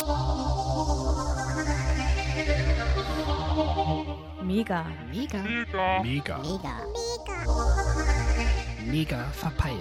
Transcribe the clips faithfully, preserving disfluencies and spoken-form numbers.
Mega. Mega. Mega. Mega. Mega. Mega verpeilt.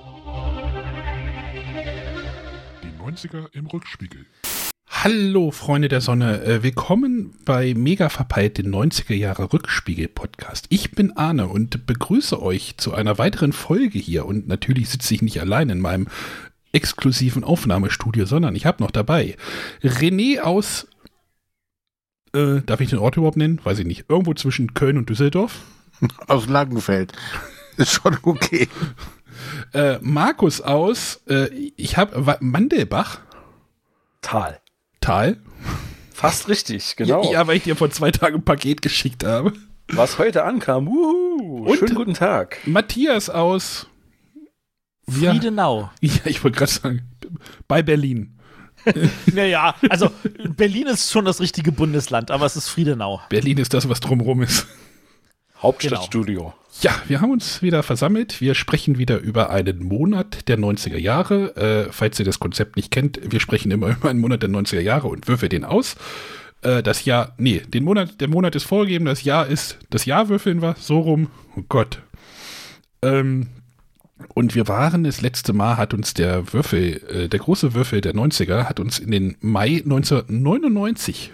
Die neunziger im Rückspiegel. Hallo Freunde der Sonne, äh, willkommen bei Mega verpeilt, den neunziger Jahre Rückspiegel Podcast. Ich bin Arne und begrüße euch zu einer weiteren Folge hier und natürlich sitze ich nicht allein in meinem exklusiven Aufnahmestudio, sondern ich habe noch dabei René aus, äh, darf ich den Ort überhaupt nennen? Weiß ich nicht, irgendwo zwischen Köln und Düsseldorf. Aus Langenfeld. Ist schon okay. Äh, Markus aus, äh, ich habe Mandelbach. Tal. Tal. Fast richtig, genau. Ja, ja, weil ich dir vor zwei Tagen ein Paket geschickt habe. Was heute ankam. Wuhu. Und schönen guten Tag. Matthias aus ja, Friedenau. Ja, ich wollte gerade sagen, bei Berlin. Naja, also Berlin ist schon das richtige Bundesland, aber es ist Friedenau. Berlin ist das, was drumherum ist. Hauptstadtstudio. Ja, wir haben uns wieder versammelt. Wir sprechen wieder über einen Monat der neunziger Jahre. Äh, falls ihr das Konzept nicht kennt, wir sprechen immer über einen Monat der neunziger Jahre und würfeln den aus. Äh, das Jahr, nee, den Monat, der Monat ist vorgegeben, das Jahr ist, das Jahr würfeln wir, so rum. Oh Gott. Ähm, und wir waren, das letzte Mal hat uns der Würfel, äh, der große Würfel der neunziger, hat uns in den Mai neunzehnhundertneunundneunzig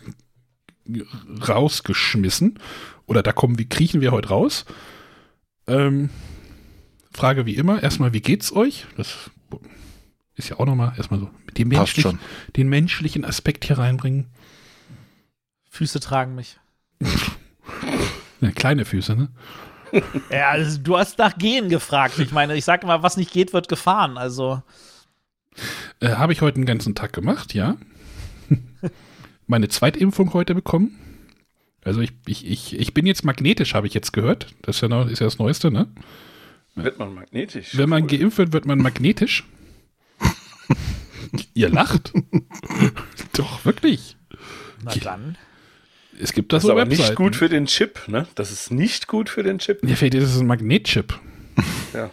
rausgeschmissen. Oder da kommen, wie kriechen wir heute raus? Ähm, Frage wie immer, erstmal, wie geht's euch? Das ist ja auch nochmal erstmal so den, menschlich, den menschlichen Aspekt hier reinbringen. Füße tragen mich. Ja, kleine Füße, ne? Ja, also, du hast nach Gehen gefragt. Ich meine, ich sage immer, was nicht geht, wird gefahren. Also äh, habe ich heute einen ganzen Tag gemacht, ja. Meine Zweitimpfung heute bekommen. Also ich, ich, ich, ich bin jetzt magnetisch, habe ich jetzt gehört. Das ist ja, noch, ist ja das Neueste, ne? Wird man magnetisch? Wenn man cool. geimpft wird, wird man magnetisch. Ihr lacht. Doch, wirklich. Na dann. Es gibt das, das ist so aber Webseiten. Nicht gut für den Chip, ne? Das ist nicht gut für den Chip. Ja, vielleicht ist es ein Magnetchip. Ja.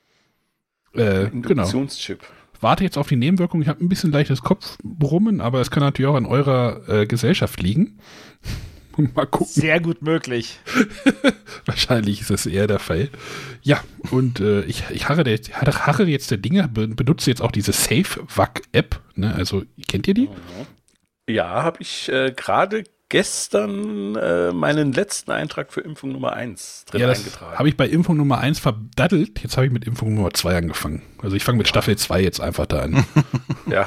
Äh, Induktionschip. Genau. Warte jetzt auf die Nebenwirkungen. Ich habe ein bisschen leichtes Kopfbrummen, aber es kann natürlich auch an eurer äh, Gesellschaft liegen. Mal gucken. Sehr gut möglich. Wahrscheinlich ist das eher der Fall. Ja, und äh, ich, ich harre, der, harre jetzt der Dinge, benutze jetzt auch diese Safe-Vac-App. Ne? Also, kennt ihr die? Ja, habe ich äh, gerade gestern äh, meinen letzten Eintrag für Impfung Nummer eins drin ja, das eingetragen. Habe ich bei Impfung Nummer eins verdaddelt. Jetzt habe ich mit Impfung Nummer zwei angefangen. Also ich fange mit ja. Staffel zwei jetzt einfach da an. Ja.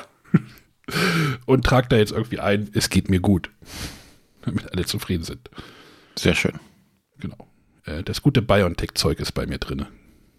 Und trage da jetzt irgendwie ein, es geht mir gut. Damit alle zufrieden sind. Sehr schön. Genau. Äh, das gute BioNTech-Zeug ist bei mir drin.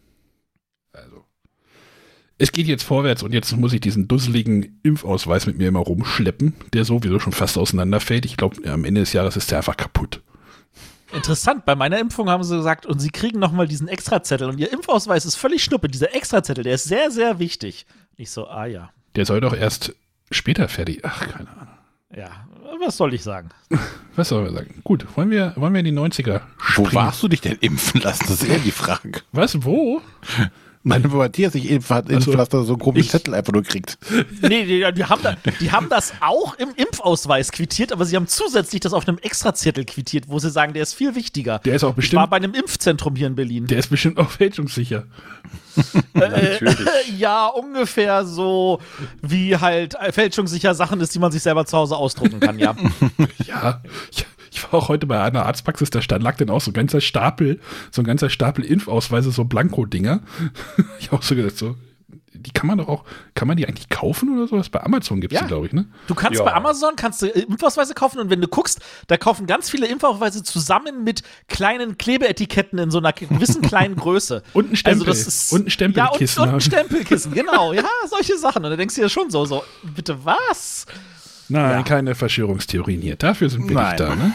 Also. Es geht jetzt vorwärts und jetzt muss ich diesen dusseligen Impfausweis mit mir immer rumschleppen, der sowieso schon fast auseinanderfällt. Ich glaube, am Ende des Jahres ist der einfach kaputt. Interessant, bei meiner Impfung haben sie gesagt, und sie kriegen nochmal diesen Extrazettel und ihr Impfausweis ist völlig schnuppe. Dieser Extrazettel, der ist sehr, sehr wichtig. Ich so, ah ja. Der soll doch erst später fertig. Ach, keine Ahnung. Ja, was soll ich sagen? Was soll man sagen? Gut, wollen wir, wollen wir in die neunziger springen? Wo warst du dich denn impfen lassen? Das ist eher die Frage. Was, wo? Meine Matthias sich impfen hat, also, dass er so einen komischen Zettel einfach nur kriegt. Nee, die, die, haben da, die haben das auch im Impfausweis quittiert, aber sie haben zusätzlich das auf einem Extrazettel quittiert, wo sie sagen, der ist viel wichtiger. Der ist auch bestimmt. Ich war bei einem Impfzentrum hier in Berlin. Der ist bestimmt auch fälschungssicher. äh, ja, ungefähr so wie halt fälschungssicher Sachen ist, die man sich selber zu Hause ausdrucken kann, ja. Ja, ich, ich war auch heute bei einer Arztpraxis, da stand, lag dann auch so ein ganzer Stapel, so ein ganzer Stapel Impfausweise, so Blanko-Dinger. Ich habe auch so gedacht, so, die kann man doch auch, kann man die eigentlich kaufen oder sowas? Bei Amazon gibt es ja. die, glaube ich, ne? Du kannst ja. bei Amazon, kannst du Impfausweise kaufen und wenn du guckst, da kaufen ganz viele Impfausweise zusammen mit kleinen Klebeetiketten in so einer gewissen kleinen Größe. Und ein Stempel. Also das ist, und ein Stempelkissen. Ja, und, und ein Stempelkissen, genau. Ja, solche Sachen. Und da denkst du dir schon so, so, bitte was? Nein, ja. keine Verschwörungstheorien hier. Dafür sind wir Nein. nicht da, ne?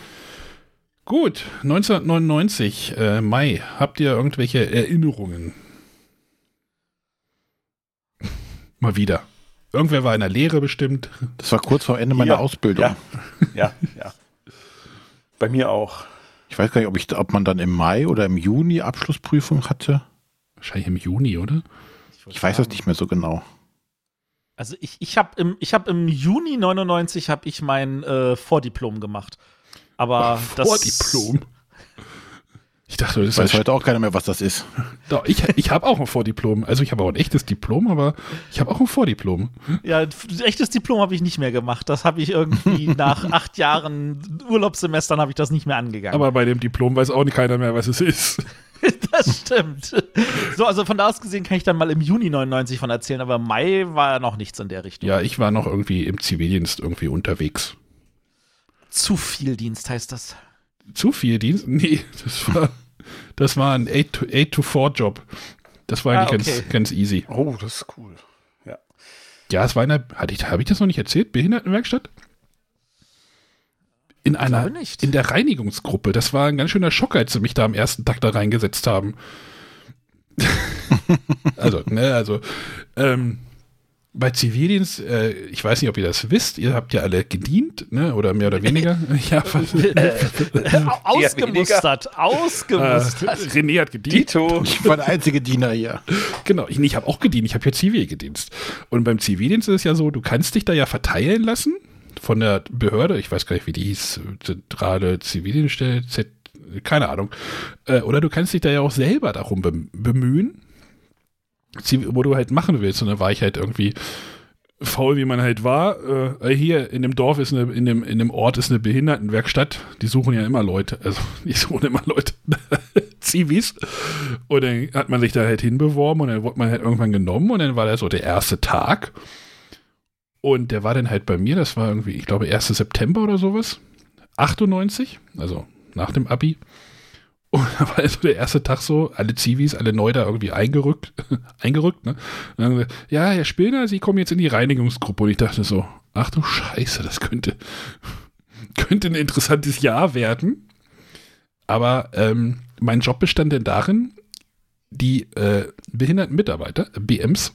Gut, neunzehnhundertneunundneunzig, äh, Mai. Habt ihr irgendwelche Erinnerungen? Mal wieder. Irgendwer war in der Lehre bestimmt. Das war kurz vor Ende meiner ja. Ausbildung. Ja. ja, ja. Bei mir auch. Ich weiß gar nicht, ob, ich, ob man dann im Mai oder im Juni Abschlussprüfung hatte. Wahrscheinlich im Juni, oder? Ich weiß das nicht mehr so genau. Also ich, ich habe im, ich hab im Juni neunundneunzig hab ich mein äh, Vordiplom gemacht. Aber Ach, das Vordiplom. Ich dachte, das Weiß ist heute auch keiner mehr, was das ist. Doch, ich, ich habe auch ein Vordiplom. Also ich habe auch ein echtes Diplom, aber ich habe auch ein Vordiplom. Ja, ein echtes Diplom habe ich nicht mehr gemacht. Das habe ich irgendwie nach acht Jahren Urlaubssemestern habe ich das nicht mehr angegangen. Aber bei dem Diplom weiß auch nicht keiner mehr, was es ist. Das stimmt. So, also von da aus gesehen kann ich dann mal im Juni neunundneunzig von erzählen, aber im Mai war noch nichts in der Richtung. Ja, ich war noch irgendwie im Zivildienst irgendwie unterwegs. Zu viel Dienst heißt das. Zu viel Dienst? Nee, das war, das war ein eight to four Job. Das war eigentlich Ah, okay. ganz, ganz easy. Oh, das ist cool. Ja. Ja, es war in einer, hatte ich, habe ich das noch nicht erzählt? Behindertenwerkstatt? In einer, glaube nicht. in der Reinigungsgruppe. Das war ein ganz schöner Schock, als sie mich da am ersten Tag da reingesetzt haben. also, ne, also, ähm, bei Zivildienst, äh, ich weiß nicht, ob ihr das wisst, ihr habt ja alle gedient, ne, oder mehr oder weniger. ja, was, Ausgemustert, ausgemustert. äh, René hat gedient. Dito. Ich war der einzige Diener hier. Genau, ich, ich habe auch gedient, ich habe ja Zivildienst. Und beim Zivildienst ist es ja so, du kannst dich da ja verteilen lassen von der Behörde, ich weiß gar nicht, wie die hieß, zentrale Zivildienststelle, Z, keine Ahnung. Äh, oder du kannst dich da ja auch selber darum bem- bemühen, wo du halt machen willst. Und dann war ich halt irgendwie faul, wie man halt war. Äh, hier in dem Dorf ist eine, in dem, in dem Ort ist eine Behindertenwerkstatt. Die suchen ja immer Leute, also die suchen immer Leute, Zivis. Und dann hat man sich da halt hinbeworben und dann wurde man halt irgendwann genommen und dann war das so der erste Tag. Und der war dann halt bei mir, das war irgendwie, ich glaube, ersten September oder sowas, achtundneunzig, also nach dem Abi. Und da war also der erste Tag so, alle Zivis, alle neu da irgendwie eingerückt, eingerückt, ne? Und dann haben wir gesagt, ja, Herr Spillner, Sie kommen jetzt in die Reinigungsgruppe. Und ich dachte so, ach du Scheiße, das könnte, könnte ein interessantes Jahr werden. Aber ähm, mein Job bestand denn darin, die äh, behinderten Mitarbeiter, B Ms,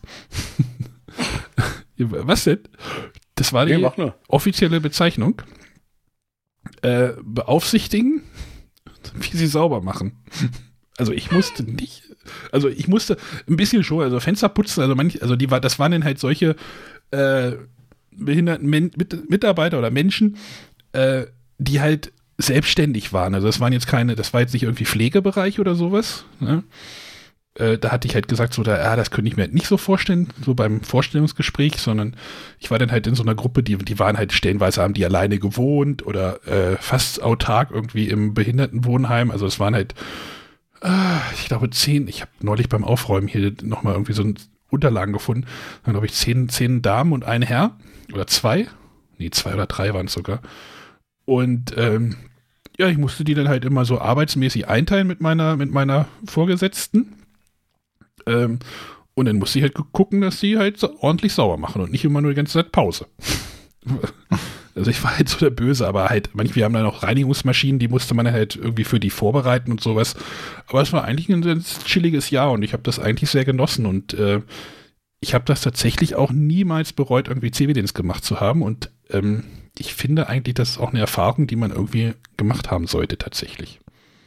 was denn? Das war die Nee, mach nur. offizielle Bezeichnung. Äh, beaufsichtigen, wie sie sauber machen. Also ich musste nicht, also ich musste ein bisschen schon, also Fenster putzen, also manch, also die war, das waren dann halt solche äh, behinderten Men- Mit- Mitarbeiter oder Menschen, äh, die halt selbstständig waren. Also das waren jetzt keine, das war jetzt nicht irgendwie Pflegebereich oder sowas, ne? Äh, da hatte ich halt gesagt, so, da, ja, das könnte ich mir halt nicht so vorstellen, so beim Vorstellungsgespräch, sondern ich war dann halt in so einer Gruppe, die, die waren halt stellenweise, haben die alleine gewohnt oder äh, fast autark irgendwie im Behindertenwohnheim. Also es waren halt, äh, ich glaube, zehn, ich habe neulich beim Aufräumen hier nochmal irgendwie so ein Unterlagen gefunden, dann glaube ich zehn, zehn Damen und ein Herr oder zwei, nee, zwei oder drei waren es sogar. Und ähm, ja, ich musste die dann halt immer so arbeitsmäßig einteilen mit meiner, mit meiner Vorgesetzten. Ähm, und dann musste ich halt gucken, dass die halt so ordentlich sauber machen und nicht immer nur die ganze Zeit Pause. Also ich war halt so der Böse, aber halt, manchmal, wir haben dann auch Reinigungsmaschinen, die musste man halt irgendwie für die vorbereiten und sowas. Aber es war eigentlich ein ganz chilliges Jahr und ich habe das eigentlich sehr genossen und äh, ich habe das tatsächlich auch niemals bereut, irgendwie Zivildienst gemacht zu haben und ähm, ich finde eigentlich, das ist auch eine Erfahrung, die man irgendwie gemacht haben sollte tatsächlich.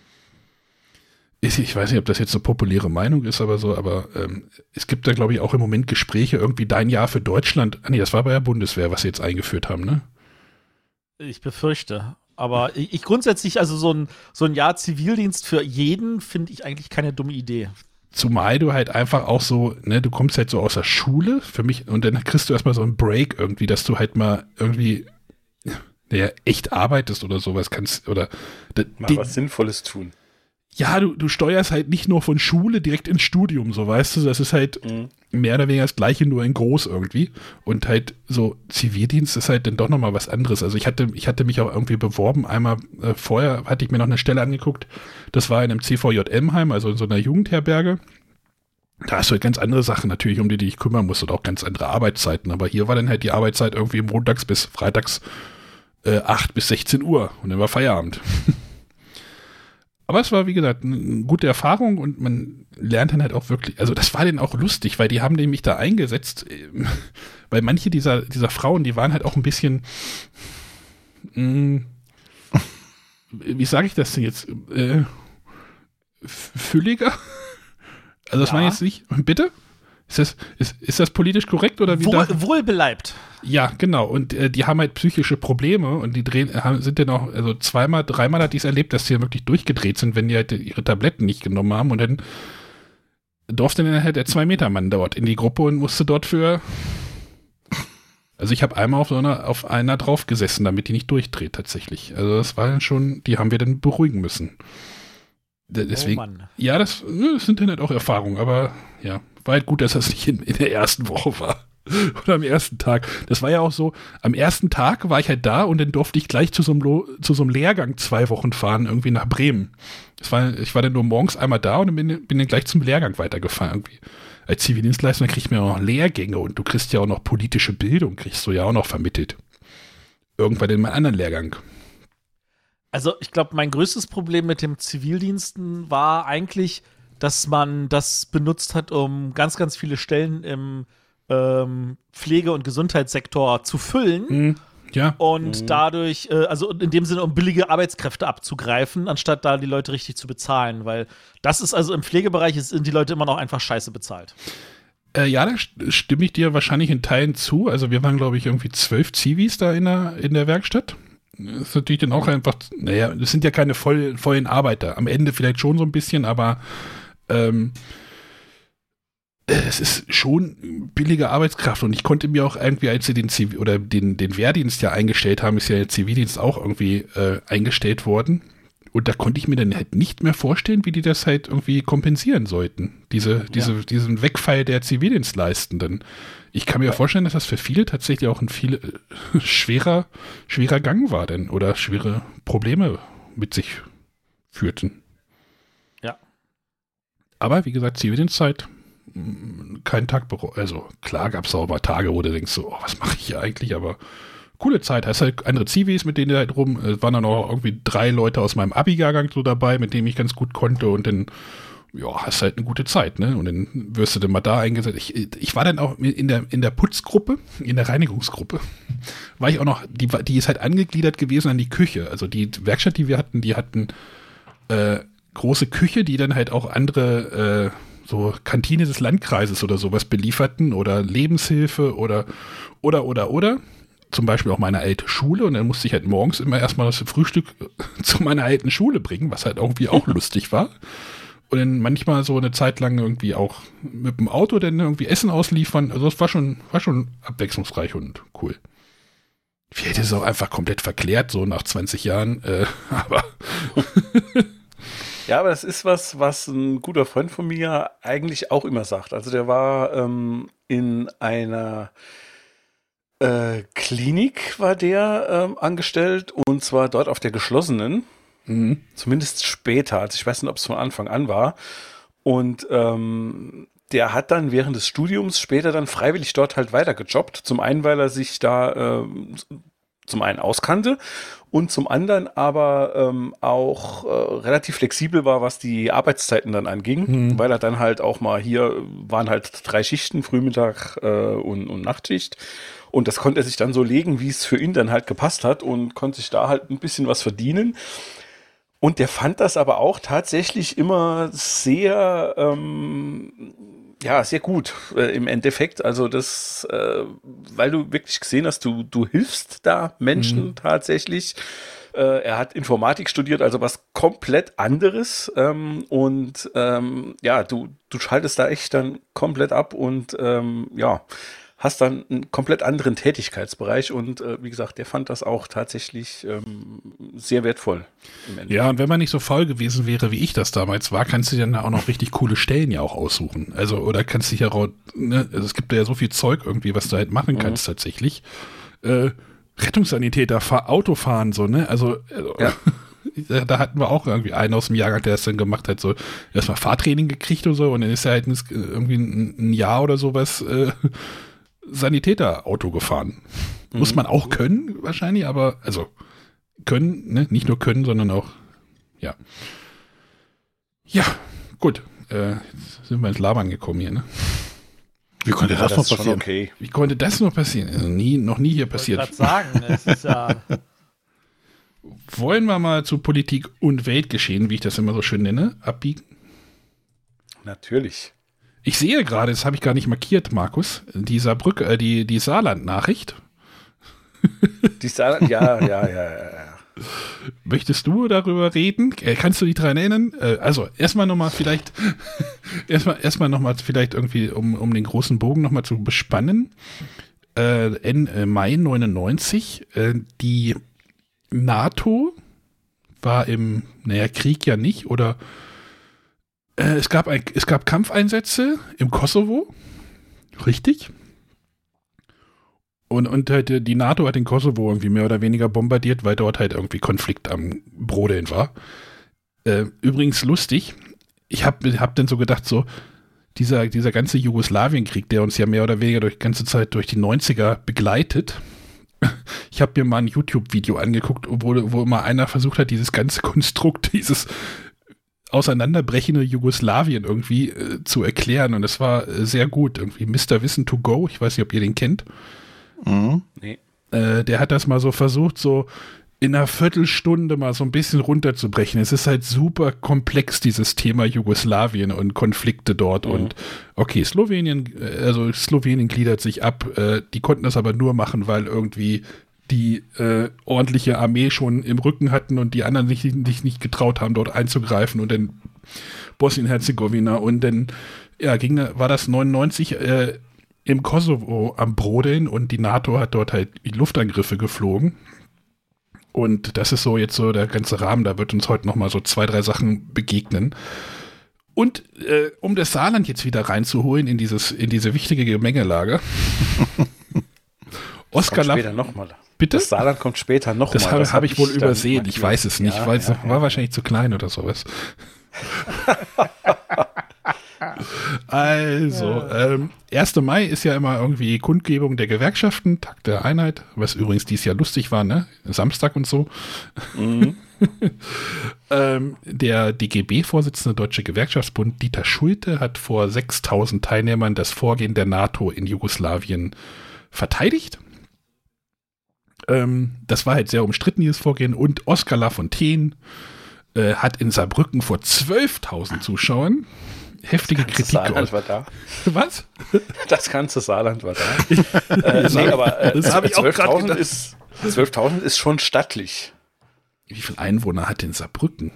Ich weiß nicht, ob das jetzt eine populäre Meinung ist, aber so, aber ähm, es gibt da, glaube ich, auch im Moment Gespräche, irgendwie dein Jahr für Deutschland. Ah nee, das war bei der Bundeswehr, was sie jetzt eingeführt haben, ne? Ich befürchte. Aber ich, ich grundsätzlich, also so ein, so ein Jahr Zivildienst für jeden finde ich eigentlich keine dumme Idee. Zumal du halt einfach auch so, ne, du kommst halt so aus der Schule für mich und dann kriegst du erstmal so einen Break irgendwie, dass du halt mal irgendwie ja, echt arbeitest oder sowas kannst oder Mal die, was Sinnvolles tun. ja, du, du steuerst halt nicht nur von Schule direkt ins Studium, so weißt du, das ist halt Mhm. mehr oder weniger das Gleiche, nur in groß irgendwie. Und halt so Zivildienst ist halt dann doch nochmal was anderes. Also ich hatte, ich hatte mich auch irgendwie beworben, einmal äh, vorher hatte ich mir noch eine Stelle angeguckt, das war in einem C V J M-Heim, also in so einer Jugendherberge. Da hast du halt ganz andere Sachen natürlich, um die du dich kümmern musst und auch ganz andere Arbeitszeiten. Aber hier war dann halt die Arbeitszeit irgendwie montags bis freitags äh, acht bis sechzehn Uhr und dann war Feierabend. Aber es war, wie gesagt, eine gute Erfahrung und man lernt dann halt auch wirklich, also das war denen auch lustig, weil die haben mich da eingesetzt, weil manche dieser, dieser Frauen, die waren halt auch ein bisschen, mh, wie sage ich das denn jetzt, äh, fülliger? Also das Ja. waren jetzt nicht, bitte? Ist das, ist, ist das politisch korrekt oder wie? Wohl, da? wohlbeleibt. Ja, genau. Und äh, die haben halt psychische Probleme und die drehen, haben, sind dann auch, also zweimal, dreimal hat die es erlebt, dass die wirklich durchgedreht sind, wenn die halt ihre Tabletten nicht genommen haben und dann durfte dann halt der Zwei-Meter-Mann dort in die Gruppe und musste dort für. Also ich habe einmal auf so einer, auf einer drauf gesessen, damit die nicht durchdreht tatsächlich. Also das war dann schon, die haben wir dann beruhigen müssen. Deswegen, oh Mann. Ja, das, das sind dann halt auch Erfahrungen, aber ja, war halt gut, dass das nicht in, in der ersten Woche war. Oder am ersten Tag. Das war ja auch so, am ersten Tag war ich halt da und dann durfte ich gleich zu so einem, Lo- zu so einem Lehrgang zwei Wochen fahren, irgendwie nach Bremen. Das war, ich war dann nur morgens einmal da und dann bin, bin dann gleich zum Lehrgang weitergefahren irgendwie. Als Zivildienstleister kriegst du ja auch noch Lehrgänge und du kriegst ja auch noch politische Bildung, kriegst du ja auch noch vermittelt. Irgendwann in meinem anderen Lehrgang. Also ich glaube, mein größtes Problem mit dem Zivildiensten war eigentlich, dass man das benutzt hat, um ganz, ganz viele Stellen im ähm, Pflege- und Gesundheitssektor zu füllen. Mhm. Ja. Und Mhm. dadurch, äh, also in dem Sinne, um billige Arbeitskräfte abzugreifen, anstatt da die Leute richtig zu bezahlen. Weil das ist also im Pflegebereich ist, sind die Leute immer noch einfach scheiße bezahlt. Äh, ja, da st- stimme ich dir wahrscheinlich in Teilen zu. Also wir waren, glaube ich, irgendwie zwölf Zivis da in der, in der Werkstatt. Das ist natürlich dann auch einfach, naja, das sind ja keine voll, vollen Arbeiter. Am Ende vielleicht schon so ein bisschen, aber ähm, es ist schon billige Arbeitskraft und ich konnte mir auch irgendwie, als sie den Zivil- oder den, den Wehrdienst ja eingestellt haben, ist ja der Zivildienst auch irgendwie äh, eingestellt worden. Und da konnte ich mir dann halt nicht mehr vorstellen, wie die das halt irgendwie kompensieren sollten. Diese, diese, ja. Diesen Wegfall der Zivildienstleistenden. Ich kann mir vorstellen, dass das für viele tatsächlich auch ein viel äh, schwerer, schwerer Gang war denn oder schwere Probleme mit sich führten. Ja. Aber wie gesagt, Zivildienstzeit, kein Tag, also klar gab es auch mal Tage, wo du denkst, so, oh, was mache ich hier eigentlich, aber coole Zeit, hast halt andere Zivis, mit denen halt rum, es waren dann auch irgendwie drei Leute aus meinem Abi-Jahrgang so dabei, mit denen ich ganz gut konnte und dann, ja, hast halt eine gute Zeit, ne, und dann wirst du dann mal da eingesetzt. Ich, ich war dann auch in der, in der Putzgruppe, in der Reinigungsgruppe, war ich auch noch, die, die ist halt angegliedert gewesen an die Küche, also die Werkstatt, die wir hatten, die hatten äh, große Küche, die dann halt auch andere, äh, so Kantine des Landkreises oder sowas belieferten oder Lebenshilfe oder, oder, oder, oder. Zum Beispiel auch meine alte Schule und dann musste ich halt morgens immer erstmal das Frühstück zu meiner alten Schule bringen, was halt irgendwie auch lustig war. Und dann manchmal so eine Zeit lang irgendwie auch mit dem Auto dann irgendwie Essen ausliefern. Also es war schon, war schon abwechslungsreich und cool. Vielleicht ist es auch einfach komplett verklärt, so nach zwanzig Jahren, äh, aber ja, aber das ist was, was ein guter Freund von mir eigentlich auch immer sagt. Also der war ähm, in einer äh, Klinik, war der ähm, angestellt und zwar dort auf der geschlossenen, mhm. zumindest später. Also ich weiß nicht, ob es von Anfang an war. Und ähm, der hat dann während des Studiums später dann freiwillig dort halt weitergejobbt. Zum einen, weil er sich da ähm, zum einen auskannte und zum anderen aber ähm, auch äh, relativ flexibel war, was die Arbeitszeiten dann anging, hm. weil er dann halt auch mal hier waren halt drei Schichten, Frühmittag äh, und, und Nachtschicht und das konnte er sich dann so legen, wie es für ihn dann halt gepasst hat und konnte sich da halt ein bisschen was verdienen. Und der fand das aber auch tatsächlich immer sehr ähm, ja, sehr gut äh, im Endeffekt. Also das, äh, weil du wirklich gesehen hast, du, du hilfst da Menschen mhm. tatsächlich. Äh, er hat Informatik studiert, also was komplett anderes. Ähm, und ähm, ja, du, du schaltest da echt dann komplett ab und ähm, ja, hast dann einen komplett anderen Tätigkeitsbereich und äh, wie gesagt, der fand das auch tatsächlich ähm, sehr wertvoll. Im ja, und wenn man nicht so faul gewesen wäre, wie ich das damals war, kannst du dir dann auch noch richtig coole Stellen ja auch aussuchen. Also, oder kannst dich ja auch, ne, also es gibt ja so viel Zeug irgendwie, was du halt machen mhm. kannst tatsächlich. Äh, Rettungssanitäter, Fahr- Autofahren, so, ne, also, also ja. da, da hatten wir auch irgendwie einen aus dem Jahrgang, der das dann gemacht hat, so erstmal Fahrtraining gekriegt und so und dann ist er halt irgendwie ein, ein Jahr oder sowas äh, Sanitäterauto gefahren. Mhm. Muss man auch können, wahrscheinlich, aber, also, können, ne? Nicht nur können, sondern auch, ja. Ja, gut. Äh, jetzt sind wir ins Labern gekommen hier, ne? Wie konnte ja, das, das noch passieren? Okay. Wie konnte das noch passieren? Also nie, noch nie hier passiert. Ich wollte gerade sagen, es ist ja. Wollen wir mal zu Politik und Weltgeschehen, wie ich das immer so schön nenne, abbiegen? Natürlich. Ich sehe gerade, das habe ich gar nicht markiert, Markus, die Saarbrück, äh, die, die Saarland-Nachricht. Die Saarland, ja, ja, ja, ja. Möchtest du darüber reden? Äh, kannst du dich daran erinnern? Äh, also, erstmal nochmal vielleicht, erstmal erstmal nochmal vielleicht irgendwie, um, um den großen Bogen nochmal zu bespannen. Äh, in äh, Mai neunundneunzig, äh, die NATO war im, naja, Krieg ja nicht, oder äh, es gab ein, es gab Kampfeinsätze im Kosovo, richtig? Und, und halt, die NATO hat den Kosovo irgendwie mehr oder weniger bombardiert, weil dort halt irgendwie Konflikt am Brodeln war. Äh, übrigens lustig, ich habe hab dann so gedacht, so, dieser, dieser ganze Jugoslawienkrieg, der uns ja mehr oder weniger durch die ganze Zeit durch die neunziger begleitet. Ich habe mir mal ein YouTube-Video angeguckt, wo, wo mal einer versucht hat, dieses ganze Konstrukt, dieses auseinanderbrechende Jugoslawien irgendwie äh, zu erklären. Und es war äh, sehr gut. Irgendwie Mister Wissen to Go, ich weiß nicht, ob ihr den kennt. Mhm. Nee. Äh, der hat das mal so versucht, so in einer Viertelstunde mal so ein bisschen runterzubrechen. Es ist halt super komplex, dieses Thema Jugoslawien und Konflikte dort. Mhm. Und okay, Slowenien, also Slowenien gliedert sich ab. Äh, die konnten das aber nur machen, weil irgendwie die äh, ordentliche Armee schon im Rücken hatten und die anderen sich nicht, nicht getraut haben, dort einzugreifen. Und dann Bosnien-Herzegowina. Und dann ja, ging, war das neunundneunzig äh, im Kosovo am Brodeln und die NATO hat dort halt die Luftangriffe geflogen. Und das ist so jetzt so der ganze Rahmen, da wird uns heute nochmal so zwei, drei Sachen begegnen. Und äh, um das Saarland jetzt wieder reinzuholen in dieses, in diese wichtige Gemengelage. Oskar Laff. Später nochmal. Bitte? Das Saarland kommt später nochmal. Das habe hab, hab ich wohl übersehen. Markiert. Ich weiß es nicht, ja, weil es ja, war ja. wahrscheinlich zu klein oder sowas. Also, ähm, erster Mai ist ja immer irgendwie Kundgebung der Gewerkschaften, Tag der Einheit, was übrigens dieses Jahr lustig war, ne? Samstag und so. Mhm. ähm, der D G B-Vorsitzende Deutsche Gewerkschaftsbund Dieter Schulte hat vor sechstausend Teilnehmern das Vorgehen der NATO in Jugoslawien verteidigt. Ähm, das war halt sehr umstritten, dieses Vorgehen. Und Oskar Lafontaine äh, hat in Saarbrücken vor zwölftausend Zuschauern heftige Das Kritik Saarland geäußert. war da. Was? Das ganze Saarland war da. äh, nee, aber äh, das hab ich auch grad zwölftausend gedacht. ist, zwölftausend ist schon stattlich. Wie viele Einwohner hat denn Saarbrücken?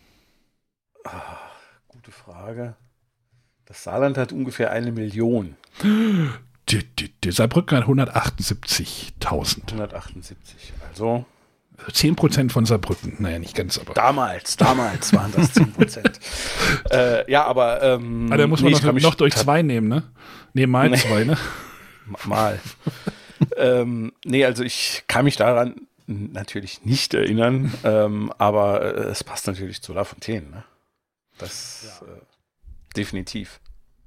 Gute Frage. Das Saarland hat ungefähr eine Million. Die, die, die Saarbrücken hat hundertachtundsiebzigtausend. hundertachtundsiebzig. Also zehn Prozent von Saarbrücken. Naja, nicht ganz, aber. damals, damals waren das zehn Prozent. äh, ja, aber ähm, Ah, da muss man nee, ich kann noch, mich noch durch ta- zwei nehmen, ne? Nee, mal Nee. zwei, ne? Mal. ähm, nee, also ich kann mich daran natürlich nicht erinnern, ähm, aber äh, es passt natürlich zu Lafontaine. Ne? Das äh, definitiv.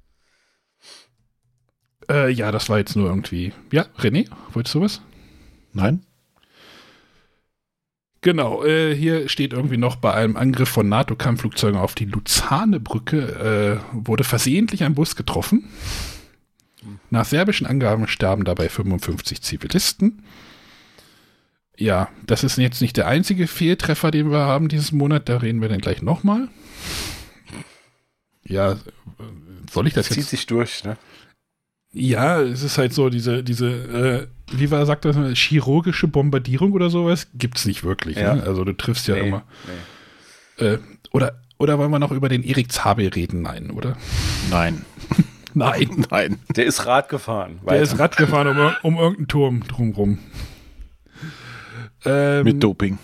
Äh, ja, das war jetzt nur irgendwie. Ja, René, wolltest du was? Nein? Genau, äh, hier steht irgendwie noch, bei einem Angriff von NATO-Kampfflugzeugen auf die Luzane-Brücke äh, wurde versehentlich ein Bus getroffen. Nach serbischen Angaben starben dabei fünfundfünfzig Zivilisten. Ja, das ist jetzt nicht der einzige Fehltreffer, den wir haben dieses Monat, da reden wir dann gleich nochmal. Ja, äh, soll ich das Zieht jetzt? sich durch, ne? Ja, es ist halt so, diese, diese, äh, wie war, sagt das, chirurgische Bombardierung oder sowas, gibt's nicht wirklich. Ja. Ne? Also du triffst ja Nee, immer. nee. Äh, oder, oder wollen wir noch über den Erik Zabel reden? Nein, oder? Nein. Nein. Nein. Der ist Rad gefahren. Der ist Rad gefahren um, ir- um irgendeinen Turm drumrum. Ähm, Mit Doping.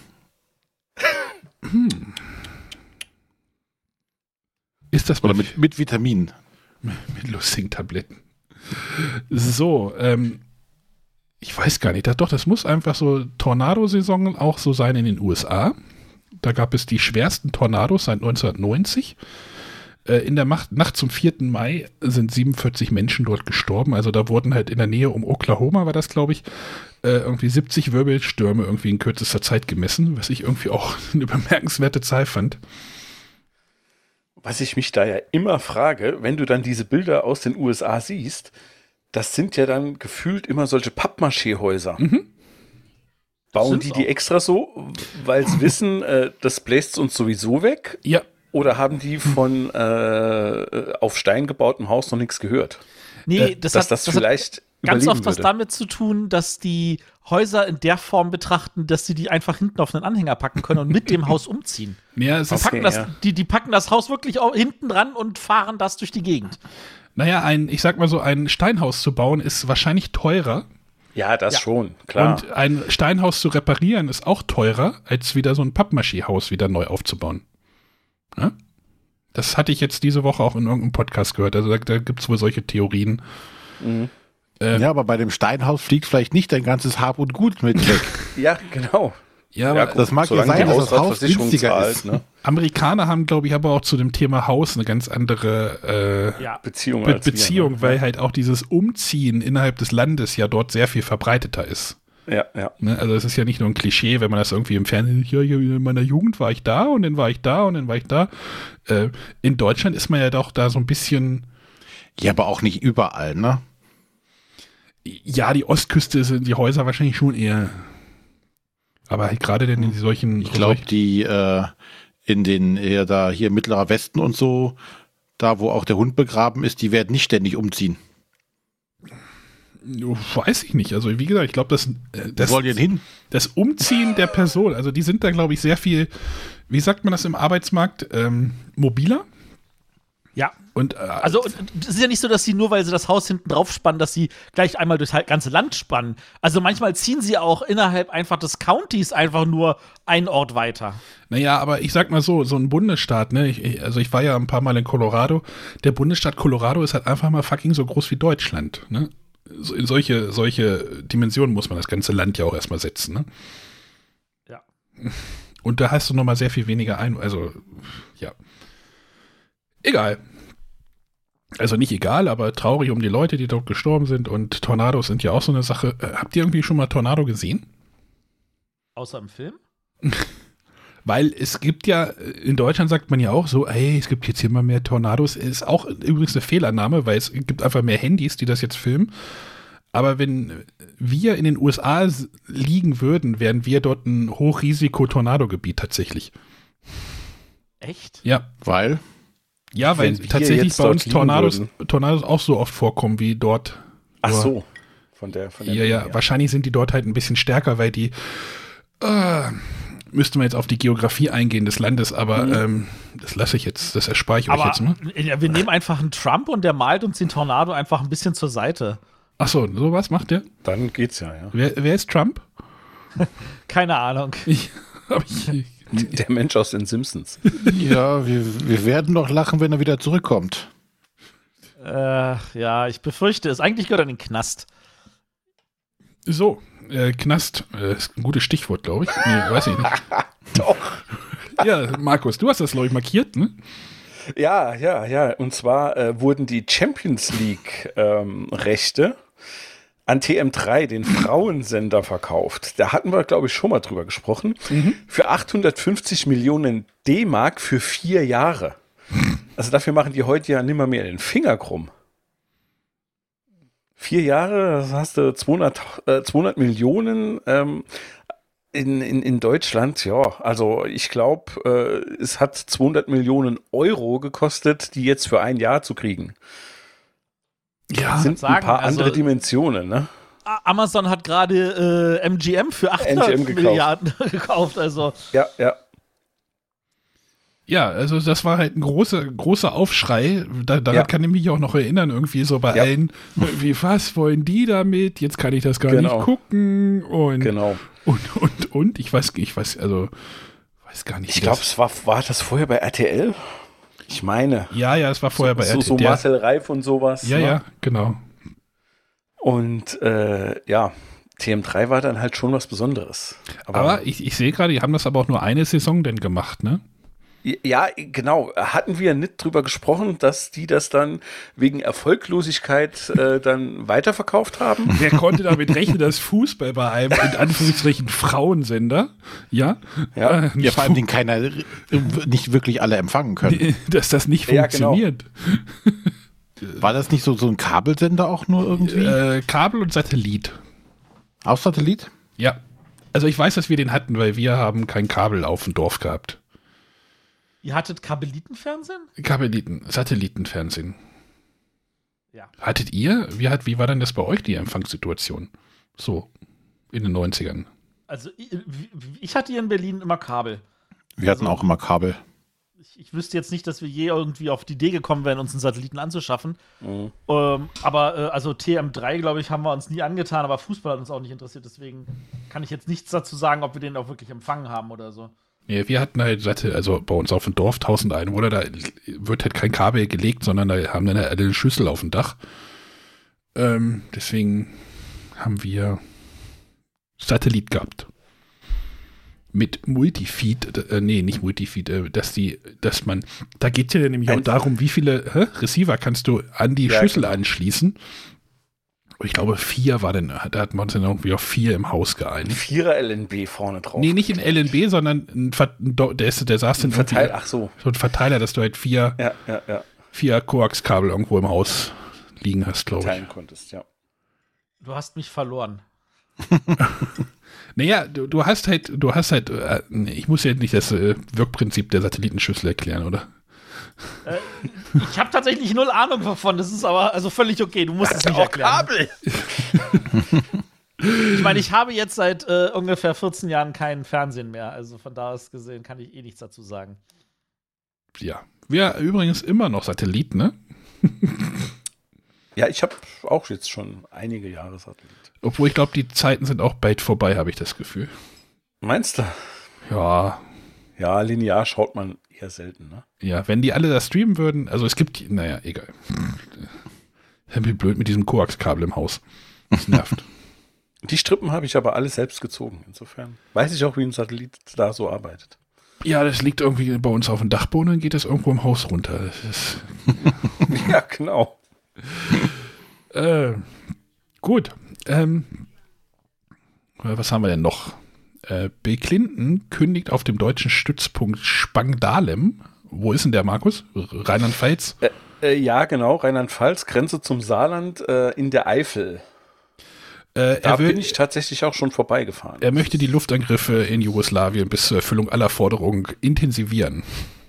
Ist das Oder mit, mit Vitaminen. mit Lusing-Tabletten? So, ähm, ich weiß gar nicht. Das, doch, das muss einfach so Tornadosaison auch so sein in den U S A. Da gab es die schwersten Tornados seit neunzehnhundertneunzig. Äh, in der Macht, Nacht zum vierten Mai sind siebenundvierzig Menschen dort gestorben. Also da wurden halt in der Nähe um Oklahoma, war das glaube ich, äh, irgendwie siebzig Wirbelstürme irgendwie in kürzester Zeit gemessen, was ich irgendwie auch eine bemerkenswerte Zahl fand. Was ich mich da ja immer frage, wenn du dann diese Bilder aus den U S A siehst, das sind ja dann gefühlt immer solche Pappmaché-Häuser. Mhm. Bauen Sind's die die auch. extra so, weil sie wissen, äh, das bläst uns sowieso weg? Ja, Oder haben die von äh, auf Stein gebautem Haus noch nichts gehört? Nee, Äh, das dass hat das das vielleicht hat ganz überleben oft was würde. damit zu tun, dass die Häuser in der Form betrachten, dass sie die einfach hinten auf einen Anhänger packen können und mit dem Haus umziehen. Ja, es Die ist, Okay, packen, das, ja. die, die packen das Haus wirklich auch hinten dran und fahren das durch die Gegend. naja, ein, ich sag mal so, ein Steinhaus zu bauen ist wahrscheinlich teurer. Ja, das Ja. schon, klar. Und ein Steinhaus zu reparieren ist auch teurer, als wieder so ein Pappmaché-Haus wieder neu aufzubauen. Ja? Das hatte ich jetzt diese Woche auch in irgendeinem Podcast gehört. Also da, da gibt es wohl solche Theorien. Mhm. Äh, Ja, aber bei dem Steinhaus fliegt vielleicht nicht dein ganzes Hab und Gut mit weg. Ja, genau. ja, aber Ja, gut, das mag ja solange sein, die dass das Haus Hausratversicherung günstiger zahlt, ist. ne? Amerikaner haben, glaube ich, aber auch zu dem Thema Haus eine ganz andere äh, Ja. Beziehung. Be als wir, Beziehung, ne? weil halt auch dieses Umziehen innerhalb des Landes ja dort sehr viel verbreiteter ist. Ja, ja. Ne? Also es ist ja nicht nur ein Klischee, wenn man das irgendwie im Fernsehen, ja, ja, in meiner Jugend war ich da und dann war ich da und dann war ich da. Äh, in Deutschland ist man ja doch da so ein bisschen, Ja, aber auch nicht überall, ne? ja, die Ostküste sind die Häuser wahrscheinlich schon eher, aber halt gerade denn in solchen, Ich glaube, die äh, in den eher da hier Mittlerer Westen und so, da wo auch der Hund begraben ist, die werden nicht ständig umziehen. weiß ich nicht. Also wie gesagt, ich glaube, das, äh, Wo das, wollen die denn hin? das Umziehen der Person, also die sind da, glaube ich, sehr viel, wie sagt man das im Arbeitsmarkt, ähm, mobiler. Ja. Und, äh, Also es ist ja nicht so, dass sie nur, weil sie das Haus hinten drauf spannen, dass sie gleich einmal durchs ganze Land spannen. Also manchmal ziehen sie auch innerhalb einfach des Countys einfach nur einen Ort weiter. naja, aber ich sag mal so, so ein Bundesstaat, ne, ich, ich, also ich war ja ein paar Mal in Colorado, der Bundesstaat Colorado ist halt einfach mal fucking so groß wie Deutschland, ne? So, in solche, solche Dimensionen muss man das ganze Land ja auch erstmal setzen, ne? Ja. Und da hast du nochmal sehr viel weniger ein, also, ja. Egal. Also nicht egal, aber traurig um die Leute, die dort gestorben sind und Tornados sind ja auch so eine Sache. Äh, habt ihr irgendwie schon mal Tornado gesehen? Außer im Film? Weil es gibt ja, in Deutschland sagt man ja auch so, hey, es gibt jetzt hier mal mehr Tornados. Ist auch übrigens eine Fehlannahme, weil es gibt einfach mehr Handys, die das jetzt filmen. Aber wenn wir in den U S A s- liegen würden, wären wir dort ein Hochrisiko-Tornado-Gebiet tatsächlich. Echt? Ja. Weil? Ja, weil Wenn wir tatsächlich jetzt bei dort uns liegen Tornados, würden. Tornados auch so oft vorkommen wie dort. Ach Nur- so. Von der, von der Ja, ja, Menge, wahrscheinlich sind die dort halt ein bisschen stärker, weil die äh, müsste man jetzt auf die Geografie eingehen des Landes, aber Mhm. ähm, das lasse ich jetzt, das erspare ich euch Aber jetzt mal. ja, wir nehmen einfach einen Trump und der malt uns den Tornado einfach ein bisschen zur Seite. Ach so, sowas macht der? Dann geht's ja, ja. Wer, wer ist Trump? Keine Ahnung. Ich, hab ich, Der Mensch aus den Simpsons. Ja, wir, wir werden doch lachen, wenn er wieder zurückkommt. Äh, ja, ich befürchte es. Eigentlich gehört er in den Knast. so, äh, Knast, äh, ist ein gutes Stichwort, glaube ich. Nee, weiß ich nicht. Doch. Ja, Markus, du hast das, glaube ich, markiert, ne? Ja, ja, ja. Und zwar äh, wurden die Champions League ähm, Rechte an T M drei, den Frauensender, verkauft. Da hatten wir, glaube ich, schon mal drüber gesprochen. Für achthundertfünfzig Millionen D-Mark für vier Jahre. Also dafür machen die heute ja nimmer mehr den Finger krumm. Vier Jahre, das hast du zweihundert, äh, zweihundert Millionen ähm, in, in, in Deutschland. Ja, also ich glaube, äh, es hat zweihundert Millionen Euro gekostet, die jetzt für ein Jahr zu kriegen. Ja, Das sind sagen, ein paar also- andere Dimensionen, ne? A- Amazon hat gerade äh, M G M für achthundert M G M gekauft. Milliarden gekauft. Also Ja, ja. Ja, also das war halt ein großer, großer Aufschrei. Da, daran Ja. kann ich mich auch noch erinnern, irgendwie so bei Ja. allen, wie, was wollen die damit? Jetzt kann ich das gar Genau. nicht gucken. Und, Genau. und, und, und, ich weiß, ich weiß, also, weiß gar nicht. Ich wie glaube, das- es war, war das vorher bei R T L? Ich meine. Ja, ja, es war vorher bei so, R T L. so Der- Marcel Reif und sowas. Ja, ne? ja, genau. Und äh, ja, T M drei war dann halt schon was Besonderes. Aber ich, ich sehe gerade, die haben das aber auch nur eine Saison denn gemacht, ne? Ja, genau. Hatten wir nicht drüber gesprochen, dass die das dann wegen Erfolglosigkeit äh, dann weiterverkauft haben? Wer konnte damit rechnen, dass Fußball bei einem, in Anführungsstrichen, Frauensender, ja, Ja. äh, Ja, vor allem den keiner, äh, nicht wirklich alle empfangen können. dass das nicht Ja, genau. funktioniert. War das nicht so, so ein Kabelsender auch nur irgendwie? Äh, Kabel und Satellit. Auch Satellit? Ja. Also ich weiß, dass wir den hatten, weil wir haben kein Kabel auf dem Dorf gehabt. Ihr hattet Kabelitenfernsehen? Kabeliten, Satellitenfernsehen. Ja. Hattet ihr? Wie, hat, wie war denn das bei euch, die Empfangssituation? So, in den neunzigern. Also ich, ich hatte hier in Berlin immer Kabel. Wir hatten Also- auch immer Kabel. Ich, ich wüsste jetzt nicht, dass wir je irgendwie auf die Idee gekommen wären, uns einen Satelliten anzuschaffen. Mhm. Ähm, aber äh, also T M drei, glaube ich, haben wir uns nie angetan, aber Fußball hat uns auch nicht interessiert. Deswegen kann ich jetzt nichts dazu sagen, ob wir den auch wirklich empfangen haben oder so. Ja, wir hatten halt, Satte- also bei uns auf dem Dorf, tausend Einwohner, da wird halt kein Kabel gelegt, sondern da haben dann alle eine Schüssel auf dem Dach. Ähm, deswegen haben wir Satellit gehabt. Mit Multifeed, äh, nee, nicht Multifeed, äh, dass die, dass man, da geht ja nämlich auch Ein- darum, wie viele hä, Receiver kannst du an die Ja, Schüssel genau. anschließen. Und ich glaube, vier war denn, da hat man uns dann irgendwie auf vier im Haus geeinigt. Vierer L N B vorne drauf. Nee, nicht in L N B, sondern ein, Ver- ein Do- der, ist, der saß dann Verteil, irgendwie, ach so. so ein Verteiler, dass du halt vier, Ja, ja, ja. vier Koaxkabel irgendwo im Haus liegen hast, glaube ich. Teilen konntest, ja. Du hast mich verloren. Naja, du, du hast halt, du hast halt, äh, nee, ich muss ja nicht das äh, Wirkprinzip der Satellitenschüssel erklären, oder? Äh, ich habe tatsächlich null Ahnung davon. Das ist aber also völlig okay. Du musst es nicht erklären. Ich meine, ich habe jetzt seit äh, ungefähr vierzehn Jahren keinen Fernsehen mehr. Also von da aus gesehen kann ich eh nichts dazu sagen. Ja. Wir übrigens immer noch Satellit, ne? Ja, ich habe auch jetzt schon einige Jahre Satellit. Obwohl ich glaube, die Zeiten sind auch bald vorbei, habe ich das Gefühl. Meinst du? Ja, Ja, linear schaut man eher selten, ne? ja, wenn die alle da streamen würden, also es gibt, naja, egal. Wie blöd mit diesem Koaxkabel im Haus. Das nervt. Die Strippen habe ich aber alle selbst gezogen. Insofern weiß ich auch, wie ein Satellit da so arbeitet. Ja, das liegt irgendwie bei uns auf dem Dachboden und dann geht das irgendwo im Haus runter. Das ist, Ja, genau. äh, gut. Ähm, was haben wir denn noch? Äh, Bill Clinton kündigt auf dem deutschen Stützpunkt Spangdahlem. Wo ist denn der, Markus? Rheinland-Pfalz? Äh, äh, ja, genau. Rheinland-Pfalz, Grenze zum Saarland äh, in der Eifel. Äh, Da er, will, bin ich tatsächlich auch schon vorbeigefahren. er möchte die Luftangriffe in Jugoslawien bis zur Erfüllung aller Forderungen intensivieren.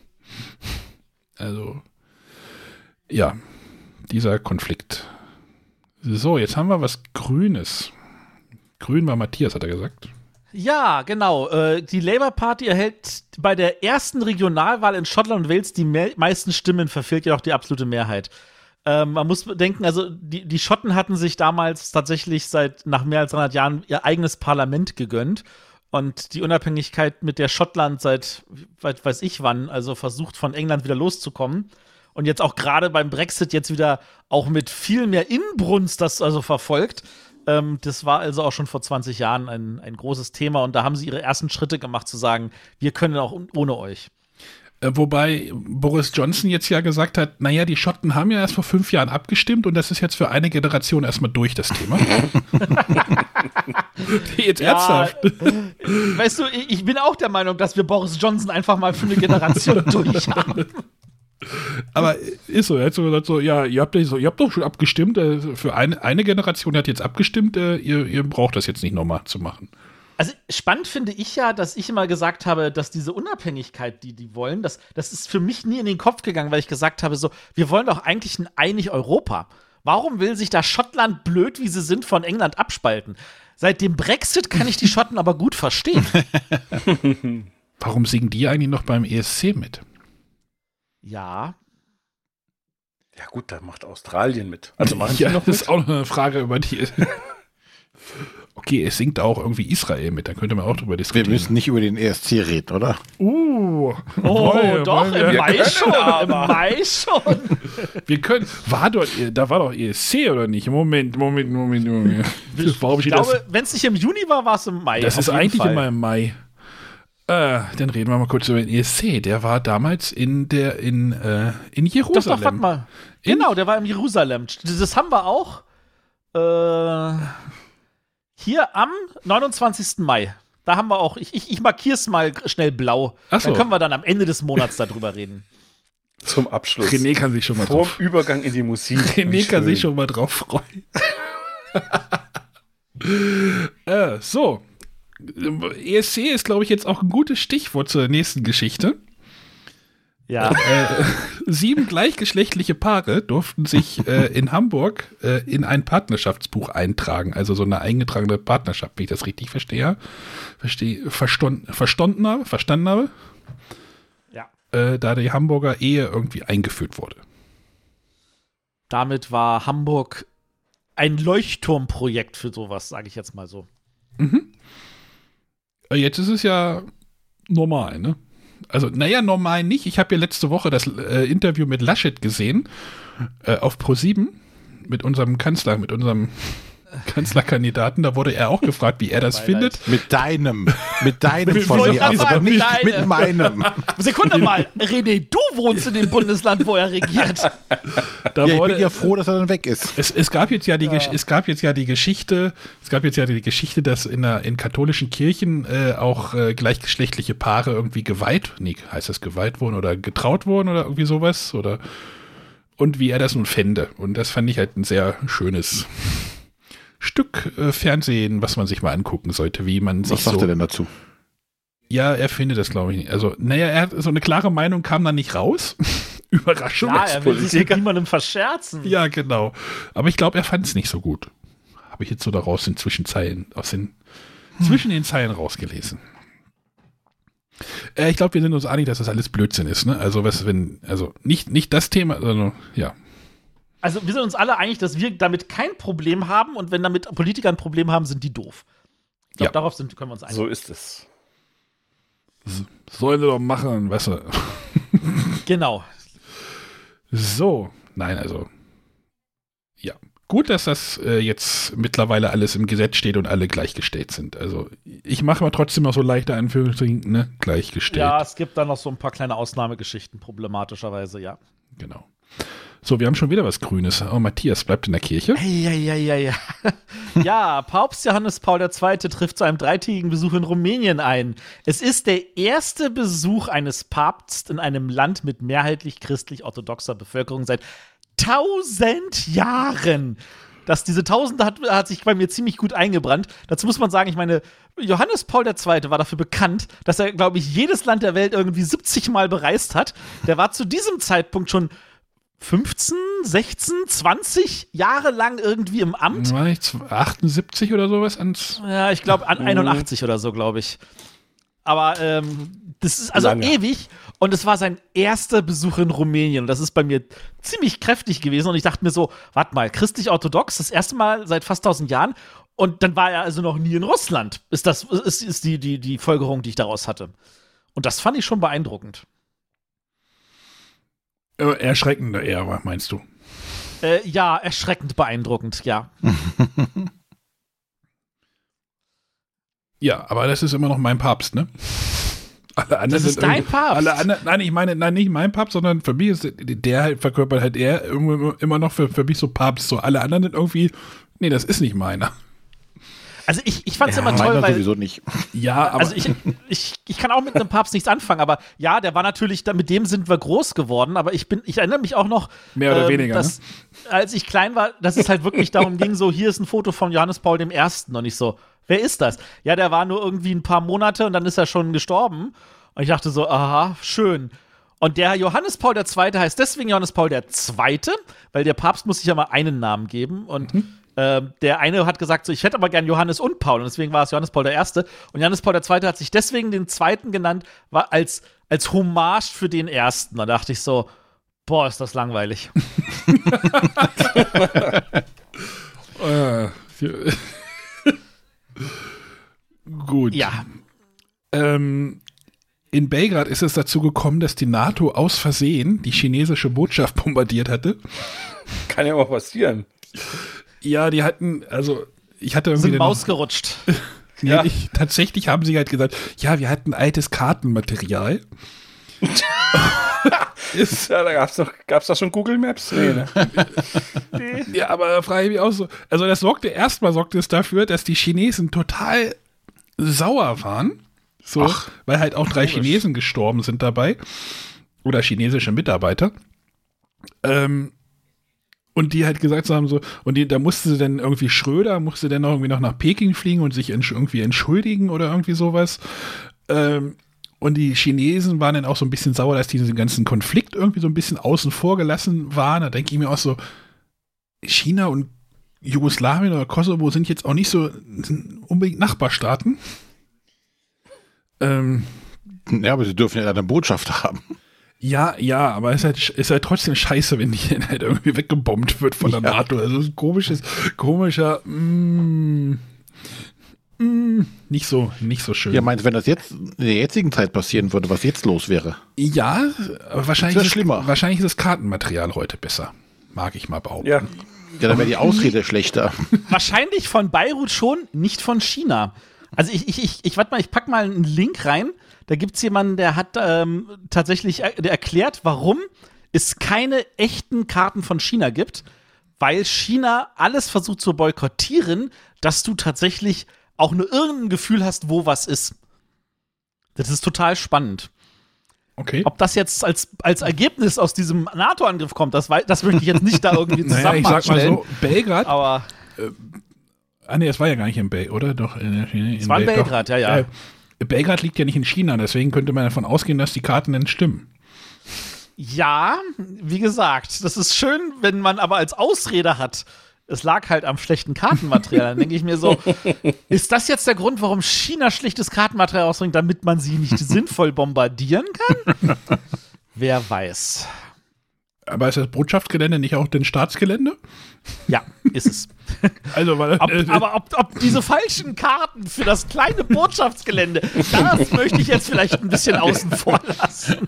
Also, ja, dieser Konflikt. So, jetzt haben wir was Grünes. Grün war Matthias, hat er gesagt. Ja, genau. Äh, die Labour Party erhält bei der ersten Regionalwahl in Schottland und Wales die me meisten Stimmen, verfehlt jedoch die absolute Mehrheit. Ähm, man muss bedenken, also die, die Schotten hatten sich damals tatsächlich seit nach mehr als dreihundert Jahren ihr eigenes Parlament gegönnt und die Unabhängigkeit, mit der Schottland seit weit weiß ich wann, also versucht von England wieder loszukommen. Und jetzt auch gerade beim Brexit jetzt wieder auch mit viel mehr Inbrunst das also verfolgt. Ähm, das war also auch schon vor zwanzig Jahren ein, ein großes Thema und da haben sie ihre ersten Schritte gemacht, zu sagen, wir können auch ohne euch. Äh, wobei Boris Johnson jetzt ja gesagt hat, naja, die Schotten haben ja erst vor fünf Jahren abgestimmt und das ist jetzt für eine Generation erstmal durch, das Thema. Jetzt ernsthaft. Weißt du, ich ich bin auch der Meinung, dass wir Boris Johnson einfach mal für eine Generation durch haben. Aber ist so, er hat so gesagt, so, ja, ihr habt, ja so, ihr habt doch schon abgestimmt, äh, für eine, eine Generation hat jetzt abgestimmt, äh, ihr, ihr braucht das jetzt nicht nochmal zu machen. Also spannend finde ich ja, dass ich immer gesagt habe, dass diese Unabhängigkeit, die die wollen, das, das ist für mich nie in den Kopf gegangen, weil ich gesagt habe, so, wir wollen doch eigentlich ein einig Europa. Warum will sich da Schottland, blöd wie sie sind, von England abspalten? Seit dem Brexit kann ich die Schotten aber gut verstehen. Warum singen die eigentlich noch beim E S C mit? Ja. Ja gut, da macht Australien mit. Also machen die Ja, noch das ist mit? auch noch eine Frage, über die. Okay, es singt auch irgendwie Israel mit, da könnte man auch drüber Wir diskutieren. müssen nicht über den E S C reden, oder? Uh, Oh, wollen- doch, wollen wir- im Mai können schon, aber. im Mai schon. Wir können. War dort, da war doch E S C oder nicht? Moment, Moment, Moment, Moment. Warum Ich steht das? glaube, wenn es nicht im Juni war, war es im Mai. Das auf ist jeden eigentlich Fall. immer im Mai. Äh, dann reden wir mal kurz über den E S C. Der war damals in der in, äh, in Doch, Jerusalem. doch, warte mal. In- Genau, der war im Jerusalem. Das haben wir auch. Äh, hier am neunundzwanzigsten Mai. Da haben wir auch, ich, ich, ich markiere es mal schnell blau. Ach so. Dann können wir dann am Ende des Monats darüber reden. Zum Abschluss. René kann sich schon mal Vorm drauf. Übergang in die Musik. René kann Schön. sich schon mal drauf freuen. äh, so. E S C ist, glaube ich, jetzt auch ein gutes Stichwort zur nächsten Geschichte. Ja. Äh, sieben gleichgeschlechtliche Paare durften sich äh, in Hamburg äh, in ein Partnerschaftsbuch eintragen. Also so eine eingetragene Partnerschaft, wenn ich das richtig verstehe. Verstehe, verstanden, verstanden habe, verstanden habe. Ja. Äh, da die Hamburger Ehe irgendwie eingeführt wurde. Damit war Hamburg ein Leuchtturmprojekt für sowas, sage ich jetzt mal so. Mhm. Äh, jetzt ist es ja normal, ne? Also, naja, normal nicht. Ich habe ja letzte Woche das äh, Interview mit Laschet gesehen, äh, auf ProSieben, mit unserem Kanzler, mit unserem Kanzlerkandidaten. Da wurde er auch gefragt, wie er das Beileid. findet. Mit deinem, mit deinem Ich von wollte mir gerade aus, aber sagen, nicht mit mit deinem. meinem. Sekunde mal, René, du wohnst in dem Bundesland, wo er regiert. Da Ja, ich wurde, bin ja froh, dass er dann weg ist. es, es gab jetzt ja die, Gesch- es gab jetzt ja die Geschichte, es gab jetzt ja die Geschichte, dass in, der, in katholischen Kirchen äh, auch äh, gleichgeschlechtliche Paare irgendwie geweiht, nee, heißt das geweiht wurden oder getraut wurden oder irgendwie sowas oder und wie er das nun fände. Und das fand ich halt ein sehr schönes Stück äh, Fernsehen, was man sich mal angucken sollte, wie man sich Was sagt so. er denn dazu? Ja, er findet das, glaube ich, nicht. Also, naja, er hat so eine klare Meinung kam da nicht raus. Überraschung. Ja, als er will sich mit Politiker. niemandem verscherzen. Ja, genau. Aber ich glaube, er fand es nicht so gut. Habe ich jetzt so daraus in Zwischenzeilen, aus den, hm. zwischen den Zeilen rausgelesen. Äh, ich glaube, wir sind uns einig, dass das alles Blödsinn ist, ne? Also, was, wenn, also, nicht, nicht das Thema, sondern, ja. Also wir sind uns alle einig, dass wir damit kein Problem haben und wenn damit Politiker ein Problem haben, sind die doof. Ich glaube, Ja. darauf sind, können wir uns einigen. So ist es. Sollen sie doch machen, weißt du. Genau. So, nein, also, ja. Gut, dass das äh, jetzt mittlerweile alles im Gesetz steht und alle gleichgestellt sind. Also, ich mache mal trotzdem noch so leichte Anführungsstrichen, ne, gleichgestellt. Ja, es gibt da noch so ein paar kleine Ausnahmegeschichten, problematischerweise, ja. Genau. So, wir haben schon wieder was Grünes. Oh, Matthias bleibt in der Kirche. Ja, ja, ja, ja. Ja, Papst Johannes Paul der Zweite trifft zu einem dreitägigen Besuch in Rumänien ein. Es ist der erste Besuch eines Papstes in einem Land mit mehrheitlich christlich-orthodoxer Bevölkerung seit tausend Jahren. Dass diese Tausende hat, hat sich bei mir ziemlich gut eingebrannt. Dazu muss man sagen, ich meine, Johannes Paul der Zweite war dafür bekannt, dass er, glaube ich, jedes Land der Welt irgendwie siebzig Mal bereist hat. Der war zu diesem Zeitpunkt schon fünfzehn, sechzehn, zwanzig Jahre lang irgendwie im Amt. War ich achtundsiebzig oder sowas? Ans Ja, ich glaube an einundachtzig oder so, glaube ich. Aber ähm, das ist also Lange. ewig. Und es war sein erster Besuch in Rumänien. Und das ist bei mir ziemlich kräftig gewesen. Und ich dachte mir so, warte mal, christlich-orthodox, das erste Mal seit fast tausend Jahren. Und dann war er also noch nie in Russland. Ist das ist, ist die, die, die Folgerung, die ich daraus hatte. Und das fand ich schon beeindruckend. äh, erschreckender eher, meinst du? Äh, ja, erschreckend beeindruckend, ja. Ja, aber das ist immer noch mein Papst, ne? Alle anderen Das ist sind dein irgendwie- Papst? Alle anderen, nein, ich meine, nein, nicht mein Papst, sondern für mich ist der halt verkörpert halt er immer immer noch für, für mich so Papst. So alle anderen sind irgendwie, nee, das ist nicht meiner. Also ich, ich fand es immer Meiner toll, weil sowieso nicht. Ja, aber also ich, ich, ich kann auch mit einem Papst nichts anfangen, aber ja, der war natürlich, da- mit dem sind wir groß geworden, aber ich bin, ich erinnere mich auch noch, Mehr oder ähm, weniger, dass, als ich klein war, dass es halt wirklich darum ging, so, hier ist ein Foto von Johannes Paul der Erste und ich so, wer ist das? Ja, der war nur irgendwie ein paar Monate und dann ist er schon gestorben und ich dachte so, aha, schön. Und der Johannes Paul der Zweite heißt deswegen Johannes Paul der Zweite, weil der Papst muss sich ja mal einen Namen geben und ähm, der eine hat gesagt, so, ich hätte aber gern Johannes und Paul und deswegen war es Johannes Paul der Erste und Johannes Paul der Zweite hat sich deswegen den Zweiten genannt, war als, als Hommage für den Ersten. Da dachte ich so, boah, ist das langweilig. äh, gut. Ja. Ähm, in Belgrad ist es dazu gekommen, dass die NATO aus Versehen die chinesische Botschaft bombardiert hatte. Kann ja mal passieren. Ja, die hatten, also ich hatte irgendwie Sind den- Maus gerutscht. Nee, Ja. ich, tatsächlich haben sie halt gesagt, ja, wir hatten altes Kartenmaterial. ist, Ja, da gab's doch, gab's da schon Google Maps? Nee, ne? ja, aber da frage ich mich auch so. Also das sorgte, erstmal sorgte es dafür, dass die Chinesen total sauer waren. So, weil halt auch drei Chinesen gestorben sind dabei. Oder chinesische Mitarbeiter. Ähm, und die halt gesagt haben so, und die, da musste dann irgendwie Schröder, musste dann irgendwie noch nach Peking fliegen und sich entsch- irgendwie entschuldigen oder irgendwie sowas. Ähm, Und die Chinesen waren dann auch so ein bisschen sauer, dass diesen ganzen Konflikt irgendwie so ein bisschen außen vor gelassen waren. Da denke ich mir auch so, China und Jugoslawien oder Kosovo sind jetzt auch nicht so unbedingt Nachbarstaaten. Ähm, Ja, aber sie dürfen ja eine Botschaft haben. ja, ja, aber es ist halt, ist halt trotzdem scheiße, wenn die halt irgendwie weggebombt wird von der Ja. NATO. Also ein komisches, komischer, mm, mm, nicht so, nicht so schön. Ja, meinst du, wenn das jetzt in der jetzigen Zeit passieren würde, was jetzt los wäre? Ja, aber wahrscheinlich Das ist, ist schlimmer. wahrscheinlich ist das Kartenmaterial heute besser. Mag ich mal behaupten. Ja, Ja, dann wäre die Ausrede schlechter. Wahrscheinlich von Beirut schon, nicht von China. Also ich, ich, ich, ich warte mal, ich pack mal einen Link rein. Da gibt es jemanden, der hat ähm, tatsächlich er, der erklärt, warum es keine echten Karten von China gibt, weil China alles versucht zu boykottieren, dass du tatsächlich auch nur irgendein Gefühl hast, wo was ist. Das ist total spannend. Okay. Ob das jetzt als, als Ergebnis aus diesem NATO-Angriff kommt, das, wei- das möchte ich jetzt nicht da irgendwie Naja, ich sag mal zusammenstellen. so, Belgrad, Aber ah nee, es war ja gar nicht in Belgrad, oder? Doch, in, in, es war in Bel- Belgrad, doch. ja, ja. Äh, Belgrad liegt ja nicht in China, deswegen könnte man davon ausgehen, dass die Karten dann stimmen. Ja, wie gesagt, das ist schön, wenn man aber als Ausrede hat, es lag halt am schlechten Kartenmaterial. Dann denke ich mir so, ist das jetzt der Grund, warum China schlechtes Kartenmaterial ausbringt, damit man sie nicht sinnvoll bombardieren kann? Wer weiß. Aber ist das Botschaftsgelände nicht auch denn Staatsgelände? Ja, ist es. Also, weil, Ob, äh, aber ob, ob diese falschen Karten für das kleine Botschaftsgelände, das möchte ich jetzt vielleicht ein bisschen außen vor lassen.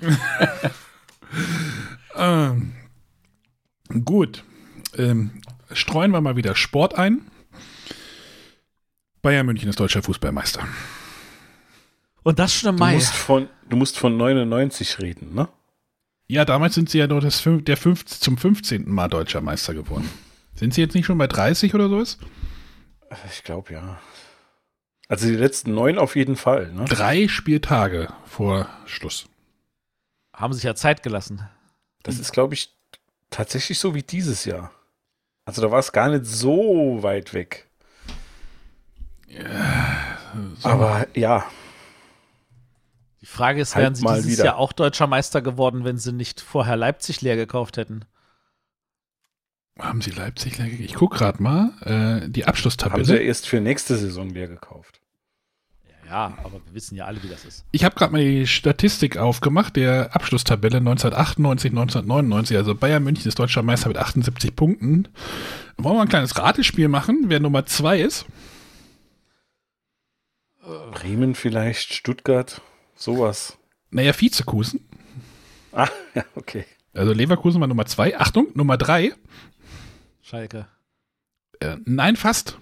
ähm, gut. Ähm, streuen wir mal wieder Sport ein. Bayern München ist deutscher Fußballmeister. Und das schon im du Mai. musst, von, du musst von neunundneunzig reden, ne? Ja, damals sind sie ja nur das fünf, der fünf, zum fünfzehnten Mal deutscher Meister geworden. Sind sie jetzt nicht schon bei dreißig oder sowas? Ich glaube, ja. Also die letzten neun auf jeden Fall, ne? Drei Spieltage vor Schluss. Haben sich ja Zeit gelassen. Das ist, glaube ich, tatsächlich so wie dieses Jahr. Also da war es gar nicht so weit weg. So. Aber ja, Die Frage ist, Halt wären sie mal dieses wieder. Jahr auch deutscher Meister geworden, wenn sie nicht vorher Leipzig leer gekauft hätten? Haben sie Leipzig leer gekauft? Ich gucke gerade mal. Äh, die haben sie ja Abschlusstabelle. erst für nächste Saison leer gekauft. Ja, aber wir wissen ja alle, wie das ist. Ich habe gerade mal die Statistik aufgemacht, der Abschlusstabelle neunzehnhundertachtundneunzig, neunzehnhundertneunundneunzig. Also Bayern München ist deutscher Meister mit achtundsiebzig Punkten. Wollen wir ein kleines Ratespiel machen, wer Nummer zwei ist? Bremen vielleicht, Stuttgart, sowas. Naja, Vizekusen. Ah, ja, okay. Also Leverkusen war Nummer zwei. Achtung, Nummer drei. Schalke. Äh, nein, fast.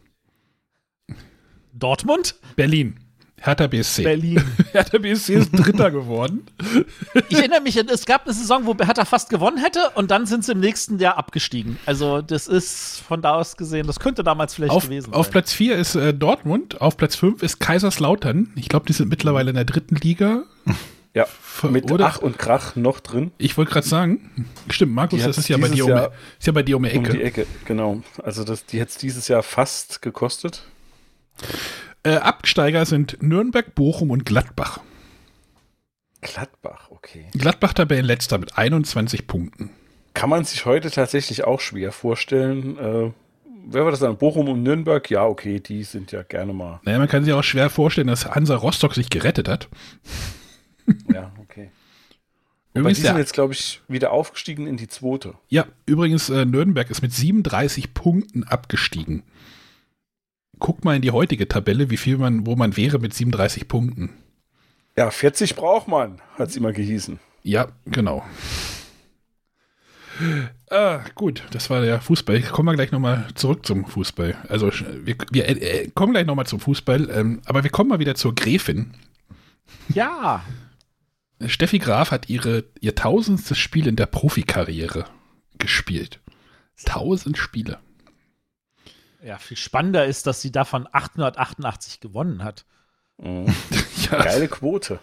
Dortmund? Berlin. Hertha B S C. Berlin. Hertha B S C ist Dritter geworden. Ich erinnere mich, es gab eine Saison, wo Hertha fast gewonnen hätte und dann sind sie im nächsten Jahr abgestiegen. Also das ist von da aus gesehen, das könnte damals vielleicht Auf, gewesen auf sein. Platz vier ist äh, Dortmund, auf Platz fünf ist Kaiserslautern. Ich glaube, die sind mittlerweile in der dritten Liga. Ja, Ver- mit oder? Ach und Krach noch drin. Ich wollte gerade sagen, stimmt, Markus, Die das hat's ist ja, bei dieses dir um, Jahr ist ja bei dir um die Um Ecke. die Ecke, genau. Also das, die hätte es dieses Jahr fast gekostet. Äh, Absteiger sind Nürnberg, Bochum und Gladbach. Gladbach, okay. Gladbach Tabellenletzter mit einundzwanzig Punkten. Kann man sich heute tatsächlich auch schwer vorstellen. Äh, wer war das dann? Bochum und Nürnberg? Ja, okay, die sind ja gerne mal. Naja, man kann sich auch schwer vorstellen, dass Hansa Rostock sich gerettet hat. Ja, okay. Aber Übrigens, die sind der, jetzt, glaube ich, wieder aufgestiegen in die zweite. ja, übrigens, äh, Nürnberg ist mit siebenunddreißig Punkten abgestiegen. Guck mal in die heutige Tabelle, wie viel man, wo man wäre mit siebenunddreißig Punkten. Ja, vierzig braucht man, hat es immer gehießen. Ja, genau. Ah, gut, das war der Fußball. Kommen wir gleich nochmal zurück zum Fußball. Also wir, wir äh, kommen gleich nochmal zum Fußball, ähm, aber wir kommen mal wieder zur Gräfin. Ja, Steffi Graf hat ihre, ihr tausendstes Spiel in der Profikarriere gespielt. Tausend Spiele. ja, viel spannender ist, dass sie davon achthundertachtundachtzig gewonnen hat. Mhm. Ja, Geile Quote.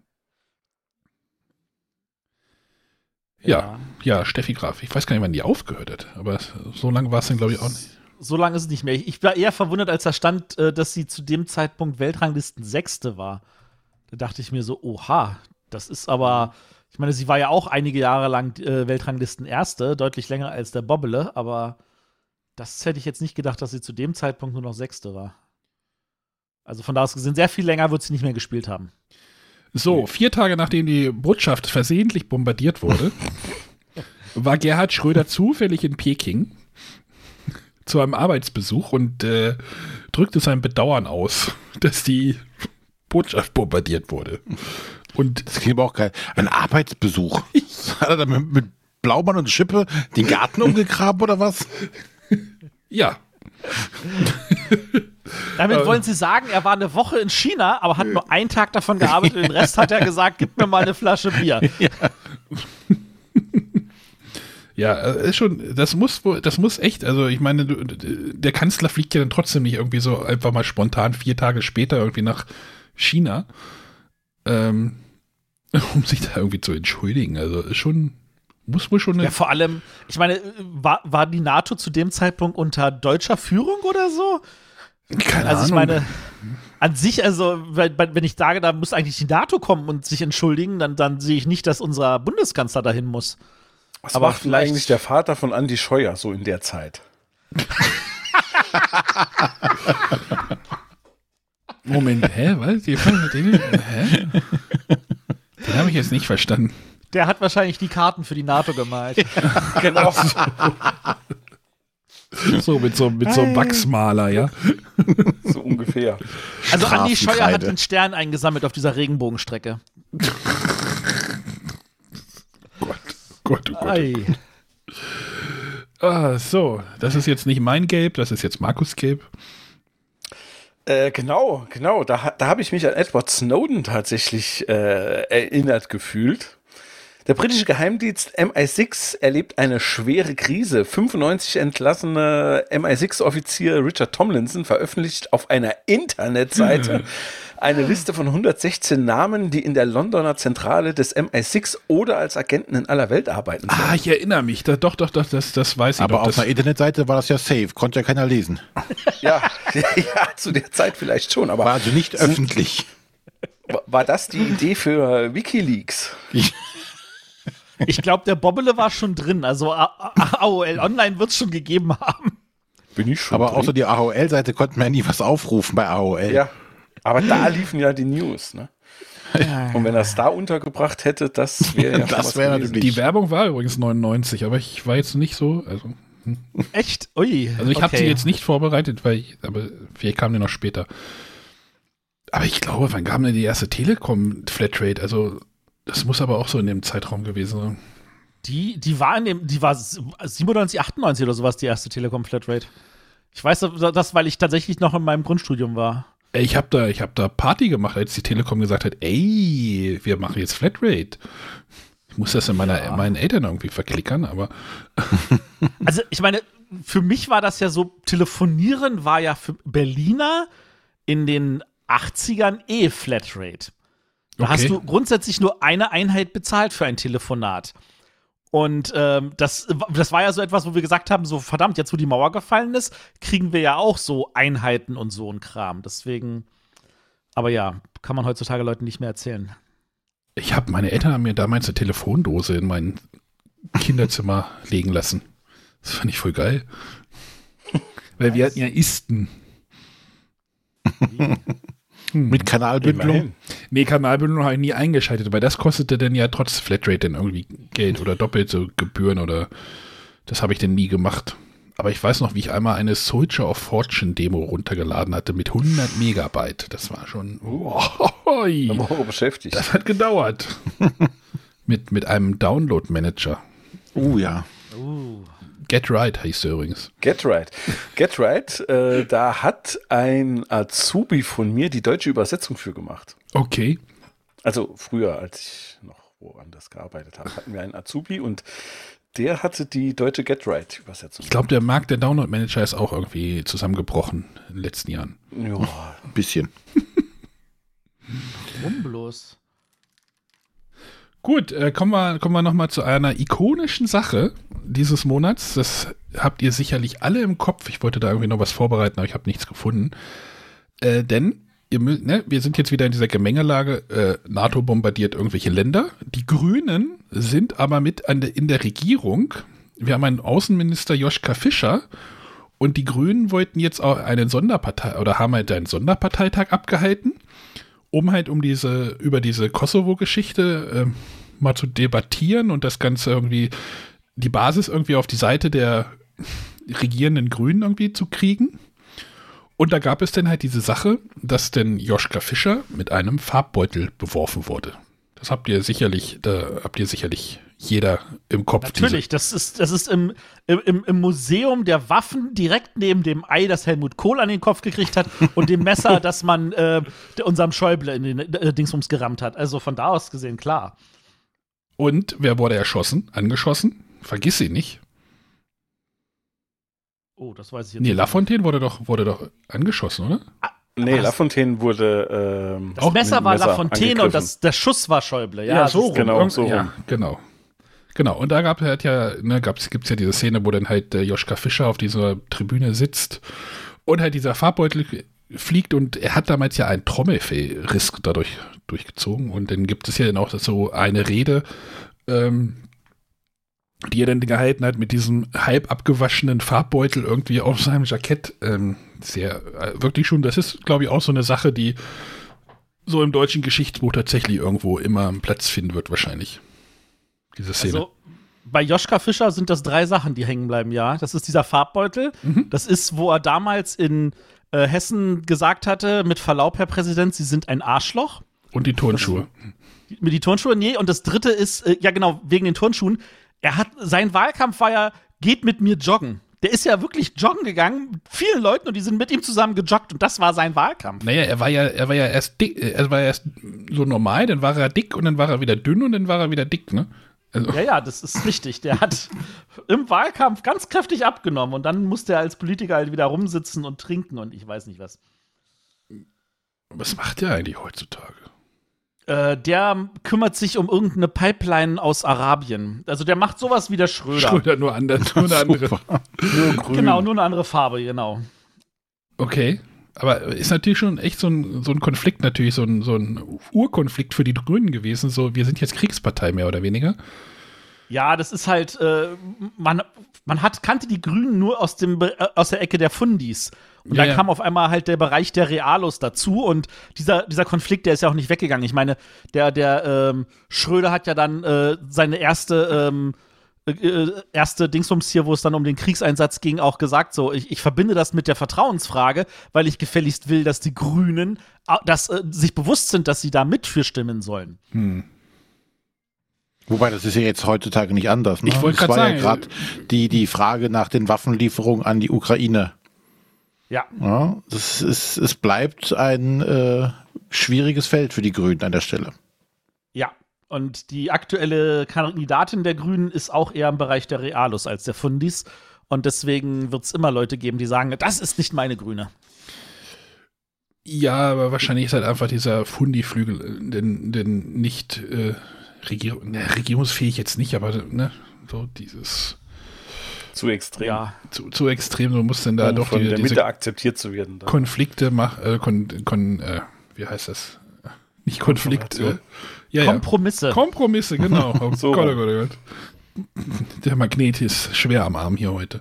ja, ja, Steffi Graf. Ich weiß gar nicht, wann die aufgehört hat, aber so lange war es dann, glaube ich, auch nicht. So lange ist es nicht mehr. Ich ich war eher verwundert, als da stand, äh, dass sie zu dem Zeitpunkt Weltranglisten Sechste war. Da dachte ich mir so, oha, das ist aber, ich meine, sie war ja auch einige Jahre lang äh, Weltranglisten-Erste, deutlich länger als der Bobbele, aber das hätte ich jetzt nicht gedacht, dass sie zu dem Zeitpunkt nur noch Sechste war. Also von da aus gesehen, sehr viel länger wird sie nicht mehr gespielt haben. So, vier Tage nachdem die Botschaft versehentlich bombardiert wurde, war Gerhard Schröder zufällig in Peking zu einem Arbeitsbesuch und äh, drückte sein Bedauern aus, dass die Botschaft bombardiert wurde. Und das klingt aber auch geil. Ein Arbeitsbesuch. Hat er da mit, mit Blaumann und Schippe den Garten umgegraben oder was? Ja. Damit wollen Sie sagen, er war eine Woche in China, aber hat nur einen Tag davon gearbeitet. Den Rest hat er gesagt, gib mir mal eine Flasche Bier. Ja. Ja, ist schon, das muss wohl, das muss echt, also ich meine, der Kanzler fliegt ja dann trotzdem nicht irgendwie so einfach mal spontan vier Tage später irgendwie nach China, ähm, um sich da irgendwie zu entschuldigen. Also ist schon, muss wohl schon eine. Ja, vor allem, ich meine, war, war die NATO zu dem Zeitpunkt unter deutscher Führung oder so? Keine also ich Ahnung. meine, an sich, also wenn ich sage, da muss eigentlich die NATO kommen und sich entschuldigen, dann, dann sehe ich nicht, dass unser Bundeskanzler dahin muss. Was Aber macht vielleicht eigentlich der Vater von Andi Scheuer so in der Zeit? Moment, hä, was? Die Vater, den, hä? Den habe ich jetzt nicht verstanden. Der hat wahrscheinlich die Karten für die NATO gemalt. Genau. So, mit so, mit so einem Wachsmaler, ja. So ungefähr. Also Andi Scheuer hat Grafenkreide. den Stern eingesammelt auf dieser Regenbogenstrecke. Gott, oh Gott. Ei. Ah, so, das ist jetzt nicht mein Gelb, das ist jetzt Markus Gelb. Äh, genau, genau. Da, da habe ich mich an Edward Snowden tatsächlich äh, erinnert gefühlt. Der britische Geheimdienst M I sechs erlebt eine schwere Krise. fünfundneunzig entlassene M I sechs-Offizier Richard Tomlinson veröffentlicht auf einer Internetseite eine Liste von hundertsechzehn Namen, die in der Londoner Zentrale des M I sechs oder als Agenten in aller Welt arbeiten sollen. Ah, ich erinnere mich. Da, doch, doch, doch, das, das weiß ich Aber doch. auf Das, einer Internetseite war das ja safe, konnte ja keiner lesen. Ja, ja, zu der Zeit vielleicht schon, aber War also nicht öffentlich. war das die Idee für WikiLeaks? Ich glaube, der Bobbele war schon drin. Also A O L Online wird es schon gegeben haben. Bin ich schon Aber drin? außer die A O L-Seite konnte man ja nie was aufrufen bei A O L. Ja, aber da liefen ja die News, ne? Und wenn er es da untergebracht hätte, das wäre ja Das schon was wäre gewesen. natürlich- die Werbung war übrigens neunundneunzig, aber ich war jetzt nicht so, also, Echt? Ui. also ich habe okay. sie jetzt nicht vorbereitet, weil ich, aber vielleicht kam die noch später. Aber ich glaube, wann kam denn die erste Telekom-Flatrate? Also, das muss aber auch so in dem Zeitraum gewesen sein. Die, die war in dem, die war siebenundneunzig, achtundneunzig oder sowas, die erste Telekom-Flatrate. Ich weiß das, weil ich tatsächlich noch in meinem Grundstudium war. Ich habe da, ich hab da Party gemacht, als die Telekom gesagt hat, ey, wir machen jetzt Flatrate. Ich muss das in meiner, Ja. meinen Eltern irgendwie verklickern, aber Also, ich meine, für mich war das ja so, Telefonieren war ja für Berliner in den achtzigern eh Flatrate. Da Okay. hast du grundsätzlich nur eine Einheit bezahlt für ein Telefonat. Und ähm, das, das war ja so etwas, wo wir gesagt haben, so verdammt, jetzt wo die Mauer gefallen ist, kriegen wir ja auch so Einheiten und so ein Kram. Deswegen, aber ja, kann man heutzutage Leuten nicht mehr erzählen. ich habe, meine Eltern haben mir damals eine Telefondose in mein Kinderzimmer legen lassen. Das fand ich voll geil. Weil wir hatten ja Isten. Mit Kanalbündelung. Immerhin. Nee, Kanalbündelung habe ich nie eingeschaltet, weil das kostete dann ja trotz Flatrate dann irgendwie Geld oder doppelte Gebühren oder das habe ich dann nie gemacht. Aber ich weiß noch, wie ich einmal eine Soldier of Fortune Demo runtergeladen hatte mit hundert Megabyte. Das war schon, oh, Eine Woche beschäftigt. das hat gedauert. mit, mit einem Download-Manager. Uh, ja. Uh. Get Right hieß der übrigens. Get Right. Get Right, äh, da hat ein Azubi von mir die deutsche Übersetzung für gemacht. Okay. Also früher, als ich noch woanders gearbeitet habe, hatten wir einen Azubi und der hatte die deutsche Get Right Übersetzung. Ich glaube, der Markt der Download-Manager ist auch irgendwie zusammengebrochen in den letzten Jahren. Ja, Ein bisschen. Warum bloß? Gut, äh, kommen wir, kommen wir nochmal zu einer ikonischen Sache dieses Monats. Das habt ihr sicherlich alle im Kopf. Ich wollte da irgendwie noch was vorbereiten, aber ich habe nichts gefunden. Äh, denn ihr mü- ne, wir sind jetzt wieder in dieser Gemengelage, äh, NATO bombardiert irgendwelche Länder. Die Grünen sind aber mit an der, in der Regierung. Wir haben einen Außenminister Joschka Fischer und die Grünen wollten jetzt auch einen Sonderpartei oder haben halt einen Sonderparteitag abgehalten, um halt um diese, über diese Kosovo-Geschichte äh, mal zu debattieren und das Ganze irgendwie, die Basis irgendwie auf die Seite der regierenden Grünen irgendwie zu kriegen. Und da gab es dann halt diese Sache, dass denn Joschka Fischer mit einem Farbbeutel beworfen wurde. Das habt ihr sicherlich, da habt ihr sicherlich jeder im Kopf. Natürlich, das ist, das ist im, im, im Museum der Waffen direkt neben dem Ei, das Helmut Kohl an den Kopf gekriegt hat und dem Messer, das man äh, unserem Schäuble in den äh, Dingsbums gerammt hat. Also von da aus gesehen, klar. Und wer wurde erschossen? Angeschossen? Vergiss ihn nicht. Oh, das weiß ich jetzt Nee, nicht. Lafontaine wurde doch, wurde doch angeschossen, oder? Nee, Aber Lafontaine wurde ähm, Das auch Messer mit war dem Messer Lafontaine und angegriffen. das, der Schuss war Schäuble. Ja, so das- genau, Irgend- so rum. Ja, genau. Genau, und da gab es halt ja, ne, gab's, gibt's ja diese Szene, wo dann halt äh, Joschka Fischer auf dieser Tribüne sitzt und halt dieser Farbbeutel fliegt und er hat damals ja einen Trommelfellriss dadurch durchgezogen und dann gibt es ja dann auch so eine Rede, ähm, die er dann gehalten hat mit diesem halb abgewaschenen Farbbeutel irgendwie auf seinem Jackett. Ähm, sehr, äh, wirklich schon, das ist, glaube ich, auch so eine Sache, die so im deutschen Geschichtsbuch tatsächlich irgendwo immer einen Platz finden wird, wahrscheinlich. Diese Szene. Also, bei Joschka Fischer sind das drei Sachen, die hängen bleiben, ja. Das ist dieser Farbbeutel. Mhm. Das ist, wo er damals in äh, Hessen gesagt hatte, mit Verlaub, Herr Präsident, Sie sind ein Arschloch. Und die Turnschuhe. Die, mit die Turnschuhe, nee. Und das dritte ist, äh, ja genau, wegen den Turnschuhen. Er hat, sein Wahlkampf war ja, geht mit mir joggen. Der ist ja wirklich joggen gegangen mit vielen Leuten und die sind mit ihm zusammen gejoggt und das war sein Wahlkampf. Naja, er war ja, er war ja erst dick, er war ja erst so normal, dann war er dick und dann war er wieder dünn und dann war er wieder dick, ne? Also, Ja, ja, das ist richtig. Der hat im Wahlkampf ganz kräftig abgenommen und dann musste er als Politiker halt wieder rumsitzen und trinken und ich weiß nicht was. was macht der eigentlich heutzutage? Äh, der kümmert sich um irgendeine Pipeline aus Arabien. Also der macht sowas wie der Schröder. Schröder nur, anders, nur eine andere. Nur grün. Genau, nur eine andere Farbe, genau. Okay. Aber ist natürlich schon echt so ein, so ein Konflikt, natürlich so ein, so ein Urkonflikt für die Grünen gewesen. So, wir sind jetzt Kriegspartei mehr oder weniger. Ja, das ist halt, äh, man, man hat, kannte die Grünen nur aus, dem, Be- äh, aus der Ecke der Fundis. Und Ja, dann ja. kam auf einmal halt der Bereich der Realos dazu und dieser, dieser Konflikt, der ist ja auch nicht weggegangen. Ich meine, der, der ähm, Schröder hat ja dann äh, seine erste, ähm, äh, erste Dingsbums hier, wo es dann um den Kriegseinsatz ging, auch gesagt, so, ich, ich verbinde das mit der Vertrauensfrage, weil ich gefälligst will, dass die Grünen äh, dass, äh, sich bewusst sind, dass sie da mit für stimmen sollen. Hm. Wobei, das ist ja jetzt heutzutage nicht anders. Ne? Ich wollte Das grad war sagen, ja gerade die, die Frage nach den Waffenlieferungen an die Ukraine. Ja. Ja, das ist, es bleibt ein äh, schwieriges Feld für die Grünen an der Stelle. Ja, und die aktuelle Kandidatin der Grünen ist auch eher im Bereich der Realos als der Fundis. Und deswegen wird es immer Leute geben, die sagen, das ist nicht meine Grüne. Ja, aber wahrscheinlich ist halt einfach dieser Fundi-Flügel, äh, denn, denn nicht äh, Regier ne, regierungsfähig jetzt nicht, aber ne, so dieses Zu extrem. Ja, zu, zu extrem, so muss denn da um doch von die, der diese Mitte akzeptiert zu werden. Dann. Konflikte machen, äh, kon, kon, äh, wie heißt das? Nicht Konflikt, äh, Konfrontation. ja, ja. Kompromisse. Kompromisse, genau. Oh So. Gott, oh Gott, oh Gott. Der Magnet ist schwer am Arm hier heute.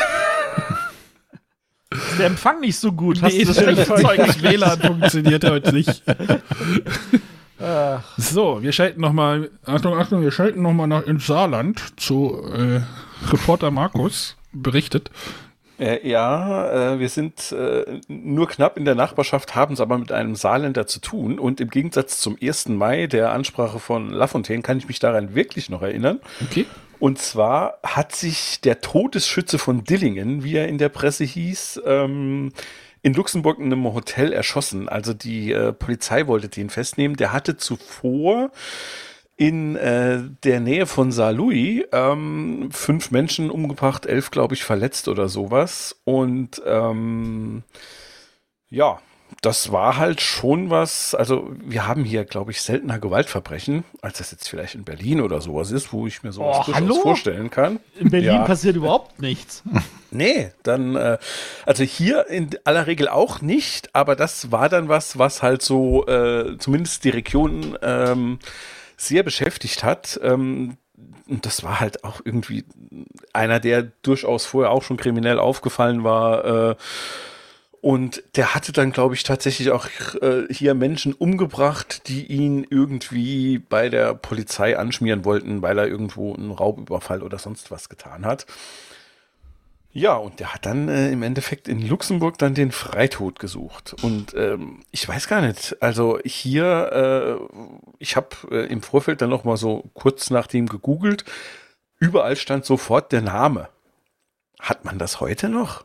Der Empfang nicht so gut. Hast Nee, du das schlechte Zeug das W L A N funktioniert heute nicht. Ach, So, wir schalten nochmal, Achtung, Achtung, wir schalten nochmal nach ins Saarland zu äh, Reporter Markus berichtet. Äh, ja, äh, wir sind äh, nur knapp in der Nachbarschaft, haben es aber mit einem Saarländer zu tun. Und im Gegensatz zum ersten Mai, der Ansprache von Lafontaine, kann ich mich daran wirklich noch erinnern. Okay. Und zwar hat sich der Todesschütze von Dillingen, wie er in der Presse hieß, ähm, in Luxemburg in einem Hotel erschossen. Also die äh, Polizei wollte den festnehmen. Der hatte zuvor in äh, der Nähe von Saarlouis ähm, fünf Menschen umgebracht, elf, glaube ich, verletzt oder sowas. Und ähm, ja, das war halt schon was, also wir haben hier, glaube ich, seltener Gewaltverbrechen, als das jetzt vielleicht in Berlin oder sowas ist, wo ich mir sowas Oh, durchaus hallo? vorstellen kann. In Berlin Ja. passiert überhaupt nichts. Nee, dann, äh, also hier in aller Regel auch nicht, aber das war dann was, was halt so äh, zumindest die Region ähm, sehr beschäftigt hat. Ähm, und das war halt auch irgendwie einer, der durchaus vorher auch schon kriminell aufgefallen war. Äh, und der hatte dann, glaube ich, tatsächlich auch äh, hier Menschen umgebracht, die ihn irgendwie bei der Polizei anschmieren wollten, weil er irgendwo einen Raubüberfall oder sonst was getan hat. Ja, und der hat dann äh, im Endeffekt in Luxemburg dann den Freitod gesucht. Und ähm, ich weiß gar nicht, also hier, äh, ich habe äh, im Vorfeld dann noch mal so kurz nach dem gegoogelt, überall stand sofort der Name. Hat man das heute noch?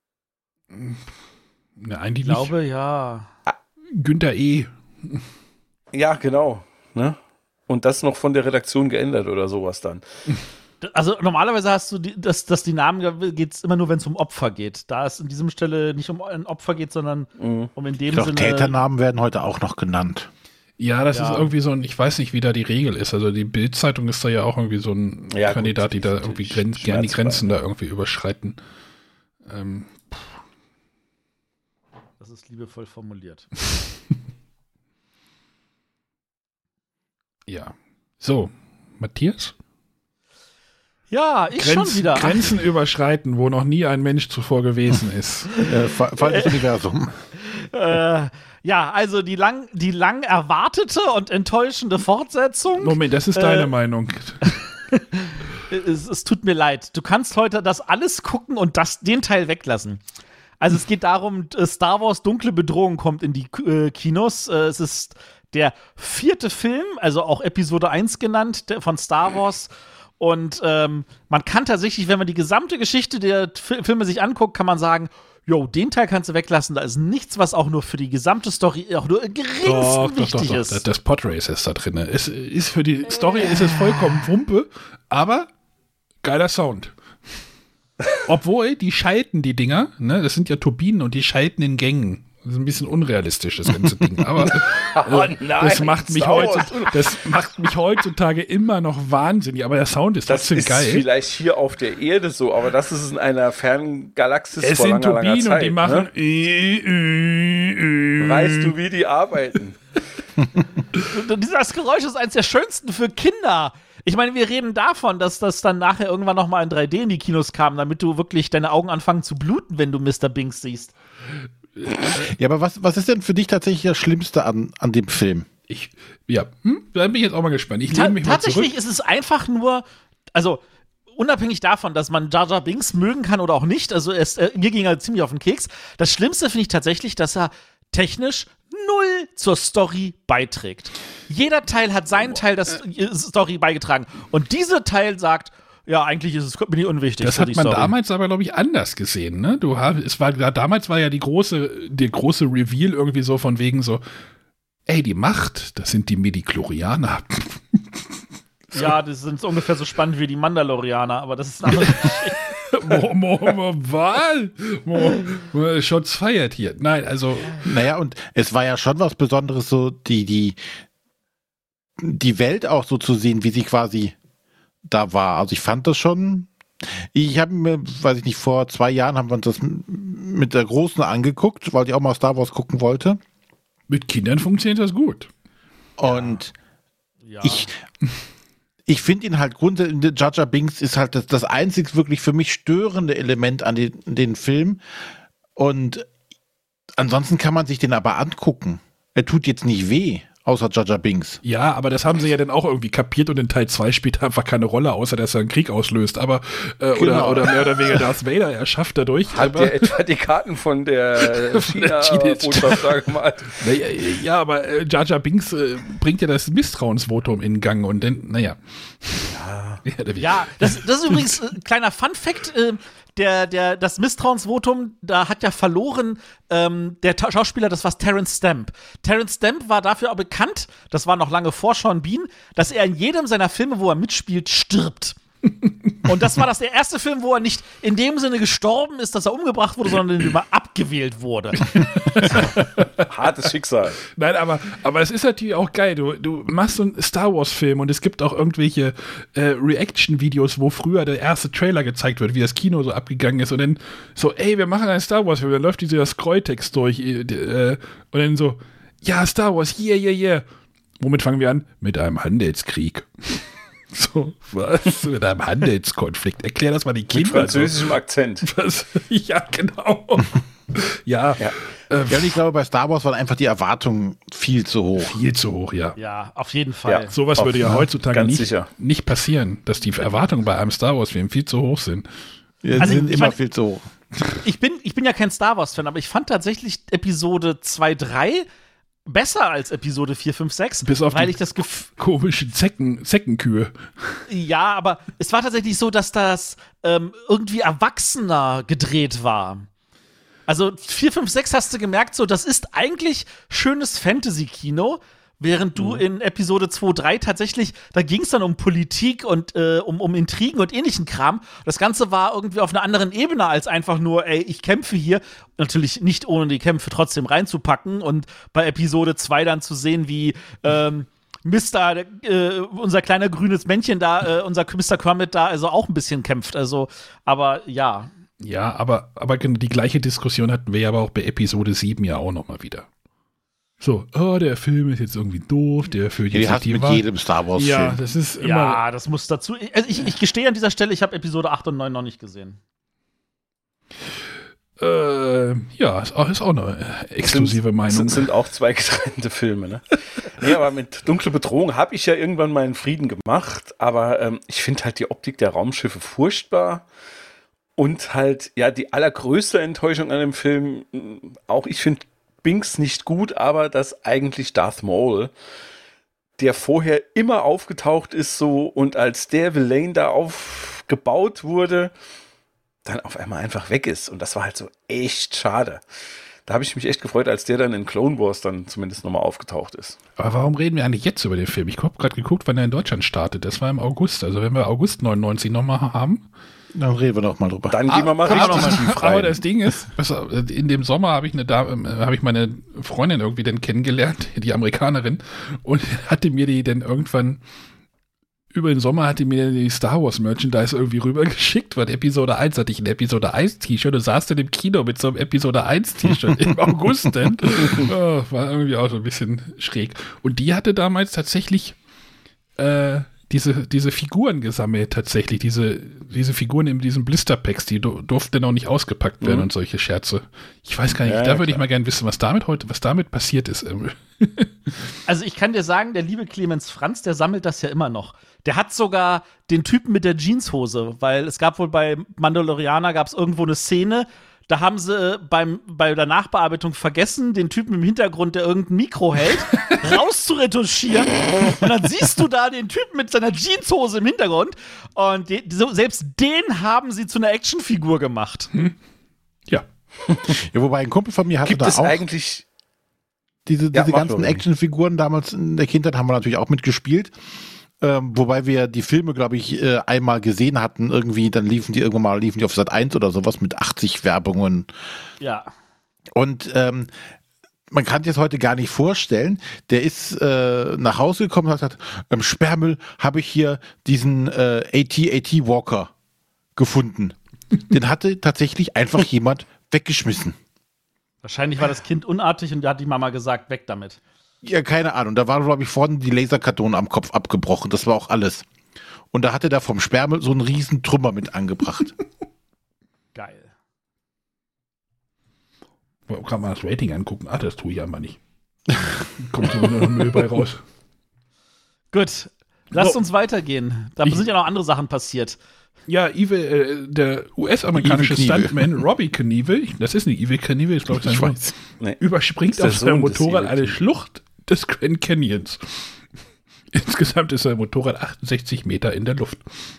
Na, eigentlich Ich glaube, ja. nicht. Günther E. Ja, genau. Ne? Und das noch von der Redaktion geändert oder sowas dann. Also normalerweise hast du, die, dass, dass die Namen geht es immer nur, wenn es um Opfer geht. Da es in diesem Stelle nicht um ein Opfer geht, sondern Mhm. um in Ich dem glaube, Sinne. Täternamen werden heute auch noch genannt. Ja, das Ja. ist irgendwie so ein, ich weiß nicht, wie da die Regel ist. Also die Bild-Zeitung ist da ja auch irgendwie so ein Ja, Kandidat, gut, die da das ist irgendwie natürlich gren gern die schmerzfrei. Grenzen da irgendwie überschreiten. Ähm, Das ist liebevoll formuliert. ja. So, Matthias? Ja, ich schon Grenz- wieder. Grenzen überschreiten, wo noch nie ein Mensch zuvor gewesen ist. Äh, fa- falsches Universum. Äh, ja, also die lang, die lang erwartete und enttäuschende Fortsetzung. Moment, das ist Äh, deine Meinung. Es, es tut mir leid. Du kannst heute das alles gucken und das, den Teil weglassen. Also es geht darum, äh, Star Wars Dunkle Bedrohung kommt in die äh, Kinos. Äh, es ist der vierte Film, also auch Episode eins genannt, der, von Star Wars. Und ähm, man kann tatsächlich, wenn man die gesamte Geschichte der F Filme sich anguckt, kann man sagen, jo, den Teil kannst du weglassen. Da ist nichts, was auch nur für die gesamte Story auch nur im geringsten Doch, doch, wichtig doch, doch. ist. Das, das Podrace ist da drin. Es ist für die Story ist es vollkommen Wumpe, aber geiler Sound. Obwohl, die schalten die Dinger, ne, das sind ja Turbinen und die schalten in Gängen. Das ist ein bisschen unrealistisch, das ganze Ding. Aber äh, das, macht mich Star heute, Wars. das macht mich heutzutage immer noch wahnsinnig. Aber der Sound ist Das trotzdem ist geil. vielleicht hier auf der Erde so, aber das ist in einer fernen Galaxis Es vor sind langer, langer Turbinen Zeit. und die machen. Ne? Äh, äh, äh. Weißt du, wie die arbeiten? Dieses Geräusch ist eines der schönsten für Kinder. Ich meine, wir reden davon, dass das dann nachher irgendwann noch mal in drei D in die Kinos kam, damit du wirklich deine Augen anfangen zu bluten, wenn du Mister Binks siehst. Ja, aber was, was ist denn für dich tatsächlich das Schlimmste an, an dem Film? Ich, ja, hm, da bin ich jetzt auch mal gespannt. Ich Ta lehne mich mal zurück. tatsächlich ist es einfach nur, also unabhängig davon, dass man Jar Jar Binks mögen kann oder auch nicht, also es, äh, mir ging er ziemlich auf den Keks. Das Schlimmste finde ich tatsächlich, dass er technisch null zur Story beiträgt. Jeder Teil hat seinen Teil der Story beigetragen. Und dieser Teil sagt, ja, eigentlich ist es bin ich unwichtig. Das für hat die man Story. damals aber, glaube ich, anders gesehen, ne? Du hast, es war, damals war ja die große, der große Reveal irgendwie so von wegen so, ey, die Macht, das sind die Midi-Chlorianer. Ja, das sind ungefähr so spannend wie die Mandalorianer, aber das ist eine andere Geschichte. mo, mo, mo, was? Mo, mo, Shots feiert hier. Nein, also, Naja, und es war ja schon was Besonderes, so die, die, die Welt auch so zu sehen, wie sie quasi da war. Also ich fand das schon. Ich habe mir, weiß ich nicht, vor zwei Jahren haben wir uns das mit der Großen angeguckt, weil ich auch mal Star Wars gucken wollte. mit Kindern funktioniert das gut. Und Ja. ich, ich finde ihn halt grundsätzlich, Jar Jar Binks ist halt das, das einzig wirklich für mich störende Element an den, den Film. Und ansonsten kann man sich den aber angucken. Er tut jetzt nicht weh, außer Jar Jar Binks. Ja, aber das haben sie ja dann auch irgendwie kapiert und in Teil zwei spielt er einfach keine Rolle, außer dass er einen Krieg auslöst. Aber, äh, oder, Genau. oder mehr oder weniger Darth Vader erschafft dadurch. Hat aber, der etwa die Karten von der China-Botschaft da gemalt? naja, ja, aber äh, Jar Jar Binks äh, bringt ja das Misstrauensvotum in Gang und dann, naja. Ja, der- Ja, das, das ist übrigens ein kleiner Fun-Fact. Äh, der, der, das Misstrauensvotum, da hat ja verloren ähm, der Ta Schauspieler, das war Terence Stamp. Terence Stamp war dafür auch bekannt, das war noch lange vor Sean Bean, dass er in jedem seiner Filme, wo er mitspielt, stirbt. Und das war das der erste Film, wo er nicht in dem Sinne gestorben ist, dass er umgebracht wurde, sondern in dem er abgewählt wurde. Hartes Schicksal. Nein, aber, aber es ist natürlich auch geil. Du, du machst so einen Star Wars-Film und es gibt auch irgendwelche äh, Reaction-Videos, wo früher der erste Trailer gezeigt wird, wie das Kino so abgegangen ist. Und dann so, ey, wir machen einen Star Wars-Film. Dann läuft dieser Scrolltext durch. Äh, und dann so, ja, Star Wars, yeah, yeah, yeah. Womit fangen wir an? Mit einem Handelskrieg. So, was? Mit einem Handelskonflikt. Erklär das mal die Kinder. Mit französischem so. Akzent. Was? Ja, genau. ja. Ja. Äh, ja, und ich glaube, bei Star Wars waren einfach die Erwartungen viel zu hoch. Viel zu hoch, ja. Ja, auf jeden Fall. Ja. Sowas Auf- würde ja heutzutage ganz nicht, sicher. nicht passieren, dass die Erwartungen bei einem Star Wars-Film viel zu hoch sind. Ja, Also sie sind ich immer mein- viel zu hoch. Ich bin, ich bin ja kein Star Wars-Fan, aber ich fand tatsächlich Episode zwei, drei besser als Episode vier, fünf, sechs. Bis auf weil die- ich das Gefühl. Komischen Zecken, Zeckenkühe. Ja, aber es war tatsächlich so, dass das ähm, irgendwie erwachsener gedreht war. Also vier, fünf, sechs hast du gemerkt, so, das ist eigentlich schönes Fantasy-Kino, während du in Episode zwei, drei tatsächlich, da ging es dann um Politik und äh, um, um Intrigen und ähnlichen Kram. Das Ganze war irgendwie auf einer anderen Ebene als einfach nur, ey, ich kämpfe hier. Natürlich nicht ohne die Kämpfe trotzdem reinzupacken und bei Episode zwei dann zu sehen, wie ähm, Mister, äh, unser kleiner grünes Männchen da, äh, unser Mister Kermit da, also auch ein bisschen kämpft. Also, aber ja. Ja, aber, aber genau die gleiche Diskussion hatten wir ja aber auch bei Episode sieben ja auch nochmal wieder. So, oh, der Film ist jetzt irgendwie doof, der führt Ja, jetzt die hast nicht die mit Wahrheit. jedem Star Wars-Film. Ja, das ist immer. Ja, das muss dazu. Also ich, ich gestehe an dieser Stelle, ich habe Episode acht und neun noch nicht gesehen. Äh, ja, ist auch, ist auch eine äh, exklusive sind, Meinung. Sind, sind auch zwei getrennte Filme, ne? Nee, aber mit Dunkle Bedrohung habe ich ja irgendwann meinen Frieden gemacht, aber ähm, ich finde halt die Optik der Raumschiffe furchtbar und halt, ja, die allergrößte Enttäuschung an dem Film, mh, auch ich finde Binks nicht gut, aber dass eigentlich Darth Maul, der vorher immer aufgetaucht ist so und als der Villain da aufgebaut wurde, dann auf einmal einfach weg ist. Und das war halt so echt schade. Da habe ich mich echt gefreut, als der dann in Clone Wars dann zumindest nochmal aufgetaucht ist. Aber warum reden wir eigentlich jetzt über den Film? Ich habe gerade geguckt, wann er in Deutschland startet. Das war im August. Also wenn wir August neunundneunzig nochmal haben. Dann reden wir doch mal drüber. Dann gehen wir mal aber, richtig tief aber rein. das Ding ist, pass auf, in dem Sommer habe ich eine Dame, äh, habe ich meine Freundin irgendwie dann kennengelernt, die Amerikanerin, und hatte mir die dann irgendwann über den Sommer hatte mir die Star Wars Merchandise irgendwie rübergeschickt, weil Episode eins hatte ich ein Episode eins T-Shirt und saß dann im Kino mit so einem Episode eins T-Shirt im August dann. Oh, war irgendwie auch so ein bisschen schräg. Und die hatte damals tatsächlich äh, diese, diese Figuren gesammelt, tatsächlich. Diese, diese Figuren in diesen Blisterpacks, die du, durften dann auch nicht ausgepackt werden Mhm. und solche Scherze. Ich weiß gar nicht, Ja, da ja, würde ich klar. mal gerne wissen, was damit heute, was damit passiert ist. Also ich kann dir sagen, der liebe Clemens Franz, der sammelt das ja immer noch. Der hat sogar den Typen mit der Jeanshose, weil es gab wohl bei Mandalorianer gab es irgendwo eine Szene, da haben sie beim, bei der Nachbearbeitung vergessen, den Typen im Hintergrund, der irgendein Mikro hält, rauszuretuschieren. Und dann siehst du da den Typen mit seiner Jeanshose im Hintergrund. Und die, so, selbst den haben sie zu einer Actionfigur gemacht. Ja. Ja, wobei ein Kumpel von mir hatte Gibt da es auch eigentlich, diese, Ja, diese mach ganzen doch. Actionfiguren damals in der Kindheit haben wir natürlich auch mitgespielt. Ähm, wobei wir die Filme, glaube ich, äh, einmal gesehen hatten. Irgendwie, dann liefen die irgendwann mal, liefen die auf Sat eins oder sowas mit achtzig Werbungen. Ja. Und ähm, man kann sich das heute gar nicht vorstellen. Der ist äh, nach Hause gekommen und hat gesagt, im Sperrmüll habe ich hier diesen äh, A T A T Walker gefunden. Den hatte tatsächlich einfach jemand weggeschmissen. Wahrscheinlich war das Kind unartig und da hat die Mama gesagt, weg damit. Ja, keine Ahnung. Da war, glaube ich, vorne die Laserkartone am Kopf abgebrochen. Das war auch alles. Und da hatte der vom Sperrmüll so einen riesen Trümmer mit angebracht. Geil. Kann man das Rating angucken? Ah, das tue ich einfach nicht. Kommt immer nur Müll bei raus. Gut, lasst So. uns weitergehen. Da Ich- sind ja noch andere Sachen passiert. Ja, Evil, äh, der U S-amerikanische Evil Knievel. Stuntman Robbie Knievel, das ist nicht Evil Knievel, ist glaube ich sein Ich Name, weiß. nee. überspringt Ist der auf seinem Sohn des Motorrad Evil eine Knievel. Schlucht des Grand Canyons. Insgesamt ist sein Motorrad achtundsechzig Meter in der Luft.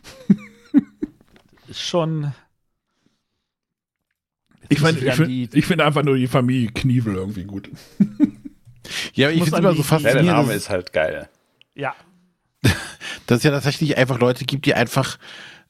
Ist schon. Ich, muss mein, ich ich an finde die- ich find einfach nur die Familie Knievel irgendwie gut. Ja, ich muss finde an immer die- so Ja, der faszinierend, Name dass, ist halt geil. Ja. dass es ja tatsächlich einfach Leute gibt, die einfach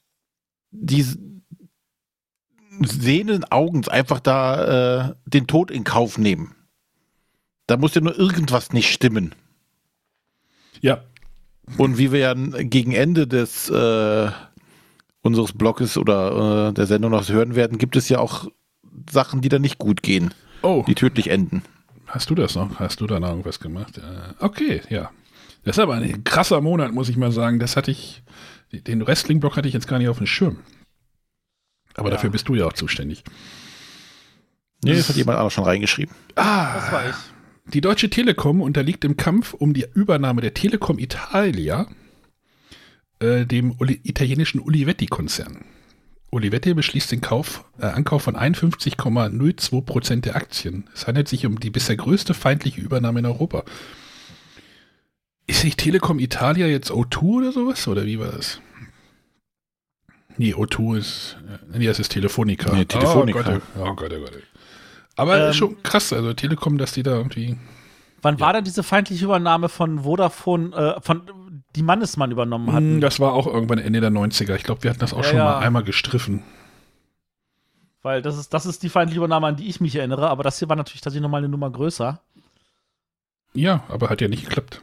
die sehenden Augens einfach da äh, den Tod in Kauf nehmen. Da muss ja nur irgendwas nicht stimmen. Ja. Und wie wir ja gegen Ende des äh, unseres Blogs oder äh, der Sendung noch hören werden, gibt es ja auch Sachen, die da nicht gut gehen. Oh. Die tödlich enden. Hast du das noch? Hast du da noch irgendwas gemacht? Äh, okay, ja. Das ist aber ein krasser Monat, muss ich mal sagen. Das hatte ich, den Wrestling-Blog hatte ich jetzt gar nicht auf dem Schirm. Aber Ja. dafür bist du ja auch zuständig. Nee, das hat jemand anderes schon reingeschrieben. Ah, Das war ich. die Deutsche Telekom unterliegt im Kampf um die Übernahme der Telekom Italia, äh, dem Uli, italienischen Olivetti-Konzern. Olivetti beschließt den Kauf, äh, Ankauf von einundfünfzig Komma null zwei Prozent der Aktien. Es handelt sich um die bisher größte feindliche Übernahme in Europa. Ist nicht Telekom Italia jetzt O zwei oder sowas? Oder wie war das? Nee, O zwei ist, äh, nee, das ist Telefonica. Nee, Telefonica. Oh Gott, oh Gott, oh Gott. Aber Ähm, schon krass, also Telekom, dass die da irgendwie... Wann war denn diese feindliche Übernahme von Vodafone, äh, von die Mannesmann übernommen hatten? Hm, Das war auch irgendwann Ende der neunziger. Ich glaube, wir hatten das auch Ja, schon ja. mal einmal gestriffen. Weil das ist, das ist die feindliche Übernahme, an die ich mich erinnere, aber das hier war natürlich tatsächlich nochmal eine Nummer größer. Ja, aber hat ja nicht geklappt.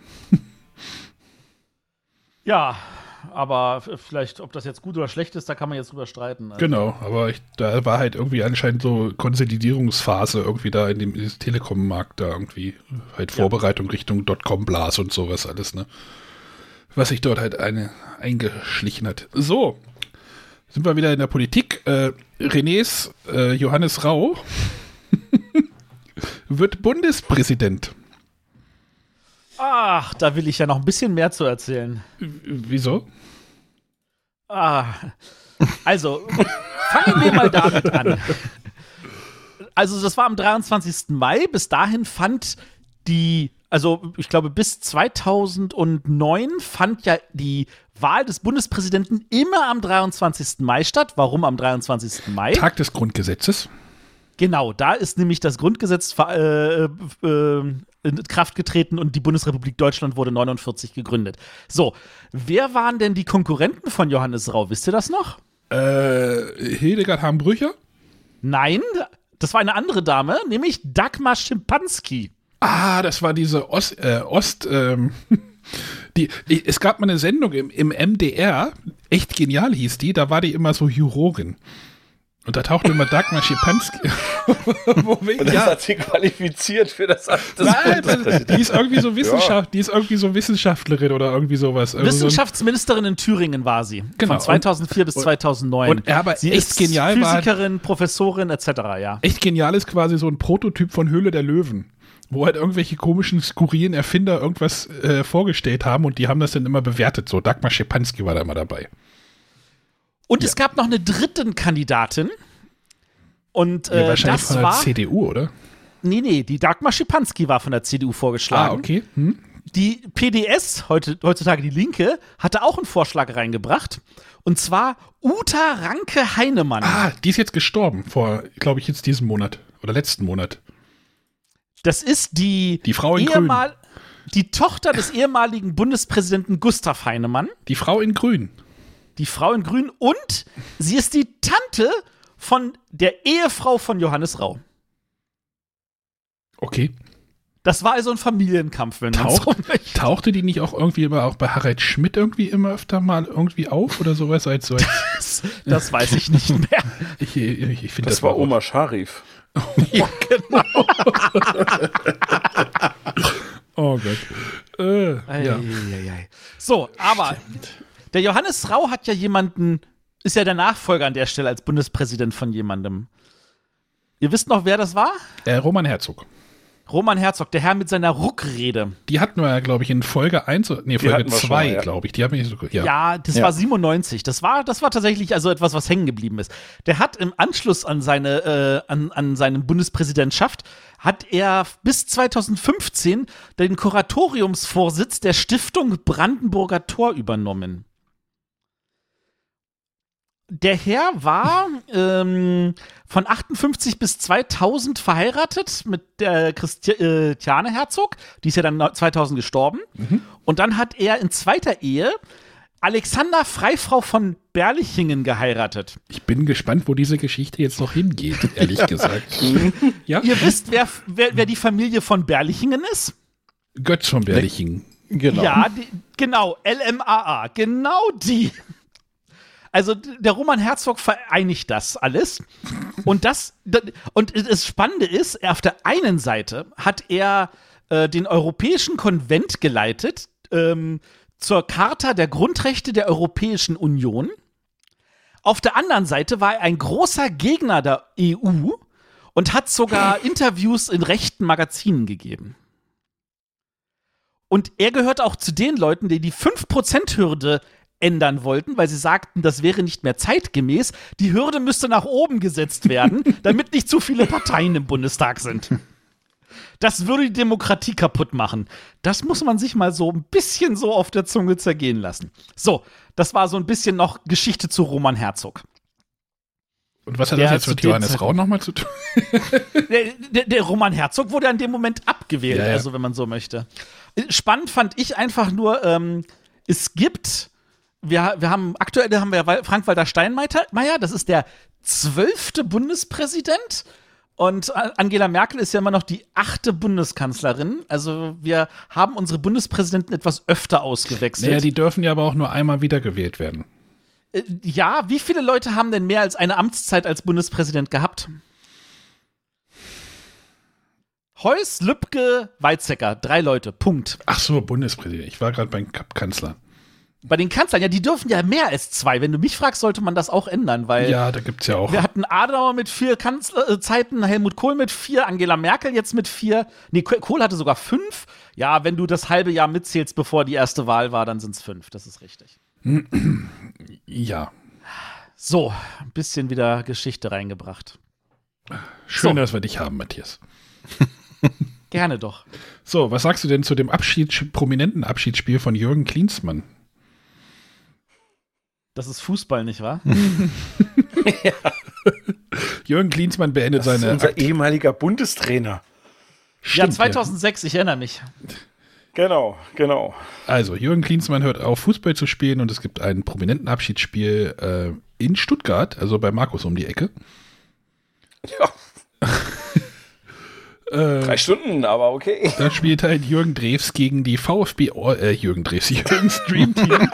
Ja, aber f- vielleicht, ob das jetzt gut oder schlecht ist, da kann man jetzt drüber streiten. Also, Genau, aber ich, da war halt irgendwie anscheinend so Konsolidierungsphase irgendwie da in dem, in diesem Telekom-Markt da irgendwie. Halt Ja. Vorbereitung Richtung Dotcom-Blase und sowas alles, ne? Was sich dort halt eine eingeschlichen hat. So, sind wir wieder in der Politik. Äh, Renés äh, Johannes Rau wird Bundespräsident. Ach, da will ich ja noch ein bisschen mehr zu erzählen. W- Wieso? Ah, also, fangen wir mal damit an. Also, das war am dreiundzwanzigsten Mai. Bis dahin fand die, also ich glaube, bis zweitausendneun fand ja die Wahl des Bundespräsidenten immer am dreiundzwanzigsten Mai statt. Warum am dreiundzwanzigsten Mai? Tag des Grundgesetzes. Genau, da ist nämlich das Grundgesetz äh, äh, in Kraft getreten und die Bundesrepublik Deutschland wurde neunundvierzig gegründet. So, wer waren denn die Konkurrenten von Johannes Rau? Wisst ihr das noch? Äh, Hildegard Hambrücher? Nein, das war eine andere Dame, nämlich Dagmar Schimpanski. Ah, das war diese Ost, äh, Ost ähm, die, die, es gab mal eine Sendung im, im M D R, echt genial hieß die, da war die immer so Jurorin. Und da tauchte immer Dagmar Schimpanski. Wo wir, Und das ja, hat sie qualifiziert für das Amt des nein, Bundespräsidenten. die ist irgendwie so Wissenschaft, die ist irgendwie so Wissenschaftlerin oder irgendwie sowas. Also so ein- Wissenschaftsministerin in Thüringen war sie. Genau. Von zweitausendvier bis zweitausendneun. und er aber sie echt ist genial war- Physikerin, Professorin et cetera, ja. echt genial ist quasi so ein Prototyp von Höhle der Löwen, wo halt irgendwelche komischen, skurrilen Erfinder irgendwas äh, vorgestellt haben und die haben das dann immer bewertet. So, Dagmar Schimpanski war da immer dabei. Und es gab noch eine dritten Kandidatin. Und Ja, äh, wahrscheinlich das von der war. C D U, oder? Nee, nee, die Dagmar Schimpanski war von der C D U vorgeschlagen. Ah, okay. Hm? Die P D S, heute, heutzutage die Linke, hatte auch einen Vorschlag reingebracht. Und zwar Uta Ranke-Heinemann. Ah, die ist jetzt gestorben, vor, glaube ich, jetzt diesen Monat oder letzten Monat. Das ist die, Die Frau in ehemal, die Tochter des ehemaligen Bundespräsidenten Gustav Heinemann, Die Frau in Grün. die Frau in Grün, und sie ist die Tante von der Ehefrau von Johannes Rau. Okay. Das war also ein Familienkampf, wenn man so Taucht, möchte. tauchte die nicht auch irgendwie immer auch bei Harald Schmidt irgendwie immer öfter mal irgendwie auf oder sowas? Als so als, Das, das weiß ich nicht mehr. ich ich, ich finde Das war Oma Scharif. Oh Gott. Äh, ja. Eieiei. So, aber der Johannes Rau hat ja jemanden, ist ja der Nachfolger an der Stelle als Bundespräsident von jemandem. Ihr wisst noch, wer das war? Äh, Roman Herzog. Roman Herzog, der Herr mit seiner Ruckrede. Die hatten wir ja, glaube ich, in Folge eins, nee, Folge hatten wir schon zwei, mal, ja. glaube ich. Die haben wir so, ja. Ja, das Ja. war siebenundneunzig. Das war, das war tatsächlich also etwas, was hängen geblieben ist. Der hat im Anschluss an seine, äh, an, an seine Bundespräsidentschaft, hat er bis zweitausendfünfzehn den Kuratoriumsvorsitz der Stiftung Brandenburger Tor übernommen. Der Herr war ähm, von achtundfünfzig bis zweitausend verheiratet mit der Christiane Herzog. Die ist ja dann zweitausend gestorben. Und dann hat er in zweiter Ehe Alexander Freifrau von Berlichingen geheiratet. Ich bin gespannt, wo diese Geschichte jetzt noch hingeht, ehrlich gesagt. Ja? Ihr wisst, wer, wer, wer die Familie von Berlichingen ist? Götz von Berlichingen. Genau. Ja, die, genau, L M A A, genau die. Also der Roman Herzog vereinigt das alles. Und das, und das Spannende ist, auf der einen Seite hat er äh, den Europäischen Konvent geleitet, ähm, zur Charta der Grundrechte der Europäischen Union. Auf der anderen Seite war er ein großer Gegner der E U und hat sogar Interviews in rechten Magazinen gegeben. Und er gehört auch zu den Leuten, die die fünf Prozent Hürde ändern wollten, weil sie sagten, das wäre nicht mehr zeitgemäß. Die Hürde müsste nach oben gesetzt werden, damit nicht zu viele Parteien im Bundestag sind. Das würde die Demokratie kaputt machen. Das muss man sich mal so ein bisschen so auf der Zunge zergehen lassen. So, das war so ein bisschen noch Geschichte zu Roman Herzog. Und was hat Der das jetzt zu mit den Johannes Zeiten- Rau nochmal zu tun? Der, der, der Roman Herzog wurde in dem Moment abgewählt, Ja, ja. also wenn man so möchte. Spannend fand ich einfach nur, ähm, es gibt, wir, wir haben, aktuell haben wir ja Frank-Walter Steinmeier, das ist der zwölfte Bundespräsident. Und Angela Merkel ist ja immer noch die achte Bundeskanzlerin. Also wir haben unsere Bundespräsidenten etwas öfter ausgewechselt. Naja, die dürfen ja aber auch nur einmal wiedergewählt werden. Äh, ja, wie viele Leute haben denn mehr als eine Amtszeit als Bundespräsident gehabt? Heuss, Lübcke, Weizsäcker, drei Leute, Punkt. Ach so, Bundespräsident. Ich war gerade beim Kap- Kanzler. Bei den Kanzlern, ja, die dürfen ja mehr als zwei. Wenn du mich fragst, sollte man das auch ändern, weil Ja, da gibt's ja auch. wir hatten Adenauer mit vier Kanzlerzeiten, Helmut Kohl mit vier, Angela Merkel jetzt mit vier. Nee, Kohl hatte sogar fünf. Ja, wenn du das halbe Jahr mitzählst, bevor die erste Wahl war, dann sind es fünf. Das ist richtig. Ja. So, ein bisschen wieder Geschichte reingebracht. Schön, So. dass wir dich haben, Matthias. Gerne doch. So, was sagst du denn zu dem Abschieds prominenten Abschiedsspiel von Jürgen Klinsmann? Das ist Fußball, nicht wahr? Jürgen Klinsmann beendet Das ist seine unser Akt- ehemaliger Bundestrainer. Ja, Stimmt, zweitausendsechs, ich erinnere mich. Genau, genau. Also, Jürgen Klinsmann hört auf, Fußball zu spielen und es gibt ein prominenten Abschiedsspiel äh, in Stuttgart, also bei Markus um die Ecke. Ja, Äh, drei Stunden, aber okay. Da spielt halt Jürgen Drews gegen die VfB, Or- äh, Jürgen Drews, Jürgen Stream Team.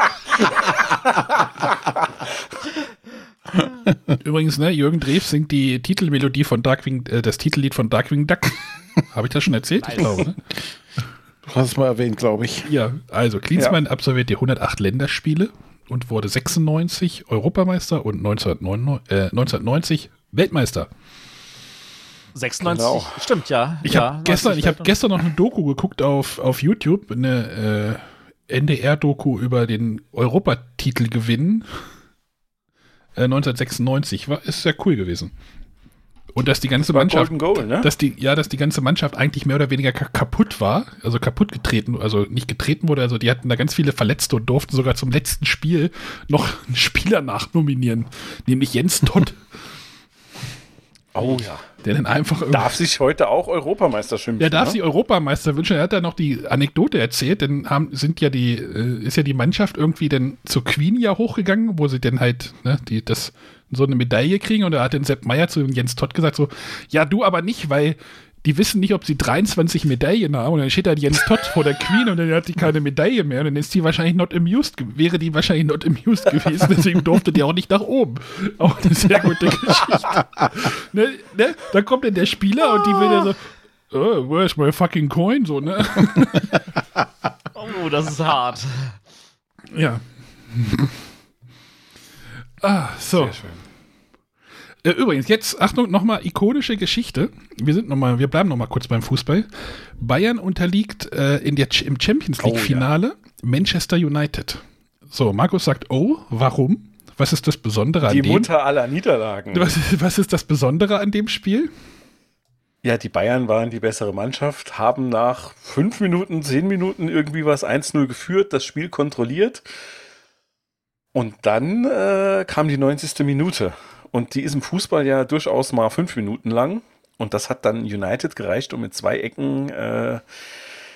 Übrigens, ne, Jürgen Drews singt die Titelmelodie von Darkwing, äh, das Titellied von Darkwing Duck. Habe ich das schon erzählt? Ich glaube, ne? Du hast es mal erwähnt, glaube ich. Ja, also Klinsmann absolviert die hundertacht Länderspiele und wurde sechsundneunzig Europameister und neunzehnhundertneunundneunzig, äh, neunzehnhundertneunzig Weltmeister. sechsundneunzig, Genau. stimmt, ja. Ich ja, habe gestern, ich hab neunzig gestern noch eine Doku geguckt auf, auf YouTube, eine äh, N D R-Doku über den Europatitelgewinn äh, neunzehnhundertsechsundneunzig. War, ist sehr cool gewesen. Und dass die ganze War Mannschaft, Golden Goal, ne? dass die, ja, dass die ganze Mannschaft eigentlich mehr oder weniger ka- kaputt war, also kaputt getreten, also nicht getreten wurde, also die hatten da ganz viele Verletzte und durften sogar zum letzten Spiel noch einen Spieler nachnominieren, nämlich Jens Todt, Oh ja. der dann einfach irgendwie Darf sich heute auch Europameister schimpfen. Der darf ne? sich Europameister wünschen. Er hat da noch die Anekdote erzählt, denn haben, sind ja die, äh, ist ja die Mannschaft irgendwie dann zur Queen ja hochgegangen, wo sie dann halt, ne, die, das, so eine Medaille kriegen. Und da hat dann Sepp Meier zu Jens Todt gesagt so, ja, du aber nicht, weil die wissen nicht, ob sie dreiundzwanzig Medaillen haben. Und dann steht da Jens Todt vor der Queen und dann hat die keine Medaille mehr. Und dann ist die wahrscheinlich not amused, ge- wäre die wahrscheinlich not amused gewesen. Deswegen durfte die auch nicht nach oben. Auch eine sehr gute Geschichte. ne, ne? Dann kommt dann der Spieler und die will dann so, oh, where's my fucking coin? So, ne? Oh, das ist hart. Ja. ah, so. Sehr schön. Äh, Übrigens, jetzt, Achtung, nochmal ikonische Geschichte. Wir sind noch mal, wir bleiben nochmal kurz beim Fußball. Bayern unterliegt äh, in der, im Champions Oh, League-Finale Manchester United. So, Markus sagt, oh, warum? Was ist das Besondere an Die dem? Mutter aller Niederlagen. Was, was ist das Besondere an dem Spiel? Ja, die Bayern waren die bessere Mannschaft, haben nach fünf Minuten, zehn Minuten irgendwie was eins null geführt, das Spiel kontrolliert. Und dann äh, kam die neunzigste Minute. Und die ist im Fußball ja durchaus mal fünf Minuten lang. Und das hat dann United gereicht, um mit zwei Ecken äh,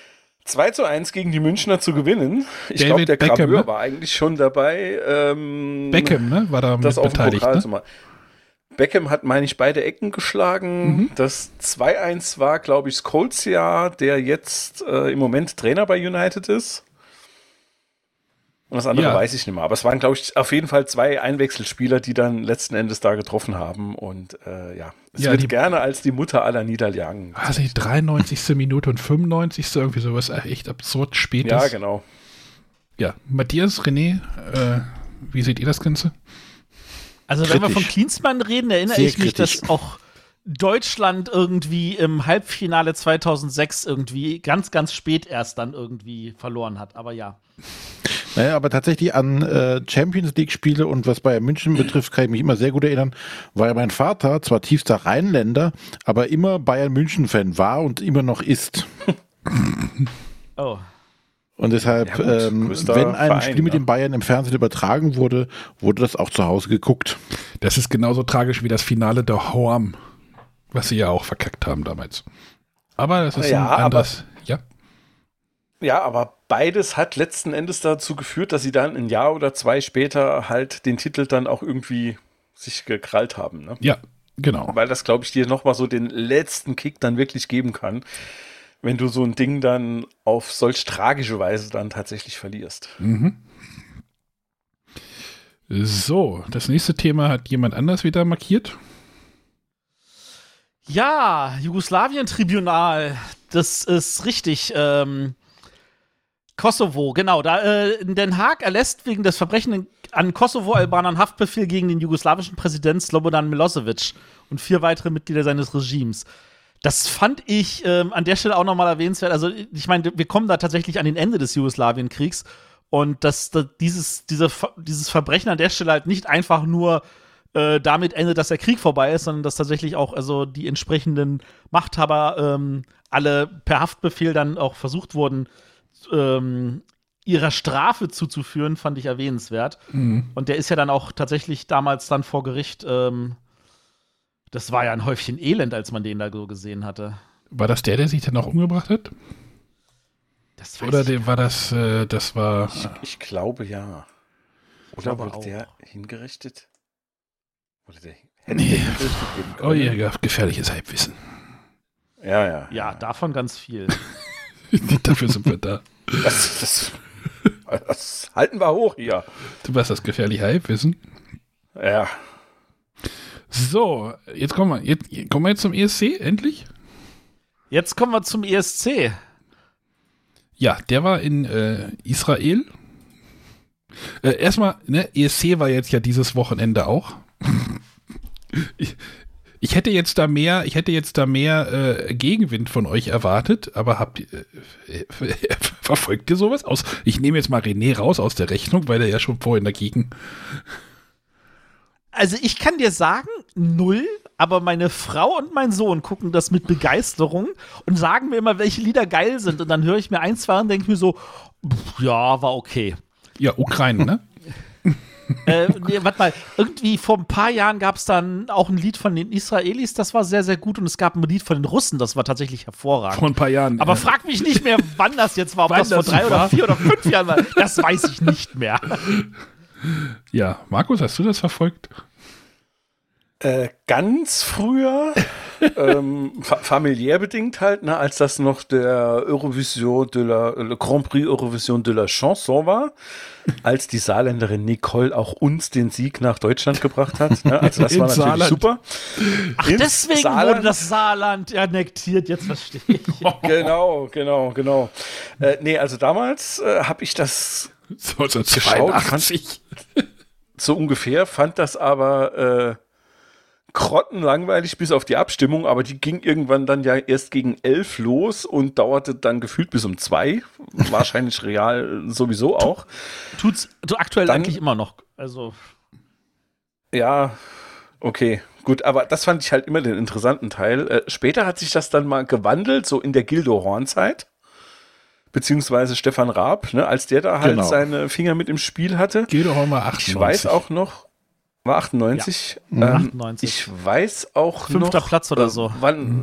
zwei zu eins gegen die Münchner zu gewinnen. Ich glaube, David der Beckham, Graveur ne? war eigentlich schon dabei. Ähm, Beckham, ne? War da das mit auf dem beteiligt, Pokal ne? zu machen. Beckham hat, meine ich, beide Ecken geschlagen. Mhm. Das zwei eins war, glaube ich, Skolcia, der jetzt äh, im Moment Trainer bei United ist. Und das andere Ja. weiß ich nicht mehr. Aber es waren, glaube ich, auf jeden Fall zwei Einwechselspieler, die dann letzten Endes da getroffen haben. Und äh, ja, es Ja, wird die- gerne als die Mutter aller Niederlagen. Also die dreiundneunzigste Minute und fünfundneunzigste irgendwie sowas echt absurd spät Ja, ist. genau. Ja, Matthias, René, äh, wie seht ihr das Ganze? Also wenn wir von Kritisch. Klinsmann reden, erinnere Sehr ich mich, kritisch. dass auch Deutschland irgendwie im Halbfinale zweitausendsechs irgendwie ganz, ganz spät erst dann irgendwie verloren hat. Aber ja. Naja, aber tatsächlich an äh, Champions League-Spiele und was Bayern München betrifft, kann ich mich immer sehr gut erinnern, weil mein Vater zwar tiefster Rheinländer, aber immer Bayern München-Fan war und immer noch ist. Oh. Und deshalb, Ja gut, ähm, größter wenn ein Verein, Spiel mit ne? den Bayern im Fernsehen übertragen wurde, wurde das auch zu Hause geguckt. Das ist genauso tragisch wie das Finale der Horm, was sie ja auch verkackt haben damals. Aber das ist Ja, ein aber- anderes. Ja, Ja, aber beides hat letzten Endes dazu geführt, dass sie dann ein Jahr oder zwei später halt den Titel dann auch irgendwie sich gekrallt haben. Ne? ja, genau. Weil das, glaube ich, dir nochmal so den letzten Kick dann wirklich geben kann, wenn du so ein Ding dann auf solch tragische Weise dann tatsächlich verlierst. Mhm. So, das nächste Thema hat jemand anders wieder markiert. Ja, Jugoslawien-Tribunal, das ist richtig. Ähm, Kosovo, genau. Da äh, in Den Haag erlässt wegen des Verbrechens an Kosovo-Albanern Haftbefehl gegen den jugoslawischen Präsidenten Slobodan Milosevic und vier weitere Mitglieder seines Regimes. Das fand ich ähm, an der Stelle auch nochmal erwähnenswert. Also, ich meine, wir kommen da tatsächlich an den Ende des Jugoslawienkriegs und dass da dieses, diese, dieses Verbrechen an der Stelle halt nicht einfach nur äh, damit endet, dass der Krieg vorbei ist, sondern dass tatsächlich auch also die entsprechenden Machthaber ähm, alle per Haftbefehl dann auch versucht wurden, ähm, ihrer Strafe zuzuführen, fand ich erwähnenswert. Mhm. Und der ist ja dann auch tatsächlich damals dann vor Gericht. Ähm, das war ja ein Häufchen Elend, als man den da so gesehen hatte. War das der, der sich dann auch umgebracht hat? Das weiß Oder ich der, war das, äh, das war. Ich, ich glaube, ja. Oder glaube wurde auch. der hingerichtet? Wurde der, hätte der hingerichtet werden können? Oh ja, gefährliches Halbwissen. Ja, ja. Ja, davon ganz viel. Dafür sind wir da. Das, das, das halten wir hoch hier. Du warst das gefährliche Halbwissen. Ja. So, jetzt kommen wir, jetzt, kommen wir jetzt zum E S C, endlich? Jetzt kommen wir zum E S C. Ja, der war in äh, Israel. Äh, erstmal, ne, E S C war jetzt ja dieses Wochenende auch. ich, ich hätte jetzt da mehr, ich hätte jetzt da mehr äh, Gegenwind von euch erwartet, aber habt ihr, äh, verfolgt ihr sowas aus? Ich nehme jetzt mal René raus aus der Rechnung, weil er ja schon vorhin dagegen. Also ich kann dir sagen, null, aber meine Frau und mein Sohn gucken das mit Begeisterung und sagen mir immer, welche Lieder geil sind. Und dann höre ich mir ein, zwei und denke mir so, pff, ja, war okay. Ja, Ukraine, ne? äh, nee, warte mal, irgendwie vor ein paar Jahren gab es dann auch ein Lied von den Israelis, das war sehr, sehr gut. Und es gab ein Lied von den Russen, das war tatsächlich hervorragend. Vor ein paar Jahren. Aber äh, frag mich nicht mehr, wann das jetzt war, ob Wann das vor das drei war. oder vier oder fünf Jahren war. Das weiß ich nicht mehr. Ja, Markus, hast du das verfolgt? Äh, ganz früher, ähm, fa familiär bedingt halt, ne, als das noch der Eurovision de la, Le Grand Prix Eurovision de la Chanson war, als die Saarländerin Nicole auch uns den Sieg nach Deutschland gebracht hat. Ne? Also das In war natürlich Saarland. super. Ach, Ins deswegen Saarland. wurde das Saarland annektiert, jetzt verstehe ich. Genau, genau, genau. Äh, nee, also damals äh, habe ich das neunzehnhundertzweiundachtzig. so ungefähr, fand das aber äh, grottenlangweilig bis auf die Abstimmung, aber die ging irgendwann dann ja erst gegen elf los und dauerte dann gefühlt bis um zwei. Wahrscheinlich real sowieso auch. Tut's so aktuell Dann- eigentlich immer noch. Also, Ja, okay, gut, aber das fand ich halt immer den interessanten Teil. Äh, später hat sich das dann mal gewandelt, so in der Gildo Horn-Zeit. Beziehungsweise Stefan Raab, ne, als der da halt Genau. seine Finger mit im Spiel hatte. Geh doch mal achtundneunzig. Ich weiß auch noch, war achtundneunzig? Ja. Ähm, achtundneunzig. Ich weiß auch Fünfter noch, Platz oder äh, so. Wann,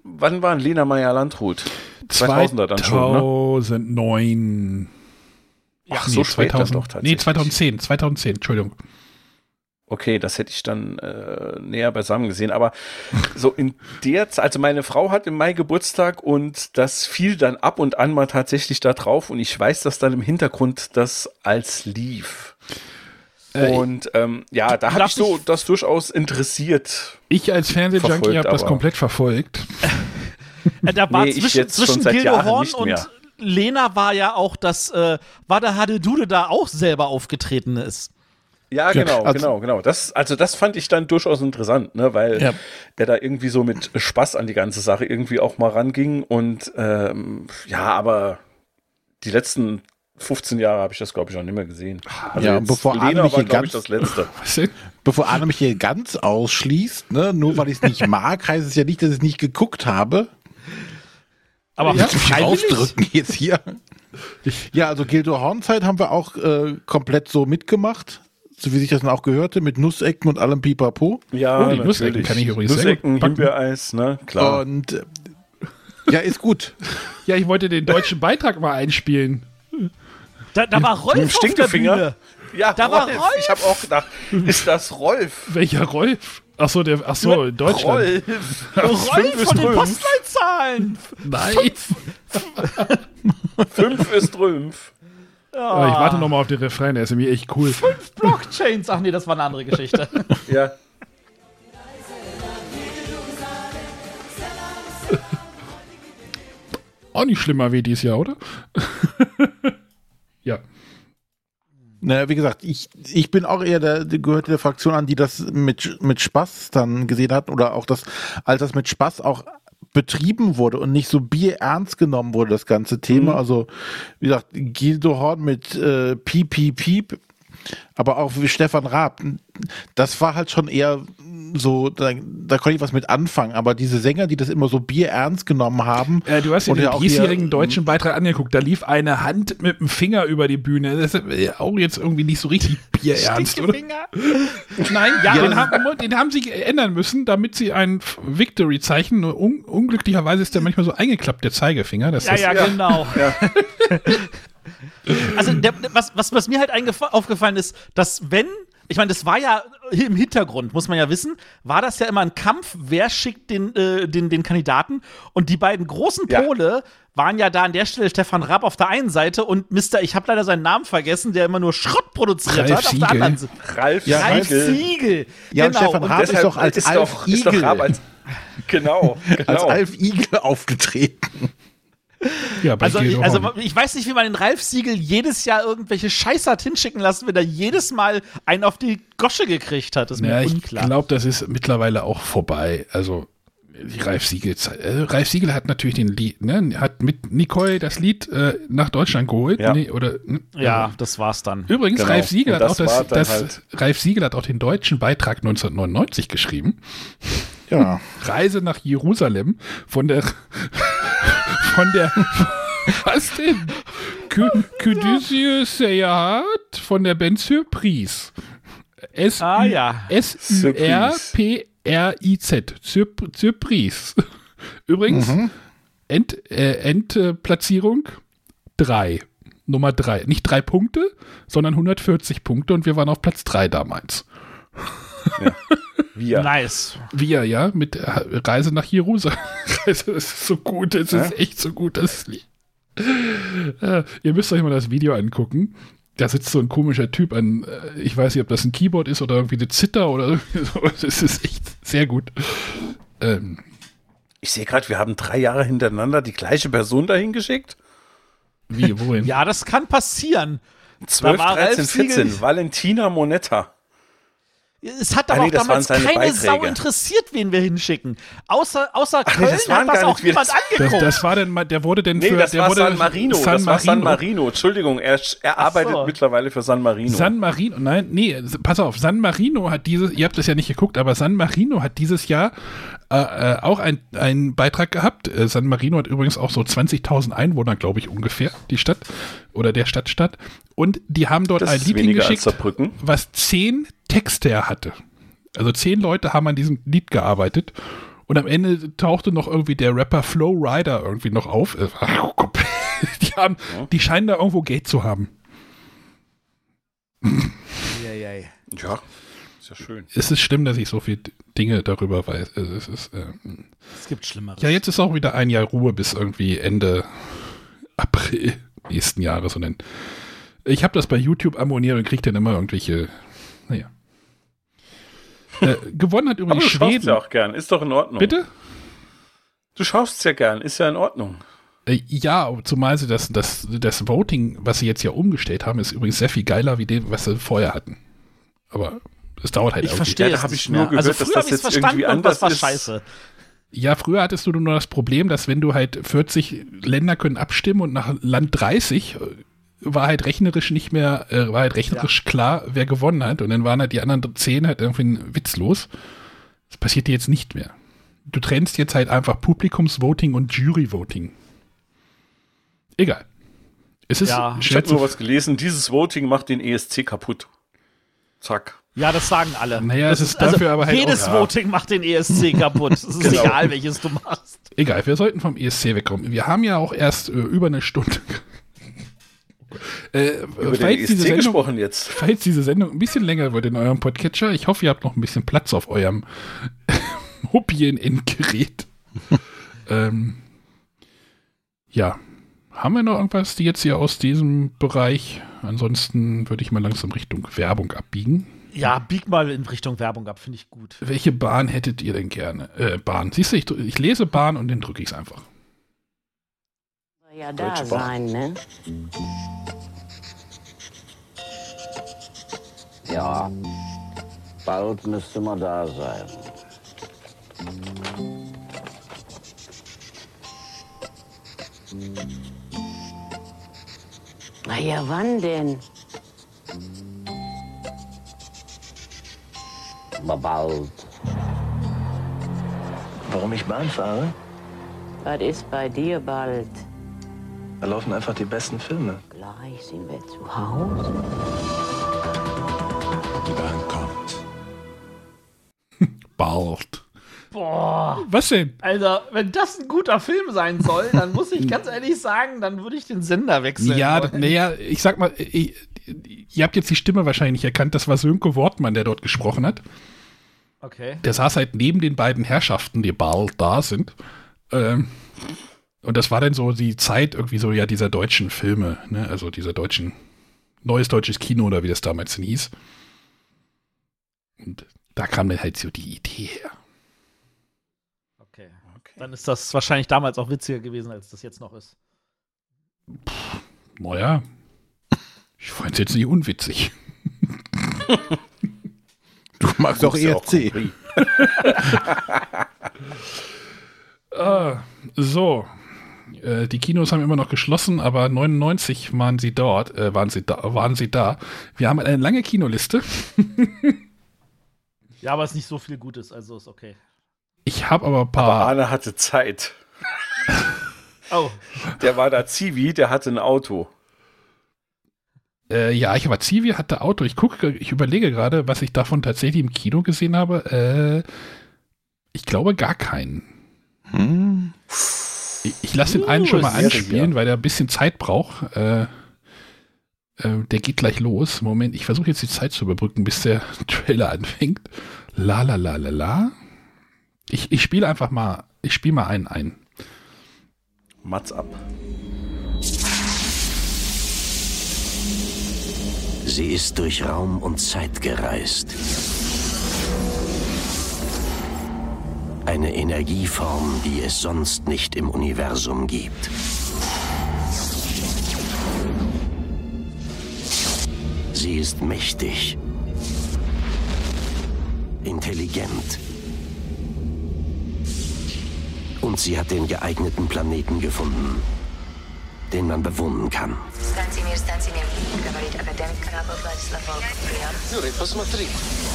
wann war Lena Meyer-Landrut? zweitausender dann schon, ne? zweitausendneun. Ach, nee, so spät dann zweitausend, doch tatsächlich. Nee, zweitausendzehn, zweitausendzehn, Entschuldigung. Okay, das hätte ich dann äh, näher beisammen gesehen. Aber so in der Zeit, also meine Frau hat im Mai Geburtstag und das fiel dann ab und an mal tatsächlich da drauf. Und ich weiß, dass dann im Hintergrund das als lief. Äh, und ähm, ja, da habe darf ich so ich- das durchaus interessiert. Ich als Fernsehjunkie Verfolgt, habe das aber- komplett verfolgt. Äh, da war Nee, ich zwischen, jetzt schon zwischen seit Gildo Jahren Horn nicht und mehr. Lena war ja auch, dass äh, Wada Hadedude da auch selber aufgetreten ist. Ja, Ja, genau, also- genau, genau. Das, also das fand ich dann durchaus interessant, ne, weil Ja. er da irgendwie so mit Spaß an die ganze Sache irgendwie auch mal ranging. Und ähm, ja, aber die letzten fünfzehn Jahre habe ich das, glaube ich, noch nicht mehr gesehen. Also Ja, jetzt und bevor Arne Lena mich war, hier glaube ich, ganz- das Letzte. Was denn? Bevor Arne mich hier ganz ausschließt, ne, nur weil ich es nicht mag, heißt es ja nicht, dass ich es nicht geguckt habe. Aber Ja, mich freiwillig? rausdrücken jetzt hier. Ja, also Gildo Horn-Zeit haben wir auch äh, komplett so mitgemacht, so wie sich das dann auch gehörte, mit Nussecken und allem Pipapo. Ja, Oh, die Nussecken kann ich übrigens sehr Nussecken, gut backen. Himbeereis, ne, klar. Und äh, ja, ist gut. Ja, ich wollte den deutschen Beitrag mal einspielen. Da, da war Rolf auf der Stinkefinger. Bühne. Ja, da war Rolf. Ich habe auch gedacht, ist das Rolf? Welcher Rolf? Achso, der, ach so, in Deutschland. Rolf. Rolf ist von den Röhm. Postleitzahlen. Nein. Fünf ist Rümpf. Aber ich warte nochmal auf den Refrain, der ist nämlich echt cool. Blockchains. Ach nee, das war eine andere Geschichte. Ja. Auch nicht schlimmer wie dieses Jahr, oder? Ja. Naja, wie gesagt, ich, ich bin auch eher der, der gehörte der Fraktion an, die das mit, mit Spaß dann gesehen hat oder auch das, als das mit Spaß auch betrieben wurde und nicht so bierernst genommen wurde, das ganze Thema. Mhm. Also, wie gesagt, Gildo Horn mit äh, Piep, Piep, Piep, aber auch wie Stefan Raab, das war halt schon eher so, da, da konnte ich was mit anfangen, aber diese Sänger, die das immer so bierernst genommen haben. Äh, du hast dir und den ja auch diesjährigen hier- deutschen Beitrag angeguckt. Da lief eine Hand mit dem Finger über die Bühne. Das ist äh, auch jetzt irgendwie nicht so richtig bierernst, oder? Stinkefinger. Nein, ja, Ja, den, das- haben, den haben sie ändern müssen, damit sie ein Victory-Zeichen, nur un unglücklicherweise ist der manchmal so eingeklappt, der Zeigefinger. Das Ja, ist, ja, genau. Also, der, was, was, was mir halt aufgefallen ist, dass wenn, ich meine, das war ja im Hintergrund, muss man ja wissen, war das ja immer ein Kampf, wer schickt den, äh, den, den Kandidaten. Und die beiden großen Ja. Pole waren ja da an der Stelle Stefan Raab auf der einen Seite und Mister, ich habe leider seinen Namen vergessen, der immer nur Schrott produziert Ralf hat, auf der Siegel. anderen Seite. Ralf Ja, Ralf Siegel. Siegel. Ja, und genau. Stefan Raab ist Deshalb doch als ist Alf doch, ist doch Igel. Raab als, genau, genau. als Alf Igel aufgetreten. ja, bei Also, Gildo ich, also Horn. ich weiß nicht, wie man den Ralf Siegel jedes Jahr irgendwelche Scheiße hat hinschicken lassen, wenn er jedes Mal einen auf die Gosche gekriegt hat. Das ist mir Ja, ich unklar. glaube, das ist mittlerweile auch vorbei. Also die Ralf Siegel, äh, Ralf Siegel hat natürlich den Lied, ne, hat mit Nicole das Lied äh, nach Deutschland geholt. Ja. Nee, oder, ne, Ja, das war's dann. Übrigens, Genau. Ralf Siegel Und hat das auch das, war dann das halt- Ralf Siegel hat auch den deutschen Beitrag neunzehnhundertneunundneunzig geschrieben. Ja. Reise nach Jerusalem von der von der was denn? Caduceus Seyahat von der Band Surprise. S Ah, ja. S U R P R I Z. Surp- Surprise. Übrigens, End, äh, Endplatzierung drei. Nummer drei. Nicht drei Punkte, sondern hundertvierzig Punkte und wir waren auf Platz drei damals. Wir. Nice. Wir, ja, mit äh, Reise nach Jerusalem. Reise, das ist so gut, das ist echt so gut, das Lied. Äh, ihr müsst euch mal das Video angucken. Da sitzt so ein komischer Typ an, äh, ich weiß nicht, ob das ein Keyboard ist oder irgendwie eine Zither oder irgendwie so. Das ist echt sehr gut. Ähm, Ich sehe gerade, wir haben drei Jahre hintereinander die gleiche Person dahin geschickt. wie, wohin? Ja, das kann passieren. zwölf, war Ralf dreizehn, vierzehn. Siegel. Valentina Monetta. Es hat Ah, aber nee, auch das damals waren seine keine Sau Beiträge. interessiert, wen wir hinschicken. Außer, außer nee, Köln das waren hat das gar auch nicht wir. niemand Das- Das, angeguckt. das war denn, mal- der wurde denn Nee, für, das der war wurde San Marino. San das war San Marino. Marino. Entschuldigung, er, er arbeitet so. mittlerweile für San Marino. San Marino, nein, nee, pass auf, San Marino hat dieses, ihr habt das ja nicht geguckt, aber San Marino hat dieses Jahr äh, äh, auch ein- einen Beitrag gehabt. Äh, San Marino hat übrigens auch so zwanzigtausend Einwohner, glaube ich, ungefähr, die Stadt oder der Stadtstadt. Und die haben dort das ein ist Lied weniger als hingeschickt, Saarbrücken. was zehn Texte er hatte. Also zehn Leute haben an diesem Lied gearbeitet. Und am Ende tauchte noch irgendwie der Rapper Flow Rider irgendwie noch auf. Ach, Gott. Die, haben, Ja. die scheinen da irgendwo Geld zu haben. Eieiei. Ja, ist ja schön. Es ist schlimm, dass ich so viele Dinge darüber weiß. Es ist, äh, Es gibt Schlimmeres. ja, jetzt ist auch wieder ein Jahr Ruhe bis irgendwie Ende April nächsten Jahres. Und dann, ich habe das bei YouTube abonniert und kriege dann immer irgendwelche, naja. Äh, gewonnen hat Aber übrigens du schaust Schweden. ja auch gern, ist doch in Ordnung. Bitte? Du schaust ja gern, ist ja in Ordnung. Äh, ja, zumal sie das, das, das Voting, was sie jetzt ja umgestellt haben, ist übrigens sehr viel geiler wie dem, was sie vorher hatten. Aber es dauert halt Ich irgendwie. verstehe Ja, da es hab nicht ich nur mehr. gehört, also dass früher das hab ich's jetzt verstanden irgendwie und das war anders ist. scheiße. Ja, früher hattest du nur das Problem, dass wenn du halt vierzig Länder können abstimmen und nach Land dreißig war halt rechnerisch nicht mehr, äh, war halt rechnerisch klar, wer gewonnen hat. Und dann waren halt die anderen zehn halt irgendwie witzlos. Das passiert dir jetzt nicht mehr. Du trennst jetzt halt einfach Publikumsvoting und Juryvoting. Egal. Es ist Ja. Ich schwer habe nur zu. was gelesen, dieses Voting macht den E S C kaputt. Zack. Ja, das sagen alle. Naja, das es ist dafür aber halt jedes auch- ja. Voting macht den E S C kaputt. Es ist Genau. egal, welches du machst. Egal, wir sollten vom E S C wegkommen. Wir haben ja auch erst äh, über eine Stunde. äh, Über den falls, E S diese C Sendung, gesprochen jetzt. falls diese Sendung ein bisschen länger wird in eurem Podcatcher, ich hoffe, ihr habt noch ein bisschen Platz auf eurem Mobilen-Endgerät. ähm, ja. Haben wir noch irgendwas, die jetzt hier aus diesem Bereich? Ansonsten würde ich mal langsam Richtung Werbung abbiegen. Ja, bieg mal in Richtung Werbung ab, finde ich gut. Welche Bahn hättet ihr denn gerne? Äh, Bahn. Siehst du, ich, ich lese Bahn und dann drücke ich es einfach. Soll ja da Deutsche Bahn. sein, ne? Ja, bald müsste man da sein. Na ja, wann denn? Aber bald. Warum ich Bahn fahre? Was ist bei dir bald? Da laufen einfach die besten Filme. Gleich sind wir zu Hause. Die Bahn kommt. Bald. Boah. Was denn? Alter, wenn das ein guter Film sein soll, dann muss ich ganz ehrlich sagen, dann würde ich den Sender wechseln. Ja, wollen. naja, ich sag mal, ich, ihr habt jetzt die Stimme wahrscheinlich nicht erkannt, das war Sönke Wortmann, der dort gesprochen hat. Okay. Der saß halt neben den beiden Herrschaften, die bald da sind. Ähm, und das war dann so die Zeit irgendwie so, ja, dieser deutschen Filme, ne? Also dieser deutschen, neues deutsches Kino oder wie das damals denn hieß. Und da kam dann halt so die Idee her. Okay. Dann ist das wahrscheinlich damals auch witziger gewesen, als das jetzt noch ist. Naja, ich fand es jetzt nicht unwitzig. Du magst doch E R C. Ah, so. Äh, die Kinos haben immer noch geschlossen, aber neunundneunzig waren sie dort, äh, waren sie da, waren sie da. Wir haben eine lange Kinoliste. Ja, aber es ist nicht so viel Gutes, also ist okay. Ich habe aber ein Aber paar. Arne hatte Zeit. Oh, Der war da Zivi, der hatte ein Auto. Äh, ja, ich war Zivi, hatte Auto. Ich gucke, ich überlege gerade, was ich davon tatsächlich im Kino gesehen habe. Äh, ich glaube gar keinen. Hm? Ich, ich lasse den einen Uh, schon mal Serie. anspielen, weil der ein bisschen Zeit braucht. Äh, äh, der geht gleich los. Moment, ich versuche jetzt die Zeit zu überbrücken, bis der Trailer anfängt. La la la la la. Ich, ich spiele einfach mal, ich spiele mal einen ein. Mats ab. Sie ist durch Raum und Zeit gereist. Eine Energieform, die es sonst nicht im Universum gibt. Sie ist mächtig, intelligent und sie hat den geeigneten Planeten gefunden, den man bewohnen kann. Станція станція говорить академик Карабов Владислав Волков. Юрий, посмотри.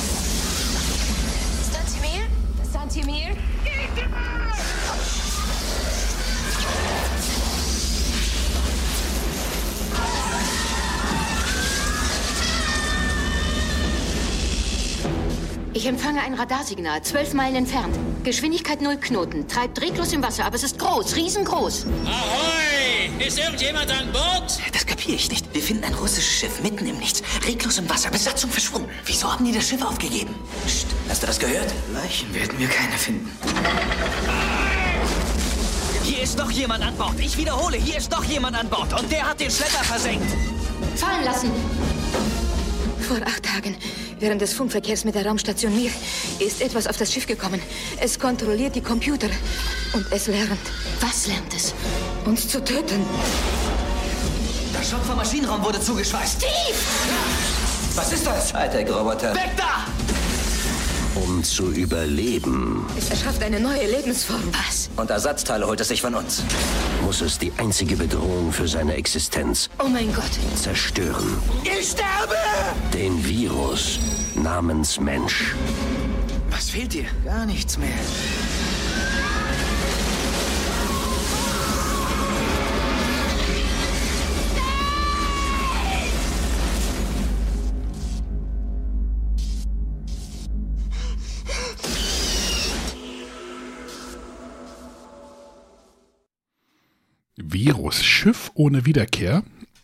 Станція Станція Ich empfange ein Radarsignal, zwölf Meilen entfernt. Geschwindigkeit null Knoten, treibt reglos im Wasser, aber es ist groß, riesengroß. Ahoi! Ist irgendjemand an Bord? Das kapiere ich nicht. Wir finden ein russisches Schiff mitten im Nichts, reglos im Wasser, Besatzung verschwunden. Wieso haben die das Schiff aufgegeben? Psst, hast du das gehört? Leichen werden wir keine finden. Hier ist noch jemand an Bord. Ich wiederhole, hier ist noch jemand an Bord. Und der hat den Schlepper versenkt. Fallen lassen. Vor acht Tagen, während des Funkverkehrs mit der Raumstation Mir, ist etwas auf das Schiff gekommen. Es kontrolliert die Computer. Und es lernt. Was lernt es? Uns zu töten. Das Schock vom Maschinenraum wurde zugeschweißt. Steve! Was ist das? Hightech-Roboter. Weg da! Um zu überleben, Es erschafft eine neue Lebensform. Was? Und Ersatzteile holt es sich von uns. muss es die einzige Bedrohung für seine Existenz Oh mein Gott. zerstören. Ich sterbe! Den Virus namens Mensch. Was fehlt dir? Gar nichts mehr. Virus, Schiff ohne Wiederkehr.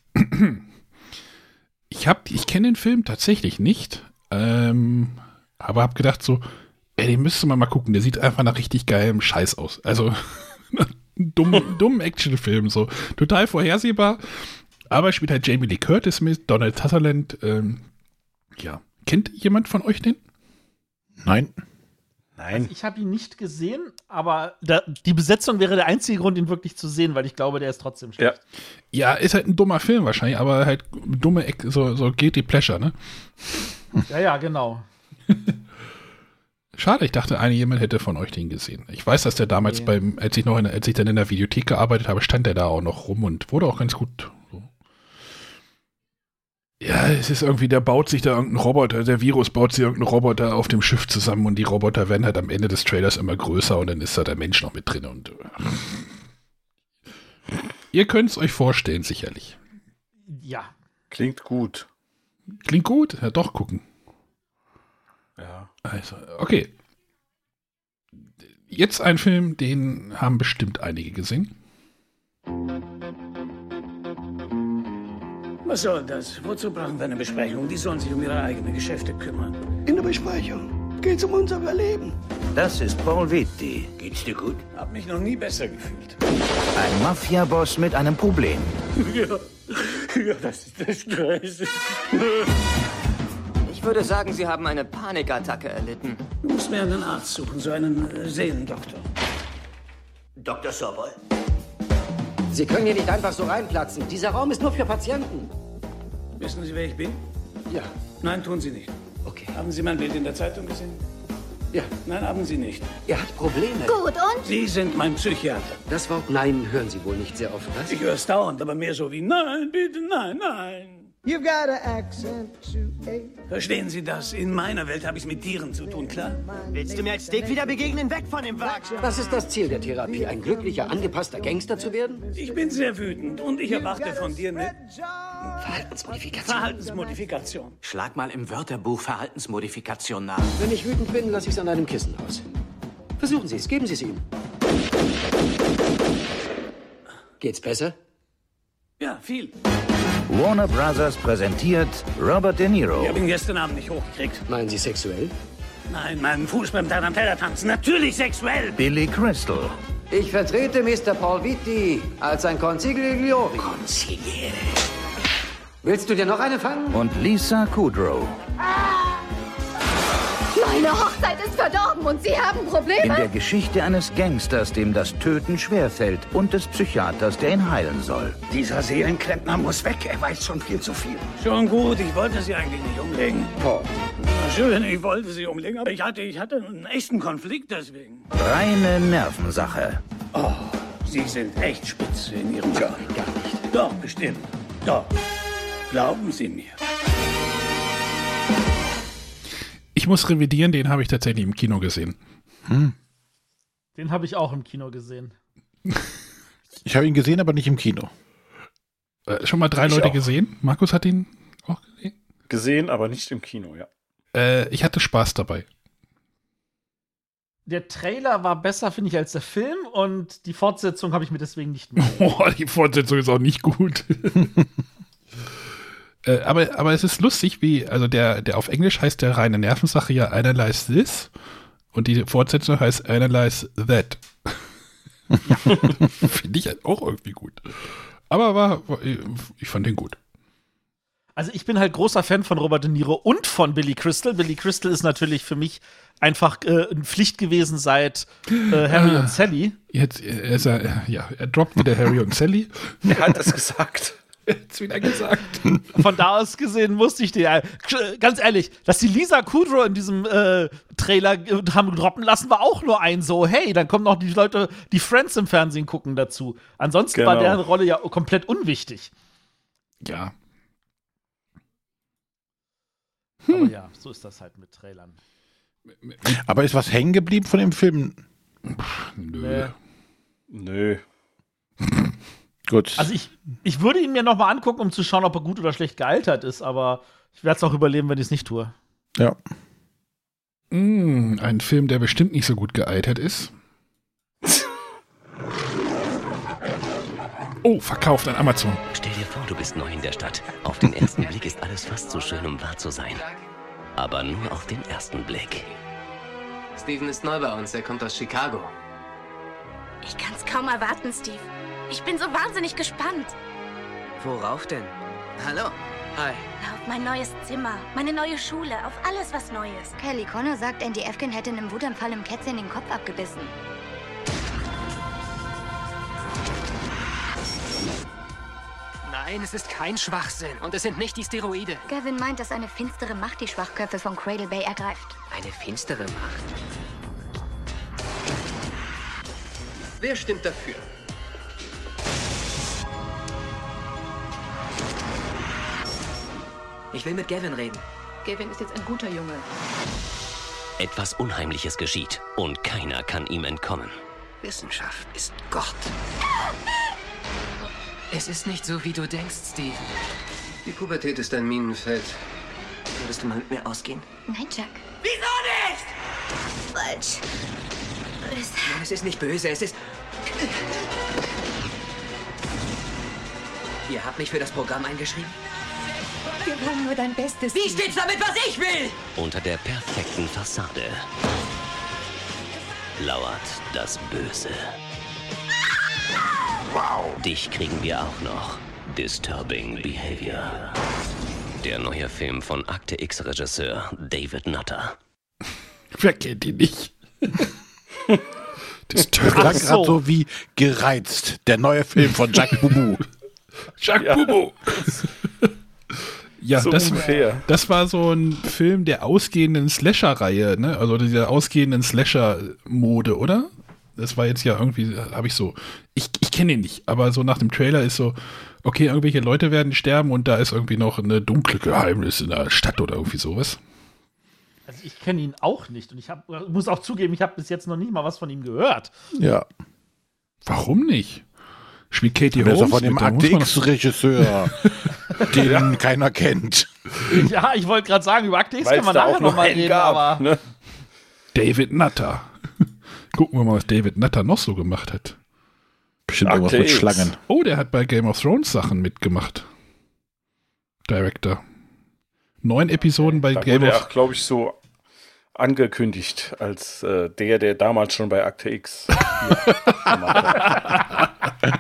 Ich hab, ich kenne den Film tatsächlich nicht, ähm, aber habe gedacht so, ey, den müsste man mal gucken. Der sieht einfach nach richtig geilem Scheiß aus. Also dumm, dummen Actionfilm, so total vorhersehbar. Aber spielt halt Jamie Lee Curtis mit, Donald Sutherland. Ähm, ja, kennt jemand von euch den? Nein. Also ich habe ihn nicht gesehen, aber da, die Besetzung wäre der einzige Grund, ihn wirklich zu sehen, weil ich glaube, der ist trotzdem schlecht. Ja, ja, ist halt ein dummer Film wahrscheinlich, aber halt dumme, Eck- so, so Guilty Pleasure, ne? Ja, ja, genau. Schade, ich dachte, eine jemand hätte von euch den gesehen. Ich weiß, dass der damals Nee. beim, als ich noch in, als ich dann in der Videothek gearbeitet habe, stand der da auch noch rum und wurde auch ganz gut. So. Ja, es ist irgendwie, der baut sich da irgendein Roboter, der Virus baut sich irgendeinen Roboter auf dem Schiff zusammen und die Roboter werden halt am Ende des Trailers immer größer und dann ist da der Mensch noch mit drin und äh, ihr könnt es euch vorstellen, sicherlich. Ja. Klingt gut. Klingt gut? Ja, doch, gucken. Ja. Also, okay. Jetzt ein Film, den haben bestimmt einige gesehen. Was soll das? Wozu brauchen wir eine Besprechung? Die sollen sich um ihre eigenen Geschäfte kümmern. In der Besprechung geht's um unser Überleben. Das ist Paul Vitti. Geht's dir gut? Hab mich noch nie besser gefühlt. Ein Mafia-Boss mit einem Problem. Ja, ja, das ist der Stress. Ich würde sagen, Sie haben eine Panikattacke erlitten. Du musst mir einen Arzt suchen, so einen äh, Seelendoktor. Doktor Sobol. Sie können hier nicht einfach so reinplatzen. Dieser Raum ist nur für Patienten. Wissen Sie, wer ich bin? Ja. Nein, tun Sie nicht. Okay. Haben Sie mein Bild in der Zeitung gesehen? Ja. Nein, haben Sie nicht. Er hat Probleme. Gut, und? Sie sind mein Psychiater. Das Wort Nein hören Sie wohl nicht sehr oft, was? Ich höre es dauernd, aber mehr so wie Nein, bitte, nein, nein. You've got an accent to a... Verstehen Sie das? In meiner Welt habe ich es mit Tieren zu tun, klar? Willst du mir als Steak wieder begegnen? Weg von dem Wagen! Was ist das Ziel der Therapie? Ein glücklicher, angepasster Gangster zu werden? Ich bin sehr wütend und ich erwarte von dir eine Verhaltensmodifikation. Verhaltensmodifikation. Schlag mal im Wörterbuch Verhaltensmodifikation nach. Wenn ich wütend bin, lasse ich es an einem Kissen aus. Versuchen Sie es, geben Sie es ihm. Geht's besser? Ja, viel. Warner Brothers präsentiert Robert De Niro. Ich habe ihn gestern Abend nicht hochgekriegt. Meinen Sie sexuell? Nein, meinen Fuß beim Tarantella-Tanzen. Natürlich sexuell. Billy Crystal. Ich vertrete Mister Paul Vitti als ein Consigliere. Consigliere. Willst du dir noch eine fangen? Und Lisa Kudrow. Meine Hochzeit ist verdorben und Sie haben Probleme? In der Geschichte eines Gangsters, dem das Töten schwerfällt, und des Psychiaters, der ihn heilen soll. Dieser Seelenklempner muss weg. Er weiß schon viel zu viel. Schon gut, ich wollte sie eigentlich nicht umlegen. Paul. Na schön, ich wollte sie umlegen, aber ich hatte, ich hatte einen echten Konflikt deswegen. Reine Nervensache. Oh, Sie sind echt spitze in Ihrem Job. Gar nicht. Doch, bestimmt. Doch. Glauben Sie mir. Ich muss revidieren, den habe ich tatsächlich im Kino gesehen. Hm. Den habe ich auch im Kino gesehen. Ich habe ihn gesehen, aber nicht im Kino. Äh, schon mal drei Ich Leute auch. gesehen? Markus hat ihn auch gesehen? Gesehen, aber nicht im Kino, ja. Äh, ich hatte Spaß dabei. der Trailer war besser, finde ich, als der Film und die Fortsetzung habe ich mir deswegen nicht mehr. Oh, die Fortsetzung ist auch nicht gut. äh, aber, aber es ist lustig, wie, also der, der auf Englisch heißt der reine Nervensache ja Analyze This und die Fortsetzung heißt Analyze That. Finde ich halt auch irgendwie gut. Aber war, war, ich fand den gut. Also ich bin halt großer Fan von Robert De Niro und von Billy Crystal. Billy Crystal ist natürlich für mich einfach äh, eine Pflicht gewesen seit äh, Harry ah, und Sally. Jetzt ist er, ja, er droppt wieder Harry und Sally. Er hat das gesagt. Er hat's wieder gesagt. Von da aus gesehen musste ich dir, äh, ganz ehrlich, dass die Lisa Kudrow in diesem äh, Trailer äh, haben droppen lassen, war auch nur ein so, hey, dann kommen noch die Leute, die Friends im Fernsehen gucken dazu. Ansonsten genau. war deren Rolle ja komplett unwichtig. Ja. Hm. Aber ja, so ist das halt mit Trailern. Aber ist was hängen geblieben von dem Film? Nö. Nö. Gut. Also ich, ich würde ihn mir noch mal angucken, um zu schauen, ob er gut oder schlecht gealtert ist, aber ich werde es auch überleben, wenn ich es nicht tue. Ja. Mm, ein Film, der bestimmt nicht so gut gealtert ist. Oh, verkauft an Amazon. Stell dir vor, du bist neu in der Stadt. Auf den ersten Blick ist alles fast so schön, um wahr zu sein. Aber nur auf den ersten Blick. Steven ist neu bei uns, er kommt aus Chicago. Ich kann's kaum erwarten, Steve. Ich bin so wahnsinnig gespannt. Worauf denn? Hallo. Hi. Auf mein neues Zimmer, meine neue Schule, auf alles, was neu ist. Kelly Connor sagt, Andy Efkin hätte in einem Wutanfall im Kätzchen den Kopf abgebissen. Nein, es ist kein Schwachsinn. Und es sind nicht die Steroide. Gavin meint, dass eine finstere Macht die Schwachköpfe von Cradle Bay ergreift. Eine finstere Macht? Wer stimmt dafür? Ich will mit Gavin reden. Gavin ist jetzt ein guter Junge. Etwas Unheimliches geschieht und keiner kann ihm entkommen. Wissenschaft ist Gott. Es ist nicht so, wie du denkst, Steve. Die Pubertät ist ein Minenfeld. Würdest du mal mit mir ausgehen? Nein, Chuck. Wieso nicht? Falsch. Böse. Nein, es ist nicht böse, es ist... Ihr habt mich für das Programm eingeschrieben? Wir wollen nur dein Bestes. Wie steht's damit, was ich will? Unter der perfekten Fassade lauert das Böse. Wow. Dich kriegen wir auch noch. Disturbing Behavior. Der neue Film von Akte X-Regisseur David Nutter. Wer kennt ihn nicht? Disturbing. Klang so. Gerade so wie Gereizt. Der neue Film von Jacques Boubou. Jacques Ja. Boubou. Ja, So das, ungefähr. das war so ein Film der ausgehenden Slasher-Reihe, ne? Also dieser ausgehenden Slasher-Mode, oder? Das war jetzt ja irgendwie, habe ich so, ich, ich kenne ihn nicht, aber so nach dem Trailer ist so, okay, irgendwelche Leute werden sterben und da ist irgendwie noch eine dunkle Geheimnis in der Stadt oder irgendwie sowas. Also ich kenne ihn auch nicht und ich hab, muss auch zugeben, ich habe bis jetzt noch nicht mal was von ihm gehört. Ja. Warum nicht? Spielt Katie Der ist doch Holmes von dem mit, da muss Akte man X-Regisseur, den Ja. keiner kennt. Ja, ich wollte gerade sagen, über Akte X Weil's kann man da nachher auch noch noch mal einen reden, gab, aber ne? David Nutter. Gucken wir mal, was David Nutter noch so gemacht hat. Bestimmt Akte irgendwas mit X. Schlangen. Oh, der hat bei Game of Thrones Sachen mitgemacht. Director. Neun Episoden bei Da Game wurde of er, glaube ich, so angekündigt als äh, der, der damals schon bei Akte X gemacht hat.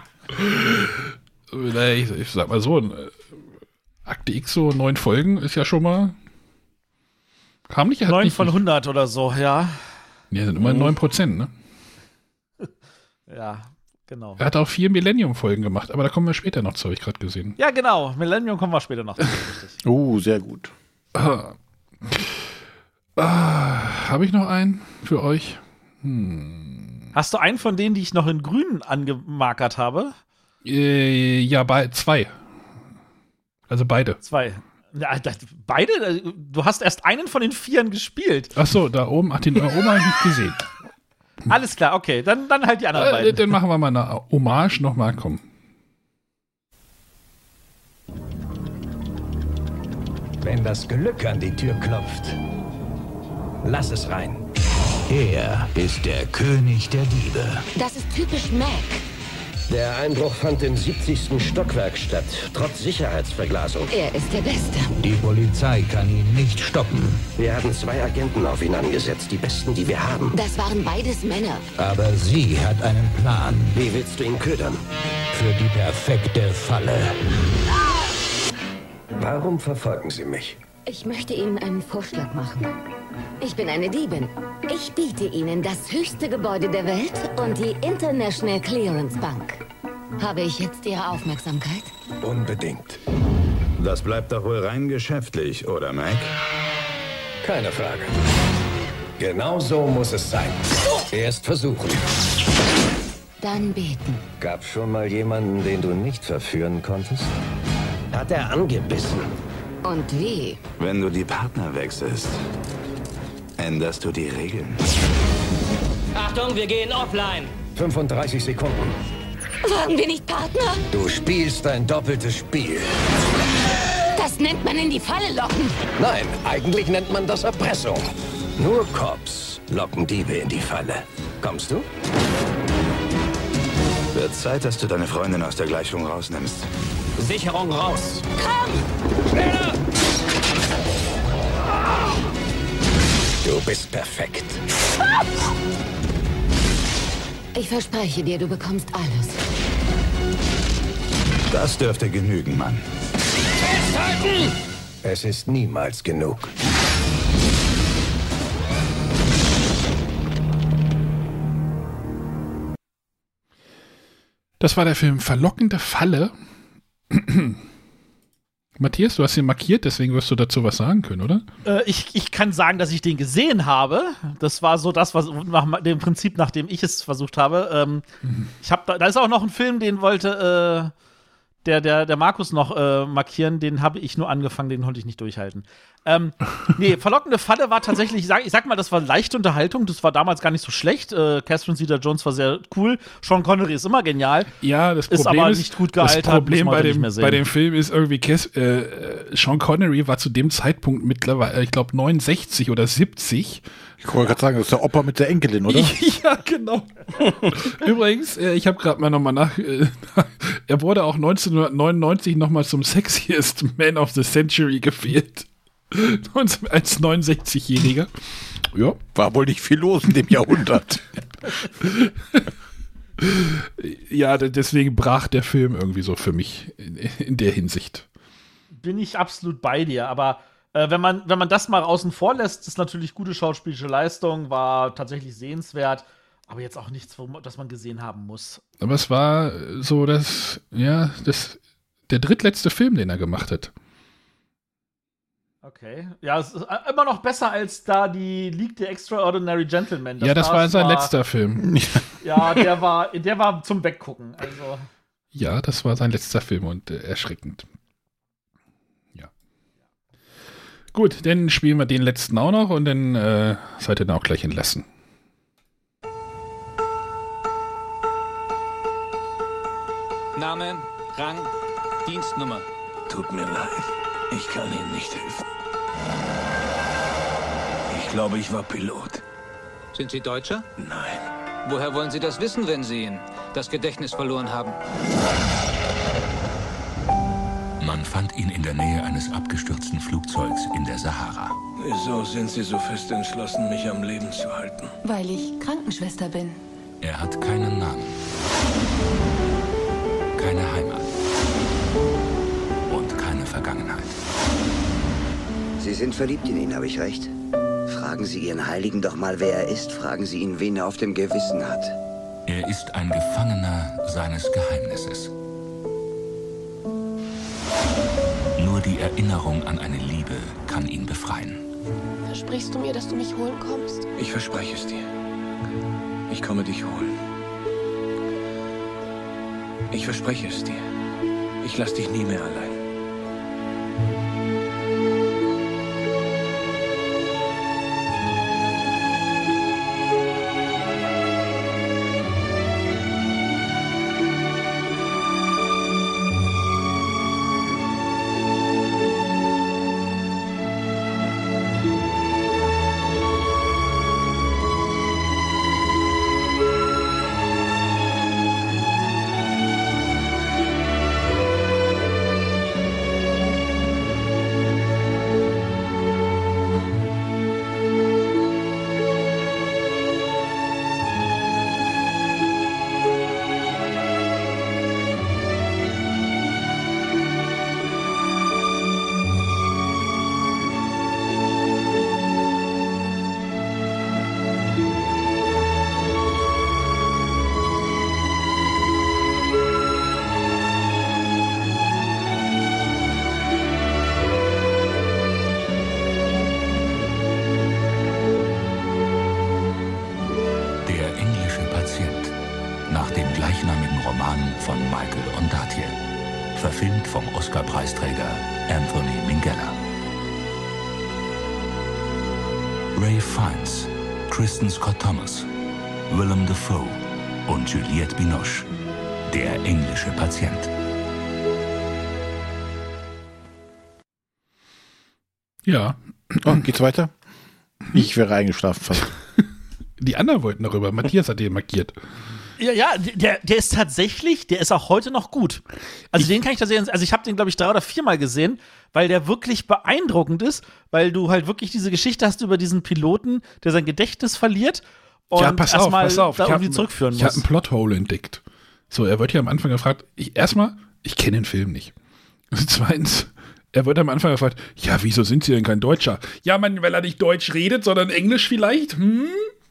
Ich, ich sag mal so, äh, Akte X, so neun Folgen ist ja schon mal. Kam nicht, hat neun nicht, von hundert oder so, ja. Nee, sind immer neun Prozent, ne? Ja, genau. Er hat auch vier Millennium-Folgen gemacht, aber da kommen wir später noch zu, habe ich gerade gesehen. Ja, genau. Millennium kommen wir später noch zu. Richtig. Oh, sehr gut. Ah. Ah, habe ich noch einen für euch? Hm. Hast du einen von denen, die ich noch in grün angemarkert habe? Äh, ja, bei, zwei. Also beide. Zwei. Ja, das, beide? Du hast erst einen von den Vieren gespielt. Ach so, da oben, ach, den da oben habe ich nicht gesehen. Alles klar, okay. Dann, dann halt die anderen Äh, beiden. dann machen wir mal eine Hommage nochmal, komm. Wenn das Glück an die Tür klopft, lass es rein. Er ist der König der Diebe. Das ist typisch Mac. Der Einbruch fand im siebzigsten Stockwerk statt, trotz Sicherheitsverglasung. Er ist der Beste. Die Polizei kann ihn nicht stoppen. Wir haben zwei Agenten auf ihn angesetzt, die besten, die wir haben. Das waren beides Männer. Aber sie hat einen Plan. Wie willst du ihn ködern? Für die perfekte Falle. Warum verfolgen Sie mich? Ich möchte Ihnen einen Vorschlag machen. Ich bin eine Diebin. Ich biete Ihnen das höchste Gebäude der Welt und die International Clearance Bank. Habe ich jetzt Ihre Aufmerksamkeit? Unbedingt. Das bleibt doch wohl rein geschäftlich, oder Mac? Keine Frage. Genau so muss es sein. Erst versuchen. Dann beten. Gab schon mal jemanden, den du nicht verführen konntest? Hat er angebissen? Und wie? Wenn du die Partner wechselst, änderst du die Regeln. Achtung, wir gehen offline. fünfunddreißig Sekunden. Waren wir nicht Partner? Du spielst ein doppeltes Spiel. Das nennt man in die Falle locken. Nein, eigentlich nennt man das Erpressung. Nur Cops locken Diebe in die Falle. Kommst du? Wird Zeit, dass du deine Freundin aus der Gleichung rausnimmst. Sicherung raus. Komm! Schneller! Du bist perfekt. Ich verspreche dir, du bekommst alles. Das dürfte genügen, Mann. Festhalten! Es ist niemals genug. Das war der Film Verlockende Falle. Matthias, du hast ihn markiert, deswegen wirst du dazu was sagen können, oder? Äh, ich, ich kann sagen, dass ich den gesehen habe. Das war so das, was nach dem Prinzip, nachdem ich es versucht habe. Ähm, mhm. Ich hab da, da ist auch noch ein Film, den wollte äh, der, der, der Markus noch äh, markieren. Den habe ich nur angefangen, den konnte ich nicht durchhalten. Ähm, nee, Verlockende Falle war tatsächlich, ich sag, ich sag mal, das war leichte Unterhaltung. Das war damals gar nicht so schlecht. Äh, Catherine Zeta-Jones war sehr cool. Sean Connery ist immer genial. Ja, das Problem ist aber ist, nicht gut gealtert. Das Problem bei dem, nicht bei dem Film ist irgendwie, äh, Sean Connery war zu dem Zeitpunkt mittlerweile, ich glaube, neunundsechzig oder siebzig. Ich wollte gerade sagen, das ist der Opa mit der Enkelin, oder? Ja, genau. Übrigens, äh, ich habe gerade mal nochmal nach, äh, er wurde auch neunzehnhundertneunundneunzig nochmal zum Sexiest Man of the Century gewählt. Als neunundsechzigjähriger. Ja. War wohl nicht viel los in dem Jahrhundert. Ja, deswegen brach der Film irgendwie so für mich in, in der Hinsicht. Bin ich absolut bei dir, aber äh, wenn man, wenn man das mal außen vor lässt, ist natürlich gute schauspielische Leistung, war tatsächlich sehenswert, aber jetzt auch nichts, wo, das man gesehen haben muss. Aber es war so, dass, ja, das, der drittletzte Film, den er gemacht hat. Okay. Ja, es ist immer noch besser als da die League the Extraordinary Gentlemen. Das ja, das war sein war, letzter Film. Ja, der war, der war zum Weggucken. Also. Ja, das war sein letzter Film und äh, erschreckend. Ja. Gut, dann spielen wir den letzten auch noch und dann äh, seid ihr dann auch gleich entlassen. Name, Rang, Dienstnummer. Tut mir leid. Ich kann Ihnen nicht helfen. Ich glaube, ich war Pilot. Sind Sie Deutscher? Nein. Woher wollen Sie das wissen, wenn Sie das Gedächtnis verloren haben? Man fand ihn in der Nähe eines abgestürzten Flugzeugs in der Sahara. Wieso sind Sie so fest entschlossen, mich am Leben zu halten? Weil ich Krankenschwester bin. Er hat keinen Namen. Keine Heimat. Vergangenheit. Sie sind verliebt in ihn, habe ich recht? Fragen Sie Ihren Heiligen doch mal, wer er ist. Fragen Sie ihn, wen er auf dem Gewissen hat. Er ist ein Gefangener seines Geheimnisses. Nur die Erinnerung an eine Liebe kann ihn befreien. Versprichst du mir, dass du mich holen kommst? Ich verspreche es dir. Ich komme dich holen. Ich verspreche es dir. Ich lasse dich nie mehr allein. verfilmt vom Oscar-Preisträger Anthony Minghella. Ray Fiennes, Kristen Scott Thomas, Willem Dafoe und Juliette Binoche. Der englische Patient. Ja. Oh, geht's weiter? Ich wäre eingeschlafen fast. Die anderen wollten darüber. Matthias hat den markiert. Ja, ja, der, der ist tatsächlich, der ist auch heute noch gut. Also ich, den kann ich tatsächlich, also ich habe den, glaube ich, drei oder viermal gesehen, weil der wirklich beeindruckend ist, weil du halt wirklich diese Geschichte hast über diesen Piloten, der sein Gedächtnis verliert und ja, pass auf, pass auf. da ich irgendwie hab, zurückführen ich muss. Ich habe einen Plothole entdeckt. So, er wird hier am Anfang gefragt, ich, erstmal, ich kenne den Film nicht. Zweitens, er wird am Anfang gefragt, ja, wieso sind Sie denn kein Deutscher? Ja, man, weil er nicht Deutsch redet, sondern Englisch vielleicht. Hm?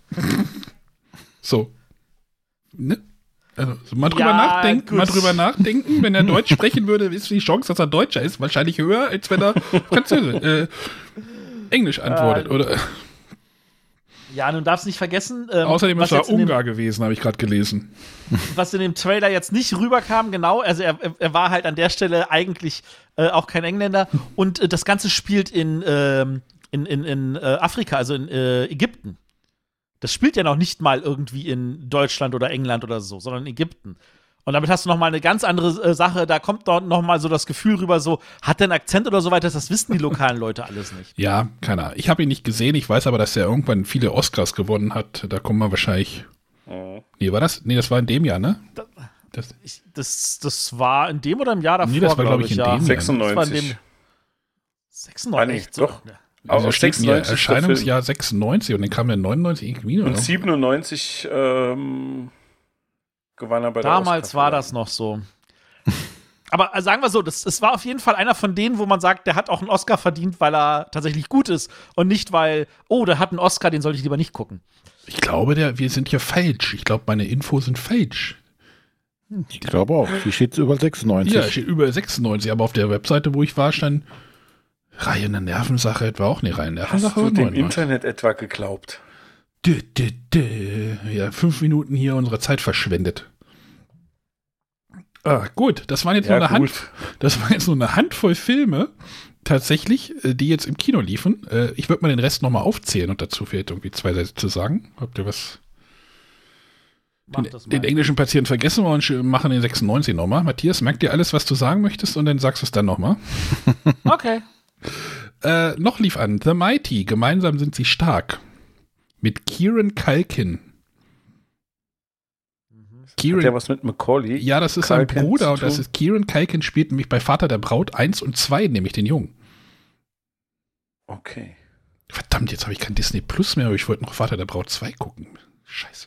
So. Ne? Also, so mal drüber Ja, nachdenken, gut. mal drüber nachdenken. Wenn er Deutsch sprechen würde, ist die Chance, dass er Deutscher ist, wahrscheinlich höher, als wenn er Französisch, äh, Englisch antwortet, Äh, oder? Ja, nun darfst nicht vergessen, ähm, Außerdem ist was er jetzt in dem- Ungar gewesen, habe ich gerade gelesen. was in dem Trailer jetzt nicht rüberkam, genau, also er, er war halt an der Stelle eigentlich äh, auch kein Engländer und äh, das Ganze spielt in, ähm, in, in, in äh, Afrika, also in äh, Ägypten. Das spielt ja noch nicht mal irgendwie in Deutschland oder England oder so, sondern in Ägypten. Und damit hast du noch mal eine ganz andere äh, Sache, da kommt dort noch mal so das Gefühl rüber, so, hat der einen Akzent oder so weiter, das wissen die lokalen Leute alles nicht. Ja, keine Ahnung. Ich habe ihn nicht gesehen, ich weiß aber, dass er irgendwann viele Oscars gewonnen hat. Da kommen wir wahrscheinlich. Mhm. Nee, war das? Nee, das war in dem Jahr, ne? Das, ich, das, das war in dem oder im Jahr davor, Nee, das war, glaube ich, in ja. dem Jahr. sechsundneunzig. Das war in dem sechsundneunzig, Ah, nee, doch. Also Aus steht hier sechsundneunzig ist der Erscheinungsjahr sechsundneunzig und dann kam der neunundneunzig irgendwie. Und Oder? siebenundneunzig ähm, gewann er bei der Damals war das noch so. Aber äh, sagen wir so, das, das war auf jeden Fall einer von denen, wo man sagt, der hat auch einen Oscar verdient, weil er tatsächlich gut ist und nicht, weil, oh, der hat einen Oscar, den sollte ich lieber nicht gucken. Ich glaube, der, wir sind hier falsch. Ich glaube, meine Infos sind falsch. Ich glaube auch. Hier steht es über sechsundneunzig. Ja, steht über sechsundneunzig, aber auf der Webseite, wo ich war, stand Reihe eine Nervensache etwa auch. Nee, Reihe eine Nervensache. Hast du war dem neunundneunzig. Internet etwa geglaubt? Dö, dö, dö. Ja, fünf Minuten hier unsere Zeit verschwendet. Ah, gut, das waren jetzt Ja, nur eine gut. Hand, das war jetzt nur eine Handvoll Filme, tatsächlich, äh, die jetzt im Kino liefen. Äh, Ich würde mal den Rest nochmal aufzählen und dazu vielleicht irgendwie zwei Sätze zu sagen. Habt ihr was? Mach Den, das mal. den englischen Patienten vergessen wir und sch- machen den sechsundneunzig nochmal. Matthias, merkt dir alles, was du sagen möchtest und dann sagst du es dann nochmal. Okay. Äh, noch lief an The Mighty, gemeinsam sind sie stark. Mit Kieran Culkin. Kieran, Hat der was mit Macaulay? ja, das ist sein Culkin Bruder zu und das tun? ist Kieran Culkin spielt nämlich bei Vater der Braut eins und zwei, nämlich den Jungen. Okay. Verdammt, jetzt habe ich kein Disney Plus mehr, aber ich wollte noch Vater der Braut zwei gucken. Scheiße.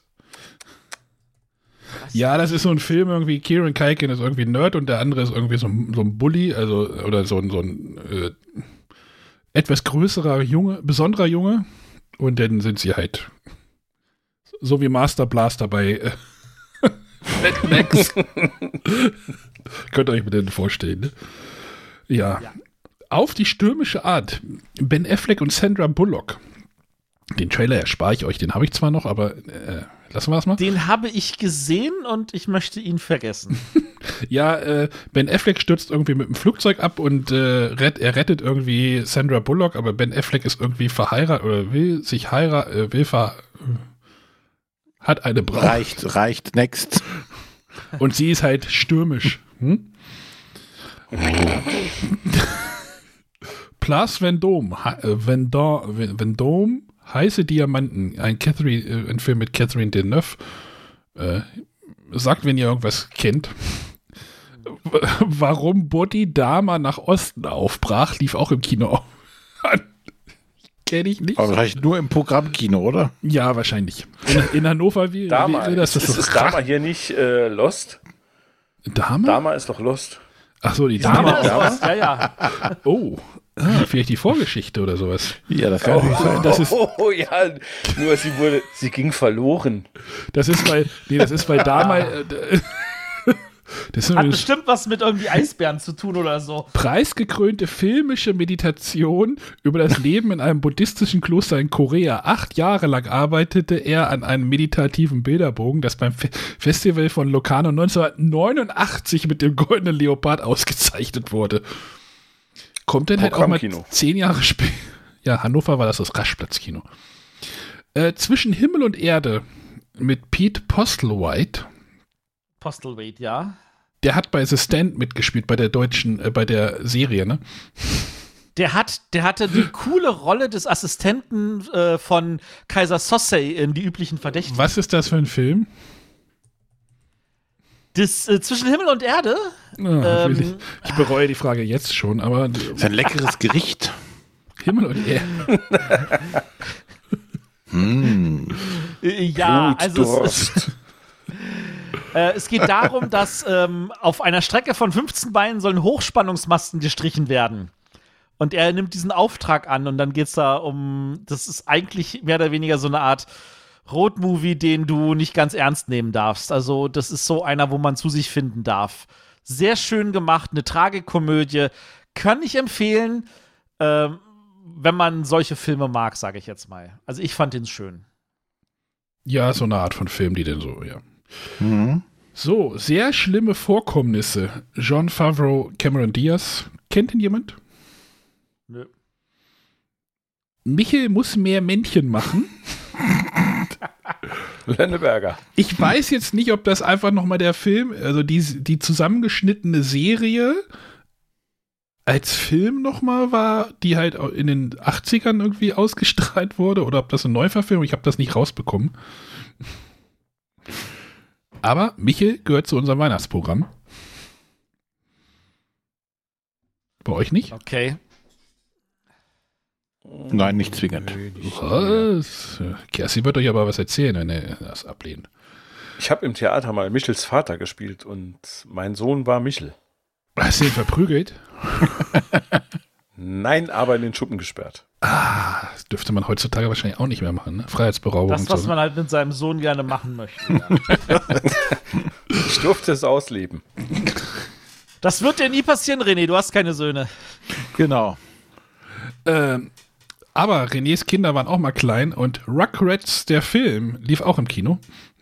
Ja, das ist so ein Film irgendwie, Kieran Culkin ist irgendwie ein Nerd und der andere ist irgendwie so ein, so ein Bully, also oder so ein, so ein äh, etwas größerer Junge, besonderer Junge und dann sind sie halt so wie Master Blaster bei äh, Mad Max. Könnt ihr euch bitte vorstellen, ne? Ja. Ja. Auf die stürmische Art. Ben Affleck und Sandra Bullock. Den Trailer erspare ich euch, den habe ich zwar noch, aber äh, lassen wir es mal. Den habe ich gesehen und ich möchte ihn vergessen. Ja, äh, Ben Affleck stürzt irgendwie mit dem Flugzeug ab und äh, rett, er rettet irgendwie Sandra Bullock, aber Ben Affleck ist irgendwie verheiratet oder will sich heiraten, äh, will ver hat eine Braut. Reicht, reicht, next. Und sie ist halt stürmisch. Hm? Place Vendôme, ha- äh, Vendôme, Vendôme, heiße Diamanten, ein, Catherine, äh, ein Film mit Catherine Deneuve. Äh, sagt, wenn ihr irgendwas kennt. W- Warum Body Dama nach Osten aufbrach, lief auch im Kino an. Kenne ich nicht. Aber wahrscheinlich nur im Programmkino, oder? Ja, wahrscheinlich. In, in Hannover, wie, Dama. wie das ist, ist, ist Dama hier nicht äh, Lost? Dama? Dama ist doch Lost. Ach so, die Dama Dama. ist was, ja, ja. Oh, ah, vielleicht die Vorgeschichte oder sowas. Ja, das kann Oh, natürlich sein. das ist, Oh ja, nur sie wurde, sie ging verloren. das ist bei, nee, das ist bei Dama, äh, Das Hat bestimmt was mit irgendwie Eisbären zu tun oder so. Preisgekrönte filmische Meditation über das Leben in einem buddhistischen Kloster in Korea. Acht Jahre lang arbeitete er an einem meditativen Bilderbogen, das beim Fe- Festival von Locarno neunzehnhundertneunundachtzig mit dem Goldenen Leopard ausgezeichnet wurde. Kommt dann halt auch mal zehn Jahre später. Ja, Hannover war das das Raschplatzkino. Äh, zwischen Himmel und Erde mit Pete Postlethwaite. Postlethwaite, ja. Der hat bei The Stand mitgespielt, bei der deutschen, äh, bei der Serie, ne? Der hat, der hatte die coole Rolle des Assistenten äh, von Kaiser Sosei in Die üblichen Verdächtigen. Was ist das für ein Film? Das äh, Zwischen Himmel und Erde? Ah, ähm, ich, ich bereue die Frage jetzt schon, aber. Das ist ein leckeres Gericht. Himmel und Erde. mm. Ja, Blut, also es, ist, äh, es geht darum, dass ähm, auf einer Strecke von fünfzehn Beinen sollen Hochspannungsmasten gestrichen werden. Und er nimmt diesen Auftrag an und dann geht es da um, das ist eigentlich mehr oder weniger so eine Art Roadmovie, den du nicht ganz ernst nehmen darfst. Also das ist so einer, wo man zu sich finden darf. Sehr schön gemacht, eine Tragikomödie. Kann ich empfehlen, ähm, wenn man solche Filme mag, sage ich jetzt mal. Also ich fand den schön. Ja, so eine Art von Film, die denn so, ja. Mhm. So, sehr schlimme Vorkommnisse. Jon Favreau, Cameron Diaz. Kennt ihn jemand? Nö. Michel muss mehr Männchen machen. Lenneberger. Ich weiß jetzt nicht, ob das einfach nochmal der Film, also die, die zusammengeschnittene Serie als Film nochmal war, die halt in den achtzigern irgendwie ausgestrahlt wurde, oder ob das eine Neuverfilmung, ich habe das nicht rausbekommen. Aber Michel gehört zu unserem Weihnachtsprogramm. Bei euch nicht? Okay. Nein, nicht zwingend. Was? Kersti wird euch aber was erzählen, wenn er das ablehnt. Ich habe im Theater mal Michels Vater gespielt und mein Sohn war Michel. Hast du ihn verprügelt? Nein, aber in den Schuppen gesperrt. Ah, das dürfte man heutzutage wahrscheinlich auch nicht mehr machen, ne? Freiheitsberaubung. Das, und was so. man halt mit seinem Sohn gerne machen möchte. Ja. Ich durfte es ausleben. Das wird dir nie passieren, René, du hast keine Söhne. Genau. Ähm, aber Renés Kinder waren auch mal klein und Rugrats, der Film, lief auch im Kino.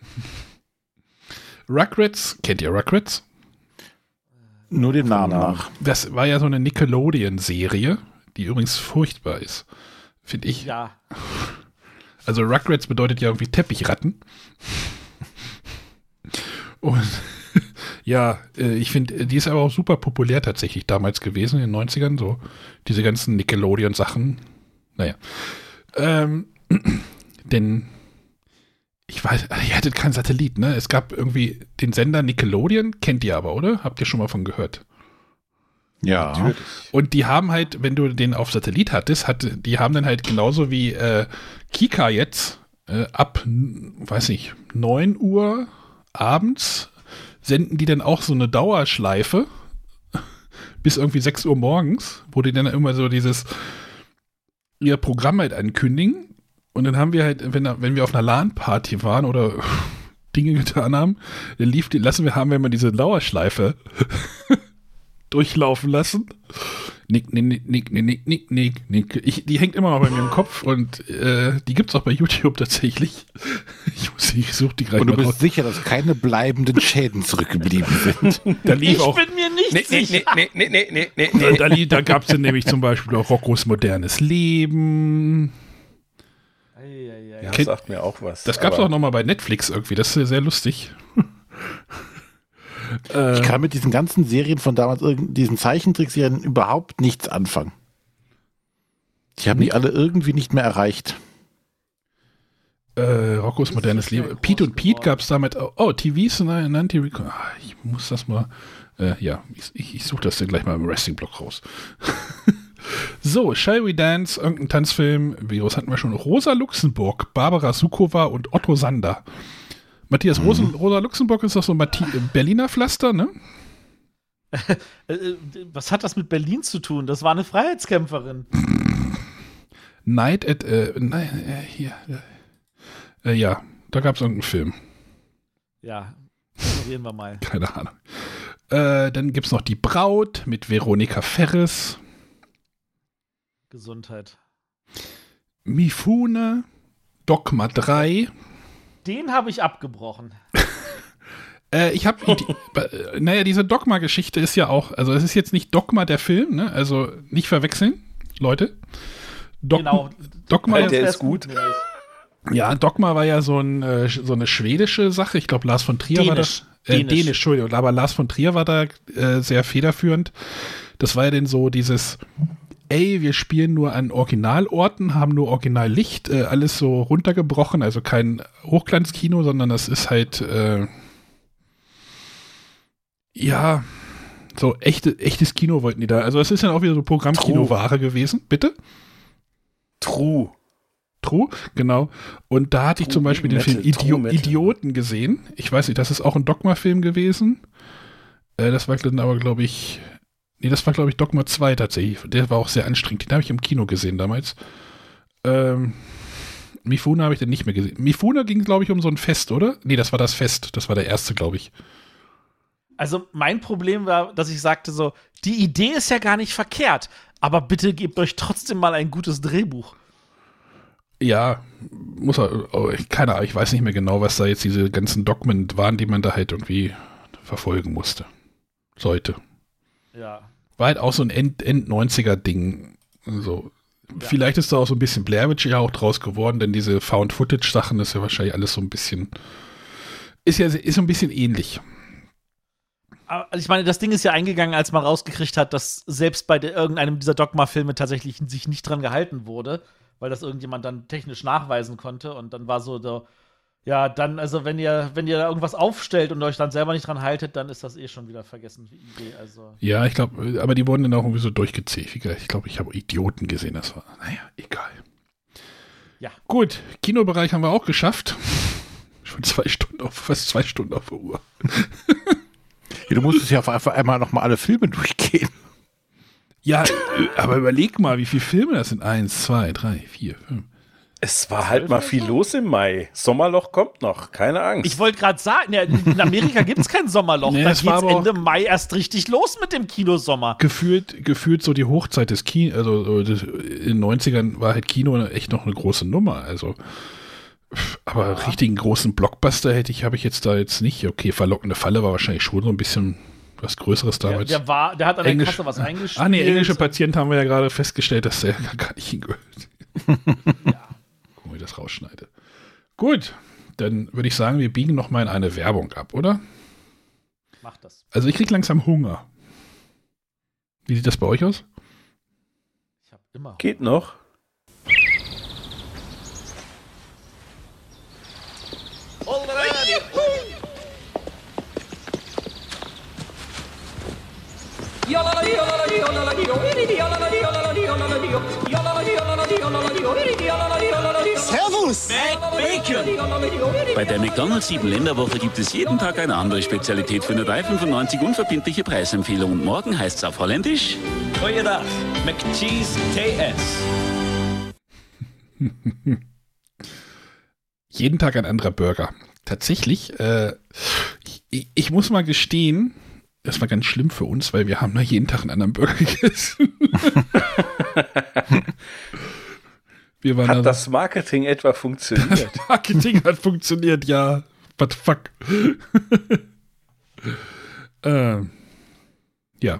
Rugrats, kennt ihr Rugrats? Nur dem Namen nach. Das war ja so eine Nickelodeon-Serie, die übrigens furchtbar ist, finde ich. Ja. Also Rugrats bedeutet ja irgendwie Teppichratten. Und ja, ich finde, die ist aber auch super populär tatsächlich damals gewesen, in den neunzigern, so diese ganzen Nickelodeon-Sachen. Naja. Ähm, denn ich weiß, ihr hattet keinen Satellit, ne? Es gab irgendwie den Sender Nickelodeon, kennt ihr aber, oder? Habt ihr schon mal von gehört? Ja. Natürlich. Und die haben halt, wenn du den auf Satellit hattest, hat, die haben dann halt genauso wie äh, Kika jetzt äh, ab, weiß nicht, neun Uhr abends senden die dann auch so eine Dauerschleife bis irgendwie sechs Uhr morgens, wo die dann immer so dieses ihr Programm halt ankündigen. Und dann haben wir halt, wenn, wenn wir auf einer LAN-Party waren oder Dinge getan haben, dann lief die, lassen wir, haben wir immer diese Dauerschleife durchlaufen lassen. Nick, nick, nick, nick, nick, nick, nick, nick. Ich, die hängt immer noch bei mir im Kopf und äh, die gibt's auch bei YouTube tatsächlich. Ich, muss, ich suche die gerade. Und du mal bist raus. sicher, dass keine bleibenden Schäden zurückgeblieben sind. Da lief ich auch, bin mir nicht Nee, nee, sicher. nee, nee, nee, nee, nee, da, nee. da, lief- da gab's dann nämlich zum Beispiel auch Roccos modernes Leben. Eieiei. Ja, Kennt- sagt mir auch was. Das gab's aber auch noch mal bei Netflix irgendwie. Das ist sehr lustig. äh, Ich kann mit diesen ganzen Serien von damals, irgend- diesen Zeichentrickserien überhaupt nichts anfangen. Die haben mich alle irgendwie nicht mehr erreicht. Äh, Roccos modernes Leben. Pete und Pete gab es damit auch. Oh, T Vs, nein, nein, T V. Ah, ich muss das mal. Äh, ja, ich, ich suche das dann gleich mal im Wrestling-Blog raus. So, Shall We Dance, irgendein Tanzfilm. Virus hatten wir schon. Rosa Luxemburg, Barbara Sukowa und Otto Sander. Matthias, Mhm. Rosen, Rosa Luxemburg ist doch so ein Mathi- Berliner Pflaster, ne? Äh, äh, was hat das mit Berlin zu tun? Das war eine Freiheitskämpferin. Night at. Äh, nein, äh, hier. Äh, ja, da gab es irgendeinen Film. Ja, reden wir mal. Keine Ahnung. Äh, dann gibt es noch Die Braut mit Veronika Ferres. Gesundheit. Mifune, Dogma drei. Den habe ich abgebrochen. äh, ich habe, die, naja, diese Dogma-Geschichte ist ja auch, also es ist jetzt nicht Dogma der Film, ne? Also nicht verwechseln, Leute. Dog genau. Dogma, der ist gut. Ja, Dogma war ja so, ein, äh, so eine schwedische Sache. Ich glaube, Lars von Trier Dänisch. war das. Äh, Dänisch. Dänisch, Entschuldigung. Aber Lars von Trier war da äh, sehr federführend. Das war ja denn so dieses, ey, wir spielen nur an Originalorten, haben nur Originallicht, äh, alles so runtergebrochen, also kein Hochglanzkino, sondern das ist halt, äh, ja, so echte, echtes Kino wollten die da. Also es ist dann auch wieder so Programmkino-Ware gewesen. Bitte? True. True, genau. Und da hatte ich True zum Beispiel den Metal, Film Idio Metal. Idioten gesehen. Ich weiß nicht, das ist auch ein Dogma-Film gewesen. Äh, das war dann aber, glaube ich, nee, das war, glaube ich, Dogma zwei tatsächlich. Der war auch sehr anstrengend. Den habe ich im Kino gesehen damals. Ähm, Mifune habe ich dann nicht mehr gesehen. Mifune ging, glaube ich, um so ein Fest, oder? Nee, das war das Fest. Das war der erste, glaube ich. Also mein Problem war, dass ich sagte so, die Idee ist ja gar nicht verkehrt, aber bitte gebt euch trotzdem mal ein gutes Drehbuch. Ja, muss er, oh, keine Ahnung, ich weiß nicht mehr genau, was da jetzt diese ganzen Dogmen waren, die man da halt irgendwie verfolgen musste. Sollte. Ja. War halt auch so ein End-neunziger-Ding. So. Ja. Vielleicht ist da auch so ein bisschen Blair Witch ja auch draus geworden, denn diese Found-Footage-Sachen ist ja wahrscheinlich alles so ein bisschen, ist ja ist so ein bisschen ähnlich. Also ich meine, das Ding ist ja eingegangen, als man rausgekriegt hat, dass selbst bei der, irgendeinem dieser Dogma-Filme tatsächlich sich nicht dran gehalten wurde, weil das irgendjemand dann technisch nachweisen konnte. Und dann war so, so ja, dann, also wenn ihr, wenn ihr da irgendwas aufstellt und euch dann selber nicht dran haltet, dann ist das eh schon wieder vergessen, die Idee. Also. Ja, ich glaube, aber die wurden dann auch irgendwie so durchgezählt. Ich glaube, ich habe Idioten gesehen, das war, naja, egal. Ja. Gut, Kinobereich haben wir auch geschafft. Schon zwei Stunden auf, fast zwei Stunden auf der Uhr. Ja, du musstest ja auf einmal noch mal alle Filme durchgehen. Ja, aber überleg mal, wie viele Filme das sind. Eins, zwei, drei, vier, fünf. Es war halt mal viel los im Mai. Sommerloch kommt noch, keine Angst. Ich wollte gerade sagen, ja, in Amerika gibt es kein Sommerloch. Nee, da es geht's war aber Ende Mai erst richtig los mit dem Kinosommer. Gefühlt, gefühlt so die Hochzeit des Kinos, also so das, in den neunzigern war halt Kino echt noch eine große Nummer. Also, aber ja. richtigen großen Blockbuster hätte ich, habe ich jetzt da jetzt nicht. Okay, Verlockende Falle war wahrscheinlich schon so ein bisschen was Größeres damals. Der, der, war, der hat an der Englisch, Kasse was eingespielt. Ah, nee, englische Patient haben wir ja gerade festgestellt, dass der gar nicht hingehört. Ja. Gucken, wie ich das rausschneide. Gut, dann würde ich sagen, wir biegen noch mal in eine Werbung ab, oder? Mach das. Also ich krieg langsam Hunger. Wie sieht das bei euch aus? Ich hab immer Hunger. Geht noch. Servus! Bacon! Bei der McDonald's sieben-Länder-Woche gibt es jeden Tag eine andere Spezialität für nur drei fünfundneunzig unverbindliche Preisempfehlung. Und morgen heißt es auf Holländisch Goeiedag, McCheese T S. Jeden Tag ein anderer Burger. Tatsächlich, äh, ich, ich muss mal gestehen, das war ganz schlimm für uns, weil wir haben da jeden Tag einen anderen Burger gegessen. wir waren hat also, das Marketing etwa funktioniert? Das Marketing hat funktioniert, ja. But fuck. ähm, ja.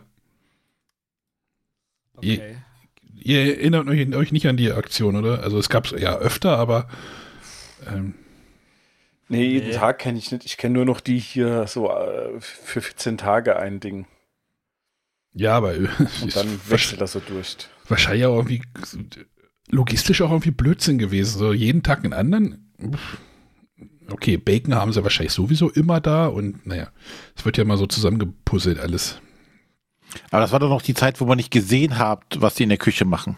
Okay. Ihr, ihr erinnert euch, euch nicht an die Aktion, oder? Also es gab es ja öfter, aber ähm, nee, jeden Nee. Tag kenne ich nicht. Ich kenne nur noch die hier so äh, für vierzehn Tage ein Ding. ja, aber Und dann wechselt das so durch. wahrscheinlich auch irgendwie logistisch auch irgendwie Blödsinn gewesen. So jeden Tag einen anderen. Okay, Bacon haben sie wahrscheinlich sowieso immer da und naja, es wird ja mal so zusammengepuzzelt alles. Aber das war doch noch die Zeit, wo man nicht gesehen hat, was die in der Küche machen.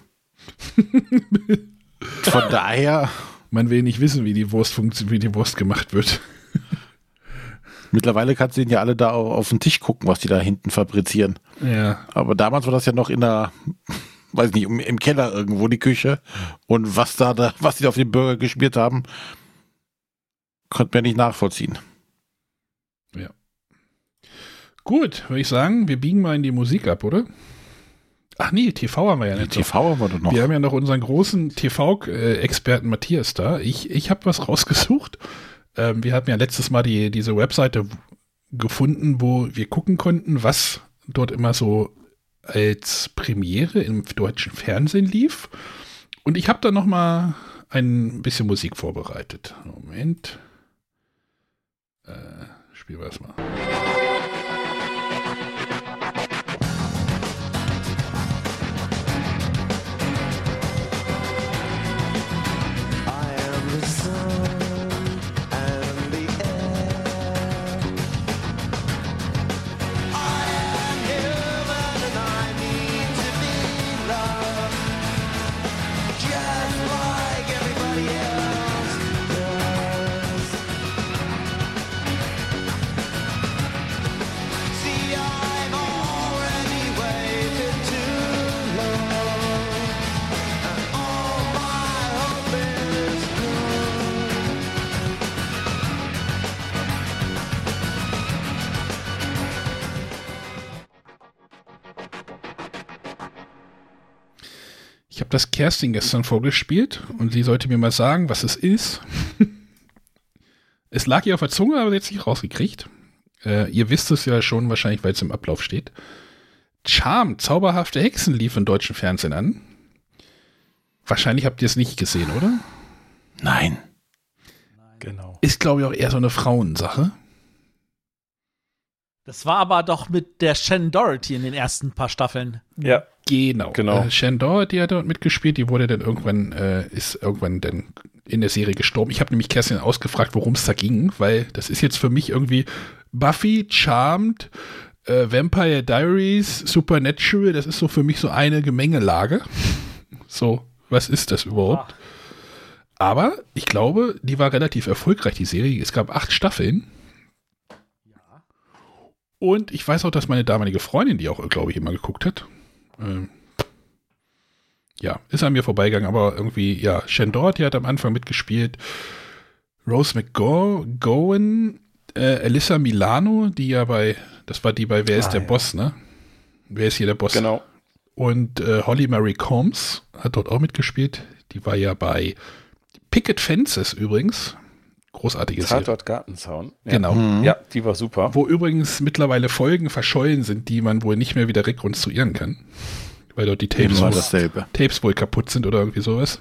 Von daher. Man will nicht wissen, wie die Wurst funktioniert, wie die Wurst gemacht wird. Mittlerweile kannst du denen ja alle da auf den Tisch gucken, was die da hinten fabrizieren. Ja. Aber damals war das ja noch in der, weiß nicht, im, im Keller irgendwo die Küche. Und was da, da was die da auf den Burger geschmiert haben, konnte man nicht nachvollziehen. Ja. Gut, würde ich sagen, wir biegen mal in die Musik ab, oder? Ach nee, T V haben wir ja nicht. T V haben wir doch noch. Wir haben ja noch unseren großen T V-Experten Matthias da. Ich, ich habe was rausgesucht. Ähm, wir hatten ja letztes Mal die, diese Webseite gefunden, wo wir gucken konnten, was dort immer so als Premiere im deutschen Fernsehen lief. Und ich habe da noch mal ein bisschen Musik vorbereitet. Moment. Äh, spielen wir das mal. Ich habe das Kerstin gestern vorgespielt und sie sollte mir mal sagen, was es ist. Es lag ihr auf der Zunge, aber sie hat es nicht rausgekriegt. Äh, ihr wisst es ja schon wahrscheinlich, weil es im Ablauf steht. Charmed, zauberhafte Hexen lief im deutschen Fernsehen an. Wahrscheinlich habt ihr es nicht gesehen, oder? Nein. Genau. Ist, glaube ich, auch eher so eine Frauensache. Das war aber doch mit der Shannon Doherty in den ersten paar Staffeln. Ja. Genau. genau. Äh, Shannon Doherty hat dort mitgespielt, die wurde dann irgendwann, äh, ist irgendwann dann in der Serie gestorben. Ich habe nämlich Kerstin ausgefragt, worum es da ging, weil das ist jetzt für mich irgendwie Buffy, Charmed, äh, Vampire Diaries, Supernatural, das ist so für mich so eine Gemengelage. So, was ist das überhaupt? Ach. Aber ich glaube, die war relativ erfolgreich, die Serie. Es gab acht Staffeln. Ja. Und ich weiß auch, dass meine damalige Freundin, die auch, glaube ich, immer geguckt hat, ähm, ja, ist an mir vorbeigegangen, aber irgendwie, ja, Shannon Doherty hat am Anfang mitgespielt, Rose McGowan, äh, Alyssa Milano, die ja bei, das war die bei Wer ist ah, der ja. Boss, ne? Wer ist hier der Boss? Genau. Und äh, Holly Marie Combs hat dort auch mitgespielt, die war ja bei Picket Fences übrigens. Großartiges Tatort Gartenzaun. Ja. Genau. Mhm. Ja, die war super. Wo übrigens mittlerweile Folgen verschollen sind, die man wohl nicht mehr wieder rekonstruieren kann. Weil dort die Tapes, wohl, dasselbe. Tapes wohl kaputt sind oder irgendwie sowas.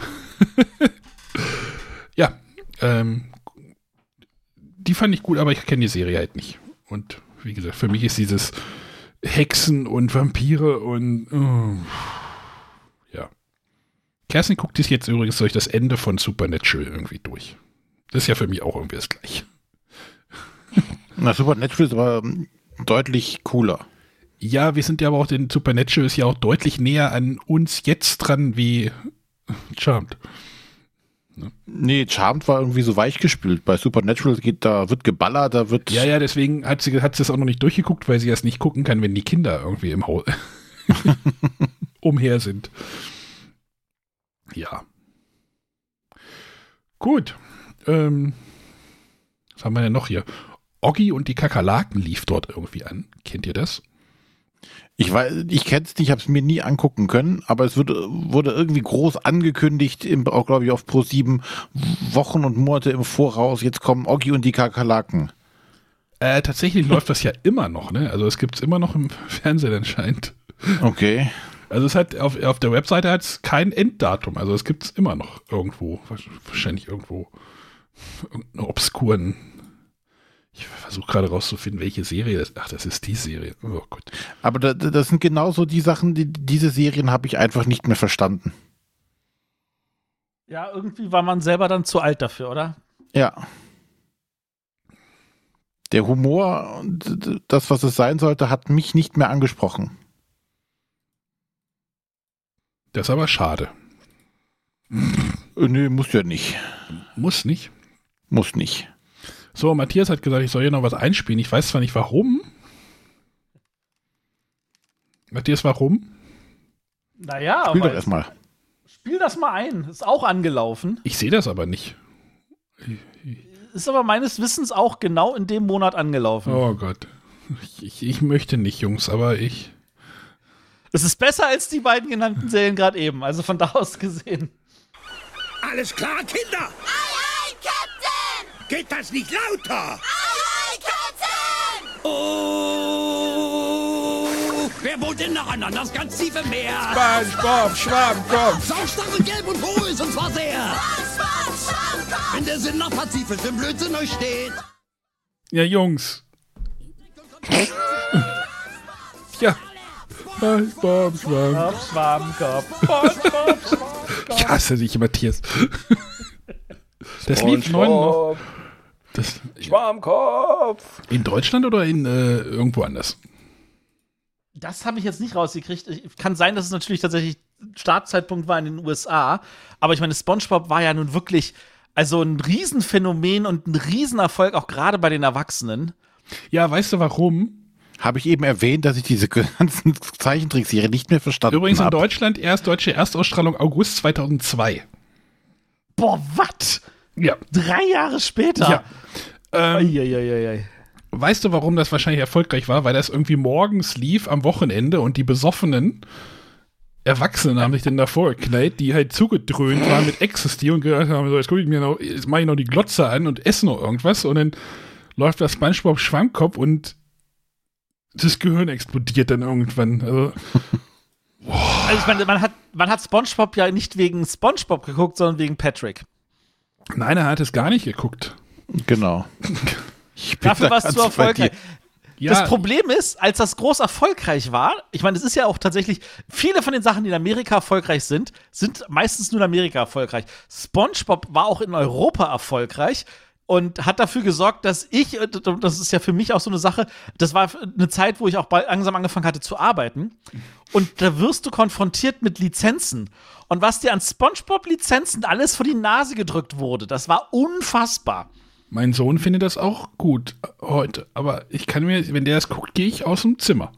Ja, ähm, die fand ich gut, aber ich kenne die Serie halt nicht. Und wie gesagt, für mich ist dieses Hexen und Vampire und oh, ja. Kerstin guckt sich jetzt übrigens durch das Ende von Supernatural irgendwie durch. Das ist ja für mich auch irgendwie das Gleiche. Na, Supernatural ist aber deutlich cooler. Ja, wir sind ja aber auch, den Supernatural ist ja auch deutlich näher an uns jetzt dran wie Charmed. Ne? Nee, Charmed war irgendwie so weichgespült. Bei Supernatural geht, da wird geballert, da wird... Ja, ja, deswegen hat sie, hat sie es auch noch nicht durchgeguckt, weil sie das nicht gucken kann, wenn die Kinder irgendwie im Haus umher sind. Ja. Gut. Ähm, was haben wir denn noch hier? Oggi und die Kakerlaken lief dort irgendwie an. Kennt ihr das? Ich weiß, ich kenne es nicht, habe es mir nie angucken können, aber es wurde, wurde irgendwie groß angekündigt, im, auch glaube ich auf Pro sieben, Wochen und Monate im Voraus. Jetzt kommen Oggi und die Kakerlaken. Äh, tatsächlich läuft das ja immer noch, ne? Also es gibt es immer noch im Fernsehen anscheinend. Okay. Also es hat auf, auf der Webseite hat es kein Enddatum, also es gibt es immer noch irgendwo, wahrscheinlich irgendwo irgendeinen obskuren. Ich versuche gerade rauszufinden, welche Serie das ist. Ach, das ist die Serie. Oh Gott. Aber da, das sind genauso die Sachen, die, diese Serien habe ich einfach nicht mehr verstanden. Ja, irgendwie war man selber dann zu alt dafür, oder? Ja. Der Humor, das, was es sein sollte, hat mich nicht mehr angesprochen. Das ist aber schade. Nö, muss ja nicht. Muss nicht? Muss nicht. So, Matthias hat gesagt, ich soll hier noch was einspielen. Ich weiß zwar nicht, warum. Matthias, warum? Naja, Spiel aber doch erstmal. Spiel das mal ein. Ist auch angelaufen. Ich sehe das aber nicht. Ist aber meines Wissens auch genau in dem Monat angelaufen. Oh Gott. Ich, ich möchte nicht, Jungs, aber ich. Es ist besser als die beiden genannten Serien gerade eben, also von da aus gesehen. Alles klar, Kinder? Aye, aye, Captain! Geht das nicht lauter? Aye, aye, Captain! Oh! Wer wohnt denn nacheinander? Das ganz tiefe Meer. SpongeBob, Schwammkopf. Saustarre, gelb und porös und zwar sehr. Wenn der Sinn nach Pazifisch im Blödsinn euch steht. Ja, Jungs. Ja. SpongeBob, Schwammkopf. Schwammkopf. SpongeBob, Schwammkopf. Ich hasse dich, Matthias. Das lief neun noch. Das, Schwammkopf. In Deutschland oder in äh, irgendwo anders? Das habe ich jetzt nicht rausgekriegt. Ich, kann sein, dass es natürlich tatsächlich Startzeitpunkt war in den U S A. Aber ich meine, SpongeBob war ja nun wirklich also ein Riesenphänomen und ein Riesenerfolg, auch gerade bei den Erwachsenen. Ja, weißt du warum? Habe ich eben erwähnt, dass ich diese ganzen Zeichentrickserien nicht mehr verstanden habe. Übrigens in Deutschland erst deutsche Erstausstrahlung August zweitausendzwei. Boah, was? Ja. Drei Jahre später? Ja. Ähm, Eieieiei. Weißt du, warum das wahrscheinlich erfolgreich war? Weil das irgendwie morgens lief am Wochenende und die besoffenen Erwachsenen haben sich dann davor geknallt, die halt zugedröhnt waren mit Ecstasy und gedacht haben, so, jetzt gucke ich mir noch, jetzt mache ich noch die Glotze an und esse noch irgendwas und dann läuft das SpongeBob Schwammkopf und das Gehirn explodiert dann irgendwann. Also, also ich meine, man hat, man hat SpongeBob ja nicht wegen SpongeBob geguckt, sondern wegen Patrick. Nein, er hat es gar nicht geguckt. Genau. Dafür war es zu erfolgreich. Ja. Das Problem ist, als das groß erfolgreich war, ich meine, es ist ja auch tatsächlich, viele von den Sachen, die in Amerika erfolgreich sind, sind meistens nur in Amerika erfolgreich. SpongeBob war auch in Europa erfolgreich und hat dafür gesorgt, dass ich, das ist ja für mich auch so eine Sache, das war eine Zeit, wo ich auch langsam angefangen hatte zu arbeiten. Und da wirst du konfrontiert mit Lizenzen. Und was dir an SpongeBob-Lizenzen alles vor die Nase gedrückt wurde, das war unfassbar. Mein Sohn findet das auch gut heute, aber ich kann mir, wenn der das guckt, gehe ich aus dem Zimmer.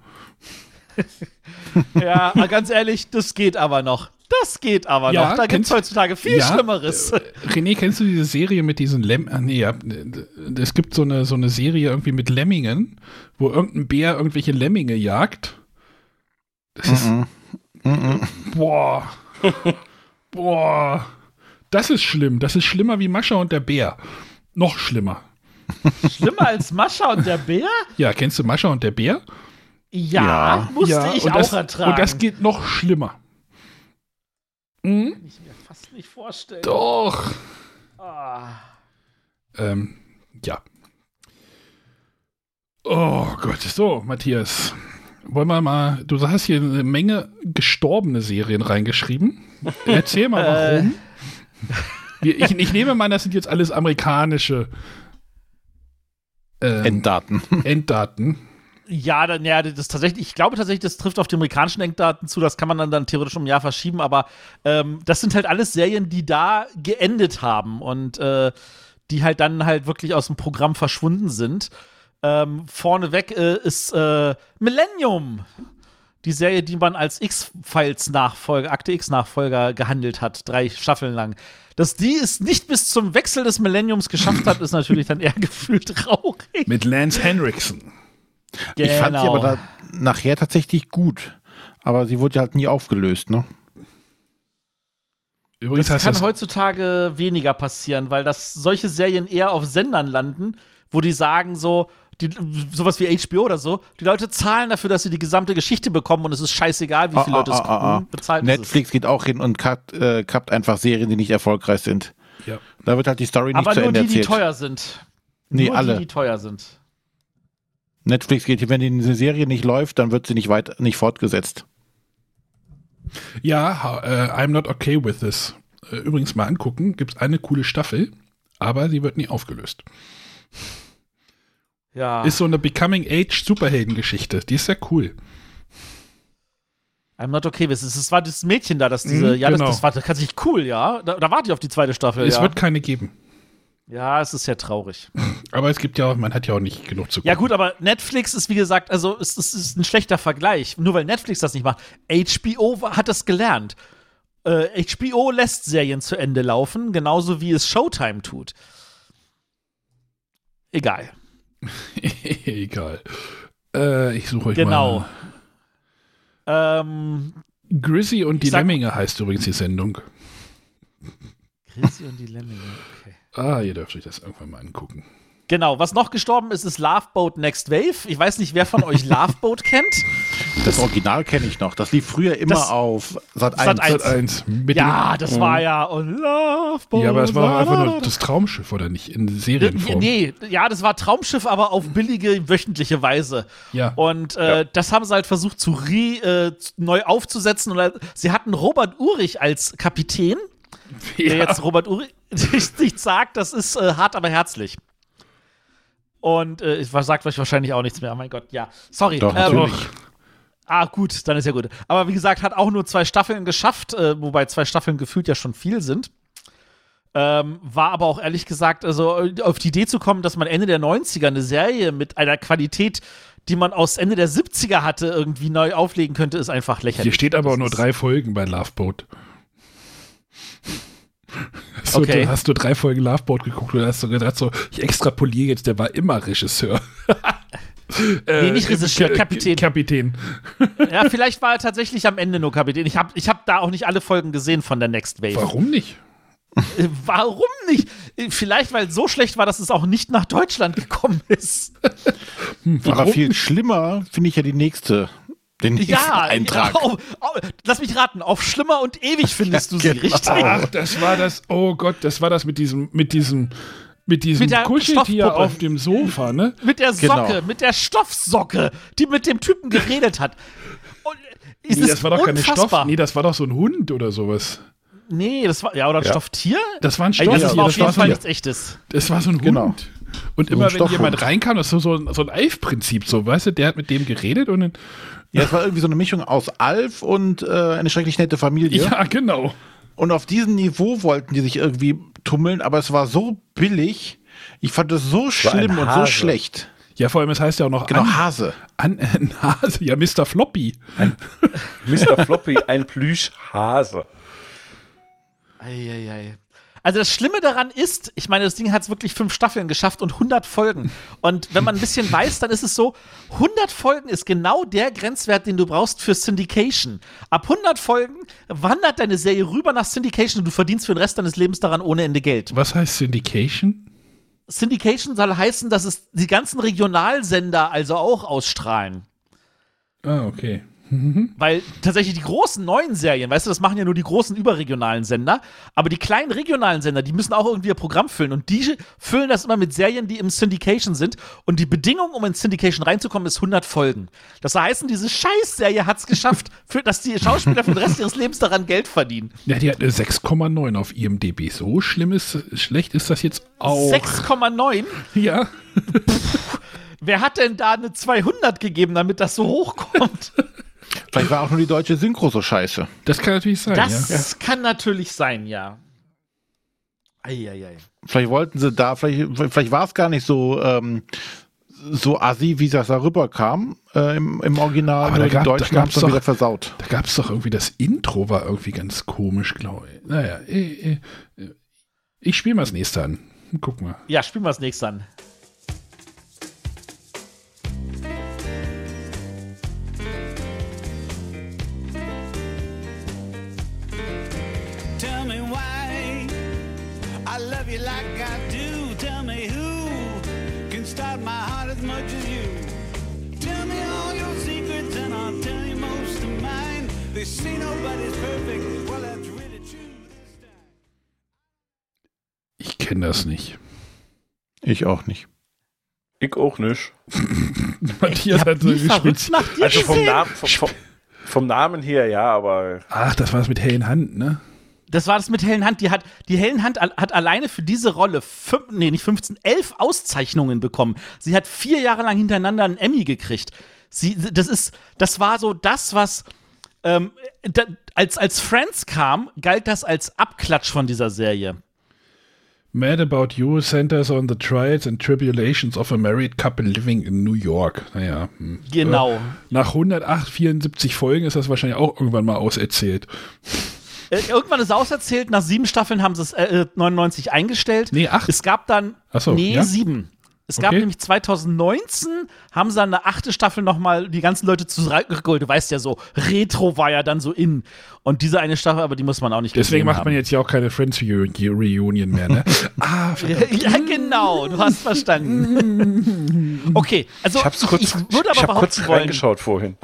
Ja, ganz ehrlich, das geht aber noch. Das geht aber ja, noch. Da gibt es heutzutage viel ja, Schlimmeres. Äh, René, kennst du diese Serie mit diesen Lemmingen? Ah, nee, ja, es gibt so eine, so eine Serie irgendwie mit Lemmingen, wo irgendein Bär irgendwelche Lemminge jagt. Das ist. Mm -mm. Mm boah. Boah. Das ist schlimm. Das ist schlimmer wie Mascha und der Bär. Noch schlimmer. Schlimmer als Mascha und der Bär? Ja, kennst du Mascha und der Bär? Ja, ja. musste ja, ich und auch das, ertragen. Und das geht noch schlimmer. Hm? Kann ich mir fast nicht vorstellen. Doch. Ah. Ähm, ja. Oh Gott, so, Matthias. Wollen wir mal, du hast hier eine Menge gestorbene Serien reingeschrieben. Erzähl mal, warum. Wir, ich, ich nehme mal, das sind jetzt alles amerikanische ähm, Enddaten. Enddaten. Ja, dann, ja, das tatsächlich, ich glaube tatsächlich, das trifft auf die amerikanischen Enddaten zu, das kann man dann, dann theoretisch um ein Jahr verschieben, aber ähm, das sind halt alles Serien, die da geendet haben und äh, die halt dann halt wirklich aus dem Programm verschwunden sind. Ähm, vorneweg äh, ist äh, Millennium. Die Serie, die man als X-Files-Nachfolger, Akte X-Nachfolger gehandelt hat, drei Staffeln lang. Dass die es nicht bis zum Wechsel des Millenniums geschafft hat, ist natürlich dann eher gefühlt traurig. Mit Lance Henriksen. Genau. Ich fand sie aber da nachher tatsächlich gut. Aber sie wurde halt nie aufgelöst, ne? Übrigens das heißt kann das heutzutage weniger passieren, weil das solche Serien eher auf Sendern landen, wo die sagen so, die, sowas wie H B O oder so, die Leute zahlen dafür, dass sie die gesamte Geschichte bekommen und es ist scheißegal, wie viele ah, Leute es ah, gucken, ah, ah. bezahlt Netflix geht auch hin und kappt, äh, kappt einfach Serien, die nicht erfolgreich sind. Ja. Da wird halt die Story nicht aber zu nur Ende die, erzählt. die teuer sind. Nee, nur alle. die, die teuer sind. Netflix geht, wenn die Serie nicht läuft, dann wird sie nicht weit, nicht fortgesetzt. Ja, äh, I'm not okay with this. Äh, übrigens mal angucken, gibt es eine coole Staffel, aber sie wird nie aufgelöst. Ja. Ist so eine Becoming-Age-Superhelden-Geschichte. Die ist sehr cool. I'm not okay with this. Es war das Mädchen da, das diese, mm, ja, genau. das, das war tatsächlich cool, ja. Da, da warte ich auf die zweite Staffel, Es ja. wird keine geben. Ja, es ist ja traurig. Aber es gibt ja auch, man hat ja auch nicht genug zu gucken. Ja gut, aber Netflix ist wie gesagt, also es, es ist ein schlechter Vergleich. Nur weil Netflix das nicht macht. H B O hat das gelernt. Äh, H B O lässt Serien zu Ende laufen, genauso wie es Showtime tut. Egal. Egal. Äh, ich suche euch genau. mal. Ähm, Grizzy und die sag, Lemminge heißt übrigens die Sendung. Grizzy und die Lemminge, okay. Ah, ihr dürft euch das irgendwann mal angucken. Genau, was noch gestorben ist, ist Love Boat Next Wave. Ich weiß nicht, wer von euch Love Boat kennt. Das Original kenne ich noch. Das lief früher immer das, auf Sat eins. Sat eins. Ja, das war ja und Love Boat. Ja, aber es war einfach nur das Traumschiff, oder nicht? In Serienform. Nee, ja, das war Traumschiff, aber auf billige, wöchentliche Weise. Ja. Und äh, ja. das haben sie halt versucht, zu re, äh, neu aufzusetzen. Und sie hatten Robert Urich als Kapitän. Ja. Der jetzt Robert Urich nicht sagt, das ist äh, hart, aber herzlich. Und äh, ich sagt euch wahrscheinlich auch nichts mehr. Oh mein Gott, ja. Sorry. Doch, ähm, natürlich. Ah, gut, dann ist ja gut. Aber wie gesagt, hat auch nur zwei Staffeln geschafft, äh, wobei zwei Staffeln gefühlt ja schon viel sind. Ähm, war aber auch ehrlich gesagt, also auf die Idee zu kommen, dass man Ende der neunziger eine Serie mit einer Qualität, die man aus Ende der siebziger hatte, irgendwie neu auflegen könnte, ist einfach lächerlich. Hier steht aber das auch nur drei Folgen bei Love Boat. So, okay. Du hast du drei Folgen Love Boat geguckt und hast so gedacht, so, ich extrapoliere jetzt, der war immer Regisseur. Nee, nicht Regisseur, äh, Kapitän. Kapitän. Ja, vielleicht war er tatsächlich am Ende nur Kapitän. Ich habe ich hab da auch nicht alle Folgen gesehen von der Next Wave. Warum nicht? Äh, warum nicht? Vielleicht, weil es so schlecht war, dass es auch nicht nach Deutschland gekommen ist. Hm, aber viel schlimmer finde ich ja die nächste. Den nächsten ja, Eintrag. Ja, auf, auf, lass mich raten, auf schlimmer und ewig findest du sie, genau. richtig? Ach, das war das, oh Gott, das war das mit diesem, mit diesem, mit diesem Mit der Kuscheltier Stoffpuppe. auf dem Sofa, ne? Mit der Socke, Genau. mit der Stoffsocke, die mit dem Typen geredet hat. Und es Nee, ist das war doch keine unfassbar. Stoff, nee, das war doch so ein Hund oder sowas. Nee, das war, ja, oder ein Ja. Stofftier? Das war ein Ey, das Stofftier, war auf das jeden war so Fall ein- nichts Echtes. Das war so ein Hund. Genau. Und So immer ein wenn Stoffhund. jemand reinkam, das ist so, so, ein- so ein Alf-Prinzip, so, weißt du, der hat mit dem geredet und dann, Ja, es war irgendwie so eine Mischung aus Alf und äh, eine schrecklich nette Familie. ja, genau. Und auf diesem Niveau wollten die sich irgendwie tummeln, aber es war so billig. Ich fand es so schlimm ein und so Hase. schlecht. Ja, vor allem, es heißt ja auch noch Genau, an, Hase. an, an Hase, ja, Mister Floppy. Mister Floppy, ein Plüschhase. Eieiei. Also das Schlimme daran ist, ich meine, das Ding hat es wirklich fünf Staffeln geschafft und hundert Folgen. Und wenn man ein bisschen weiß, dann ist es so, hundert Folgen ist genau der Grenzwert, den du brauchst für Syndication. Ab hundert Folgen wandert deine Serie rüber nach Syndication und du verdienst für den Rest deines Lebens daran ohne Ende Geld. Was heißt Syndication? Syndication soll heißen, dass es die ganzen Regionalsender also auch ausstrahlen. Ah, okay. Weil tatsächlich die großen neuen Serien, weißt du, das machen ja nur die großen überregionalen Sender, aber die kleinen regionalen Sender, die müssen auch irgendwie ihr Programm füllen und die füllen das immer mit Serien, die im Syndication sind und die Bedingung, um ins Syndication reinzukommen, ist hundert Folgen. Das heißt, diese Scheißserie hat es geschafft, für, dass die Schauspieler für den Rest ihres Lebens daran Geld verdienen. Ja, die hat eine sechs Komma neun auf I M D B. So schlimm ist, schlecht ist das jetzt auch. sechs Komma neun? Ja. Wer hat denn da eine zweihundert gegeben, damit das so hochkommt? Vielleicht war auch nur die deutsche Synchro so scheiße. Das kann natürlich sein, Das ja. kann natürlich sein, ja. Eieiei. Vielleicht wollten sie da, vielleicht, vielleicht war es gar nicht so, ähm, so assi, wie das da rüberkam äh, im, im Original. Aber Nur da die gab- Deutschen da haben es gab's dann doch- wieder versaut. Da gab es doch irgendwie, das Intro war irgendwie ganz komisch, glaube ich. Naja, äh, äh, ich spiele mal das nächste an. Guck mal. Ja, spielen wir das nächste an. Tell me why I love you like I do. Tell me who can stop my heart as much as you. Tell me all your secrets and I'll tell you most of mine. They say nobody's perfect. Well, that's really true. Ich kenne das nicht. Ich auch nicht. Ich auch nicht. Matthias hab hat so nie verrückt gespielt. nach dir Also vom, gesehen. Namen, vom, vom, vom Namen her, ja, aber Ach, das war das mit hellen Hand, ne? Das war das mit Helen Hunt. Die hat, die Helen Hunt hat alleine für diese Rolle, fünf, nee, nicht fünfzehn, elf Auszeichnungen bekommen. Sie hat vier Jahre lang hintereinander einen Emmy gekriegt. Sie, das ist, das war so das, was, ähm, da, als, als Friends kam, galt das als Abklatsch von dieser Serie. Mad About You centers on the trials and tribulations of a married couple living in New York. Naja. hm. Genau. Äh, nach hundertacht, vierundsiebzig Folgen ist das wahrscheinlich auch irgendwann mal auserzählt. Äh, irgendwann ist es auserzählt, nach sieben Staffeln haben sie es äh, neunundneunzig eingestellt. Nee, acht. Es gab dann, Ach so, nee, ja? sieben. Es gab Okay. nämlich zwanzig neunzehn, haben sie dann eine achte Staffel nochmal die ganzen Leute zurückgeholt. Du weißt ja so, Retro war ja dann so in. Und diese eine Staffel, aber die muss man auch nicht Deswegen gesehen macht haben. man jetzt ja auch keine Friends Reu- Reunion mehr, ne? ah, Ja, genau, du hast verstanden. Okay, also ich hab's kurz, ich würde aber ich hab kurz behaupten wollen, reingeschaut vorhin.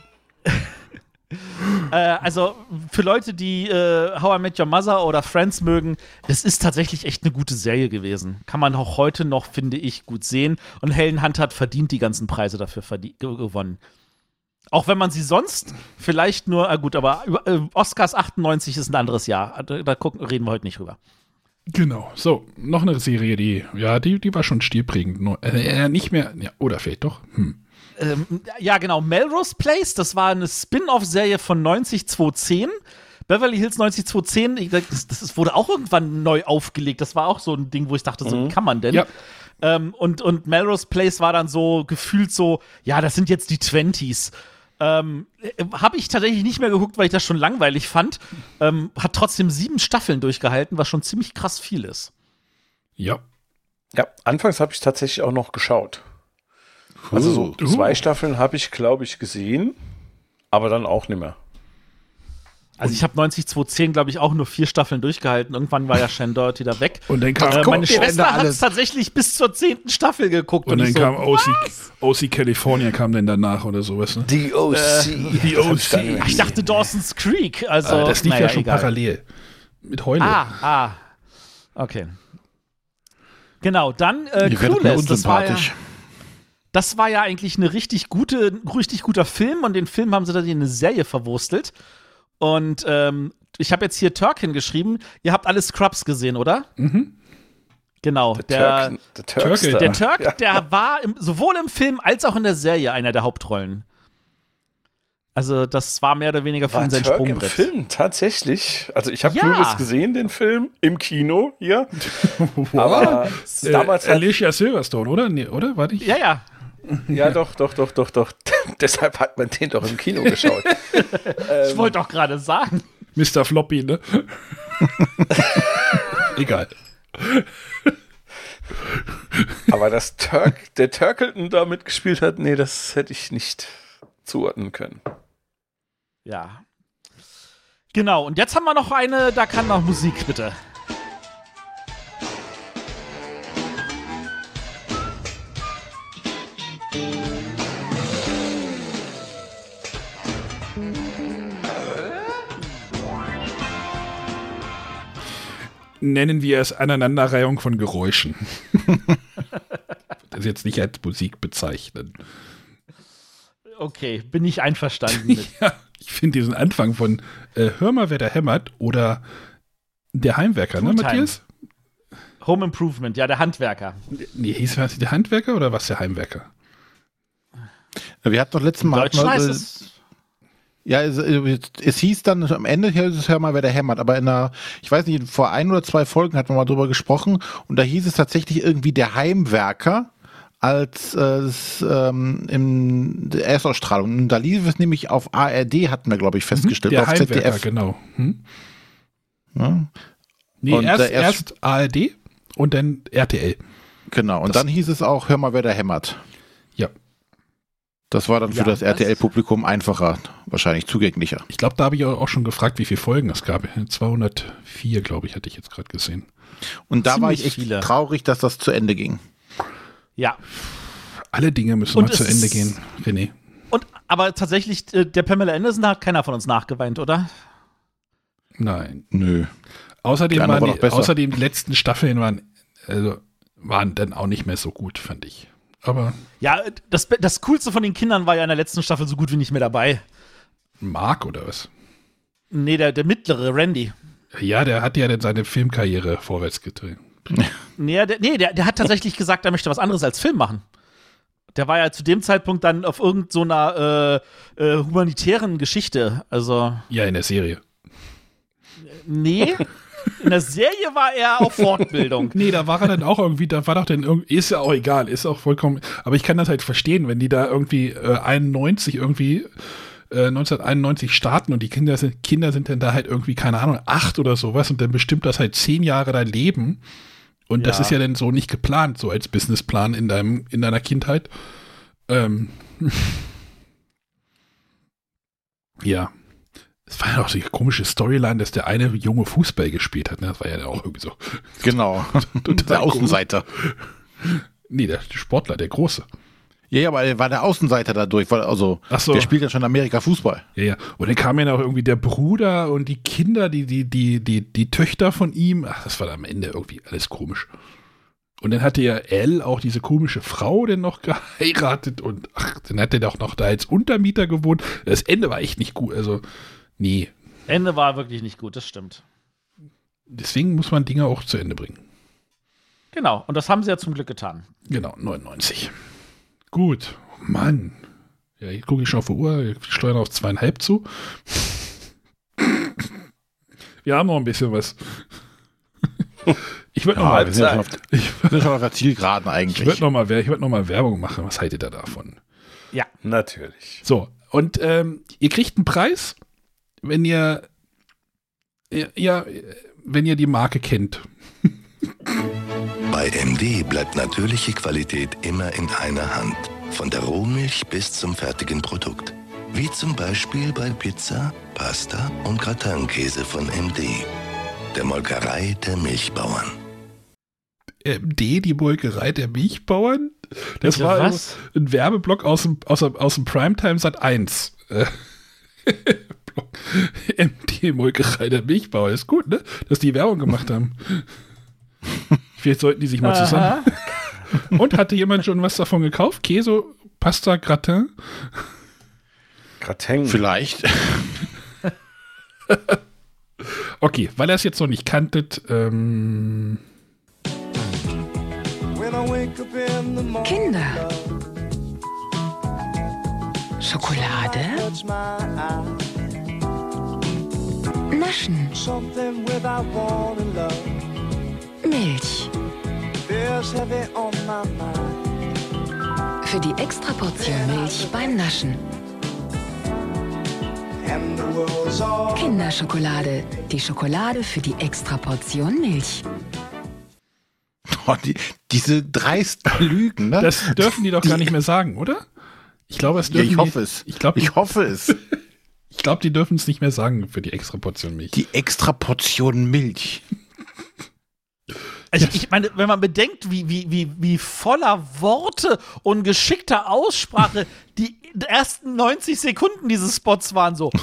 äh, also für Leute, die äh, How I Met Your Mother oder Friends mögen, das ist tatsächlich echt eine gute Serie gewesen. Kann man auch heute noch, finde ich, gut sehen. Und Helen Hunt hat verdient die ganzen Preise dafür verdient, ge- gewonnen. Auch wenn man sie sonst vielleicht nur, ah gut, aber äh, Oscars achtundneunzig ist ein anderes Jahr. Da, da gucken, reden wir heute nicht drüber. Genau. So, noch eine Serie, die, ja, die, die war schon stilprägend. Nur, äh, nicht mehr, ja, oder vielleicht doch. Hm. Ähm, ja, genau. Melrose Place, das war eine Spin-off-Serie von neunzig zweihundertzehn. Beverly Hills neunzig zweihundertzehn, ich, das, das wurde auch irgendwann neu aufgelegt. Das war auch so ein Ding, wo ich dachte, so, Mhm. wie kann man denn? Ja. Ähm, und, und Melrose Place war dann so gefühlt so, ja, das sind jetzt die Twenties. Ähm, habe ich tatsächlich nicht mehr geguckt, weil ich das schon langweilig fand. Ähm, hat trotzdem sieben Staffeln durchgehalten, was schon ziemlich krass viel ist. Ja. Ja, anfangs habe ich tatsächlich auch noch geschaut. Also so Uh. zwei Staffeln habe ich, glaube ich, gesehen, aber dann auch nicht mehr. Also ich habe neunzig zweihundertzehn, glaube ich, auch nur vier Staffeln durchgehalten. Irgendwann war ja Shannon Doherty da weg. Und dann kam, Äh, meine guck, Schwester hat es alles. tatsächlich bis zur zehnten Staffel geguckt. Und dann ich so, kam O C, O C California kam dann danach oder sowas. Ne? Die O C. Äh, Die O C. ich dachte Dawson's Creek. Also, Ah, das lief naja, ja schon egal. parallel. Mit Heule. Ah, ah. Okay. Genau, dann äh, Ihr werdet mir Clueless. Das war, ja, unsympathisch. das war ja eigentlich eine richtig gute, ein richtig guter Film und den Film haben sie dann in eine Serie verwurstelt. Und ähm, ich habe jetzt hier Turk hingeschrieben. Ihr habt alle Scrubs gesehen, oder? Mhm. Genau. Der, Der, Turk, der Turkster. der Turk, Ja. der war im, sowohl im Film als auch in der Serie einer der Hauptrollen. Also das war mehr oder weniger für War ihn sein Turk im Sprungbrett. Film, tatsächlich. Also ich habe Ja. Clueless gesehen, den Film, im Kino hier. Aber Äh, damals hat, Alicia Silverstone, oder? Nee, oder? War die? Ja, ja. ja doch, doch, doch, doch, doch. Deshalb hat man den doch im Kino geschaut. Ich wollte doch gerade sagen. Mister Floppy, ne? Egal. Aber dass Turk, der Turkleton da mitgespielt hat, nee, das hätte ich nicht zuordnen können. Ja. Genau, und jetzt haben wir noch eine, da kann noch Musik, bitte. Nennen wir es Aneinanderreihung von Geräuschen. Das jetzt nicht als Musik bezeichnen. Okay, bin ich einverstanden mit. Ja, ich finde diesen Anfang von äh, Hör mal, wer da hämmert oder Der Heimwerker, ne, Foodtime. Matthias? Home Improvement, ja, der Handwerker. Nee, hieß was der Handwerker oder was der Heimwerker? Wir hatten doch letztes Mal. Deutsch heißt es. Ja, es, es hieß dann am Ende, hieß es, hör mal, wer da hämmert. Aber in einer, ich weiß nicht, vor ein oder zwei Folgen hatten wir mal drüber gesprochen und da hieß es tatsächlich irgendwie der Heimwerker als äh, es, ähm, in der Erstausstrahlung. Und da lief es nämlich auf A R D, hatten wir, glaube ich, festgestellt. Der auf Heimwerker, Z D F. genau. Hm? Ja. Nee, Und, erst, äh, erst- erst A R D und dann R T L. Genau. Und Das- dann hieß es auch, hör mal, wer da hämmert. Ja. Das war dann für Ja, das das- R T L-Publikum einfacher, wahrscheinlich zugänglicher. Ich glaube, da habe ich auch schon gefragt, wie viele Folgen es gab. zweihundertvier, glaube ich, hatte ich jetzt gerade gesehen. Und da war Ziemlich ich echt viele. traurig, dass das zu Ende ging. Ja. Alle Dinge müssen Und mal es zu Ende ist- gehen, René. Und aber tatsächlich, äh, der Pamela Anderson, da hat keiner von uns nachgeweint, oder? Nein. Nö. Außerdem, Die andere waren war die, doch besser. außerdem die letzten Staffeln waren, also, waren dann auch nicht mehr so gut, fand ich. Aber Ja, das, das Coolste von den Kindern war ja in der letzten Staffel so gut wie nicht mehr dabei. Mark oder was? Nee, der, der mittlere, Randy. Ja, der hat ja dann seine Filmkarriere vorwärts getrieben. Nee, der, nee der, der hat tatsächlich gesagt, er möchte was anderes als Film machen. Der war ja zu dem Zeitpunkt dann auf irgendeiner äh, äh, humanitären Geschichte. Also, Ja, in der Serie. nee. In der Serie war er auf Fortbildung. Nee, da war er dann auch irgendwie, da war doch dann irgendwie, ist ja auch egal, ist auch vollkommen, aber ich kann das halt verstehen, wenn die da irgendwie äh, einundneunzig irgendwie, äh, neunzehnhunderteinundneunzig starten und die Kinder sind, Kinder sind dann da halt irgendwie, keine Ahnung, acht oder sowas und dann bestimmt das halt zehn Jahre dein Leben. Und Ja. das ist ja dann so nicht geplant, so als Businessplan in deinem, in deiner Kindheit. Ähm, ja. Es war ja auch so eine komische Storyline, dass der eine junge Fußball gespielt hat. Ne? Das war ja auch irgendwie so. Genau. Der Außenseiter. Nee, der Sportler, der Große. Ja, ja, aber er war der Außenseiter dadurch, weil also Ach so. der spielt ja schon in Amerika Fußball. Ja, ja. Und dann kam ja noch irgendwie der Bruder und die Kinder, die, die, die, die, die Töchter von ihm. Ach, das war am Ende irgendwie alles komisch. Und dann hatte ja Elle auch diese komische Frau denn noch geheiratet und ach, dann hat er doch noch da als Untermieter gewohnt. Das Ende war echt nicht gut. Also, nee. Ende war wirklich nicht gut, das stimmt. Deswegen muss man Dinge auch zu Ende bringen. Genau, und das haben sie ja zum Glück getan. Genau, neunundneunzig. Gut, Mann. Ja, jetzt gucke ich schon auf die Uhr, wir steuern auf zweieinhalb zu. Wir haben noch ein bisschen was. Ich würde Ja, noch mal, wir sind ja schon auf, ich bin schon auf der Zielgeraden eigentlich. Ich würde noch mal, ich würd noch mal Werbung machen. Was haltet ihr davon? Ja, natürlich. So, und ähm, ihr kriegt einen Preis, wenn ihr ja, ja, wenn ihr die Marke kennt. Bei M D bleibt natürliche Qualität immer in einer Hand. Von der Rohmilch bis zum fertigen Produkt. Wie zum Beispiel bei Pizza, Pasta und Gratinkäse von M D. Der Molkerei der Milchbauern. M D, die Molkerei der Milchbauern? Das Bitte war was? ein Werbeblock aus dem, aus, dem- aus dem Primetime Sat eins. Äh, M D, Molkerei der Milchbauern. Ist gut, ne? Dass die Werbung gemacht haben. Vielleicht sollten die sich mal Aha. zusammen. Und hatte jemand schon was davon gekauft? Käse, Pasta, Gratin? Gratin. Vielleicht. Okay, weil er es jetzt noch nicht kanntet, ähm, Kinder. Schokolade. Naschen. Milch. Für die Extraportion Milch beim Naschen. Kinderschokolade. Die Schokolade für die Extraportion Milch. Oh, die, diese dreisten Lügen, ne? das dürfen die doch gar nicht mehr sagen, oder? Ich glaube, es Ja, dürfen ich hoffe die, es. Ich, glaub, Ich hoffe es. ich glaube, die dürfen es nicht mehr sagen für die extra Portion Milch. Die extra Portion Milch. Also ich meine, wenn man bedenkt, wie, wie, wie, wie voller Worte und geschickter Aussprache die ersten neunzig Sekunden dieses Spots waren, so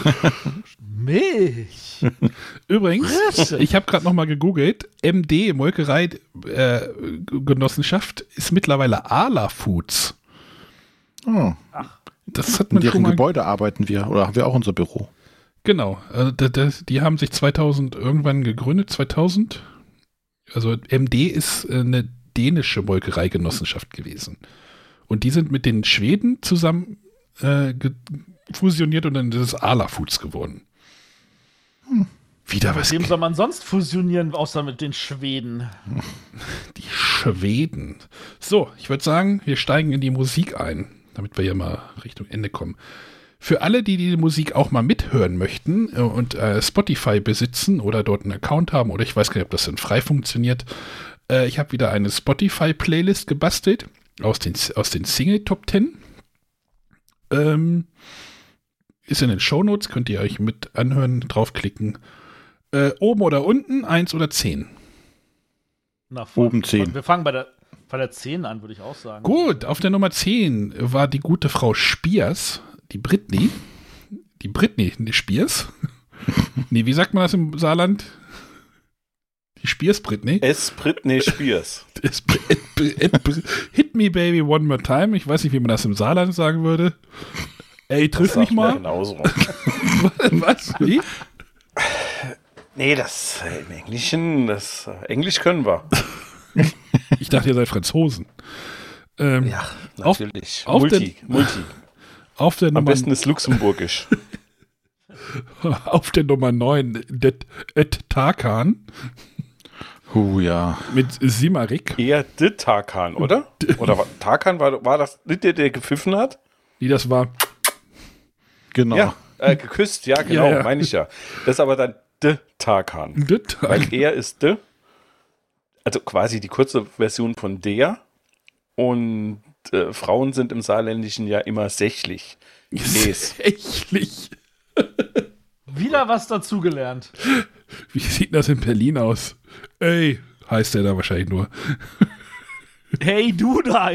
Milch. Übrigens, ich habe gerade noch mal gegoogelt, M D, Molkerei äh, Genossenschaft, ist mittlerweile Arla Foods. Oh. Das hat In man deren schon mal. Gebäude arbeiten wir oder haben wir auch unser Büro. Genau, also das, das, die haben sich zweitausend irgendwann gegründet, zweitausend. Also M D ist äh, eine dänische Molkereigenossenschaft gewesen. Und die sind mit den Schweden zusammen äh, ge- fusioniert und dann ist es Arla Foods geworden. Hm. Wieder was. Mit wem soll man sonst fusionieren, außer mit den Schweden? Die Schweden. So, ich würde sagen, wir steigen in die Musik ein, damit wir hier mal Richtung Ende kommen. Für alle, die die Musik auch mal mithören möchten äh, und äh, Spotify besitzen oder dort einen Account haben oder ich weiß gar nicht, ob das dann frei funktioniert, äh, ich habe wieder eine Spotify-Playlist gebastelt aus den, aus den Single-Top zehn. Ähm, ist in den Shownotes, könnt ihr euch mit anhören, draufklicken. Äh, oben oder unten, eins oder zehn. Na, von, Oben zehn. Wir fangen bei der, bei der zehn an, würde ich auch sagen. Gut, auf der Nummer zehn war die gute Frau Spiers, die Britney. Die Britney, die Spiers. Nee, wie sagt man das im Saarland? Die Spiers Britney. Es Britney Spiers. Es Br- et Br- et Br- Hit me baby one more time. Ich weiß nicht, wie man das im Saarland sagen würde. Ey, triff mich mal. Genauso. Was? Wie? Nee, das äh, im Englischen, das äh, Englisch können wir. Ich dachte, ihr seid Franzosen. Ähm, Ja, natürlich. Auf, auf Multi, der, Multi. Auf der Am Nummer, besten ist Luxemburgisch. auf der Nummer neun, Det Et Tarkan Oh ja. mit Simarik. Eher de Tarkan, oder? Oder war, Tarkan war, war das nicht der, der gepfiffen hat? Wie das war. Genau. Ja, äh, geküsst, ja, genau, Ja, ja. meine ich ja. Das ist aber dann de Tarkan. Det Tarkan. Weil er ist de, also quasi die kurze Version von der. Und äh, Frauen sind im Saarländischen ja immer sächlich. Sächlich. Wieder was dazugelernt. Wie sieht das in Berlin aus? Ey, heißt der da wahrscheinlich nur. Hey, du da.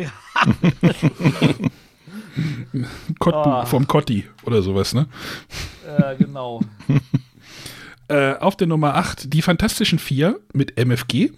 Kotten, Ah. Vom Kotti oder sowas, ne? Ja, genau. äh, auf der Nummer acht, die Fantastischen Vier mit M F G.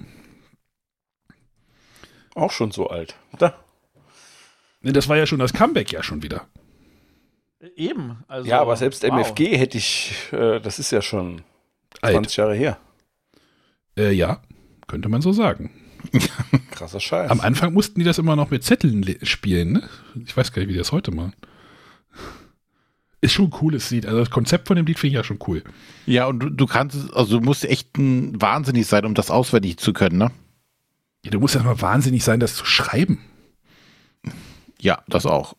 Auch schon so alt. Da. Ne, das war ja schon das Comeback ja schon wieder. Eben. Also, Ja, aber selbst wow. M F G hätte ich, äh, das ist ja schon Alt. zwanzig Jahre her. Äh, ja, könnte man so sagen. Krasser Scheiß. Am Anfang mussten die das immer noch mit Zetteln le- spielen, ne? Ich weiß gar nicht, wie die das heute machen. Ist schon ein cooles Lied. Also das Konzept von dem Lied finde ich ja schon cool. Ja, und du, du kannst, also du musst echt ein wahnsinnig sein, um das auswendig zu können, ne? Ja, du musst ja mal wahnsinnig sein, das zu schreiben. Ja, das auch.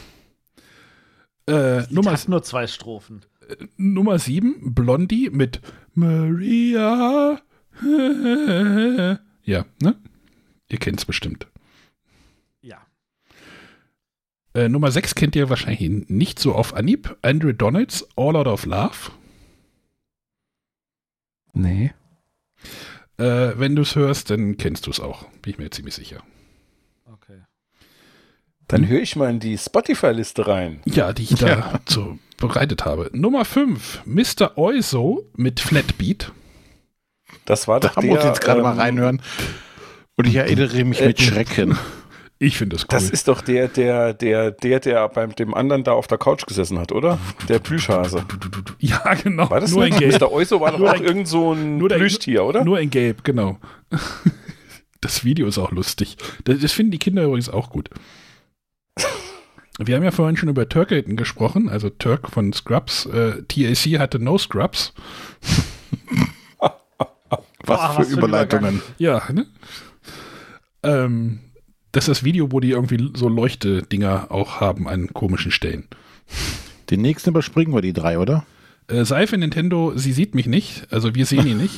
Äh, Nummer, hat nur zwei Strophen. äh, Nummer sieben, Blondie mit Maria. Ja, ne? Ihr kennt es bestimmt. Ja. Äh, Nummer sechs kennt ihr wahrscheinlich nicht so auf Anhieb. Andrew Donalds, All Out of Love. Nee. Äh, wenn du es hörst, dann kennst du es auch. Bin ich mir ziemlich sicher. Okay. Dann höre ich mal in die Spotify-Liste rein. Ja, die ich da so bereitet habe. Nummer fünf, Mister Oizo mit Flatbeat. Das war Da doch der, muss ich jetzt gerade ähm, mal reinhören. Und ich erinnere mich äh, mit Schrecken. Ich finde das cool. Das ist doch der, der, der, der, der beim dem anderen da auf der Couch gesessen hat, oder? Der Plüschhase. Ja, genau. War das nur nicht? in Gelb. Mister Oizo war doch Nur auch in- irgend so ein nur der- Plüschtier, oder? Nur in Gelb, genau. Das Video ist auch lustig. Das, das finden die Kinder übrigens auch gut. Wir haben ja vorhin schon über Turkington gesprochen, also Turk von Scrubs. Äh, T A C hatte No Scrubs. Was Boah, für was für ein Überleitungen. Ja, ne? Ähm, das ist das Video, wo die irgendwie so Leuchtedinger auch haben an komischen Stellen. Den nächsten überspringen wir die drei, oder? Äh, Seife Nintendo, sie sieht mich nicht, also wir sehen ihn nicht.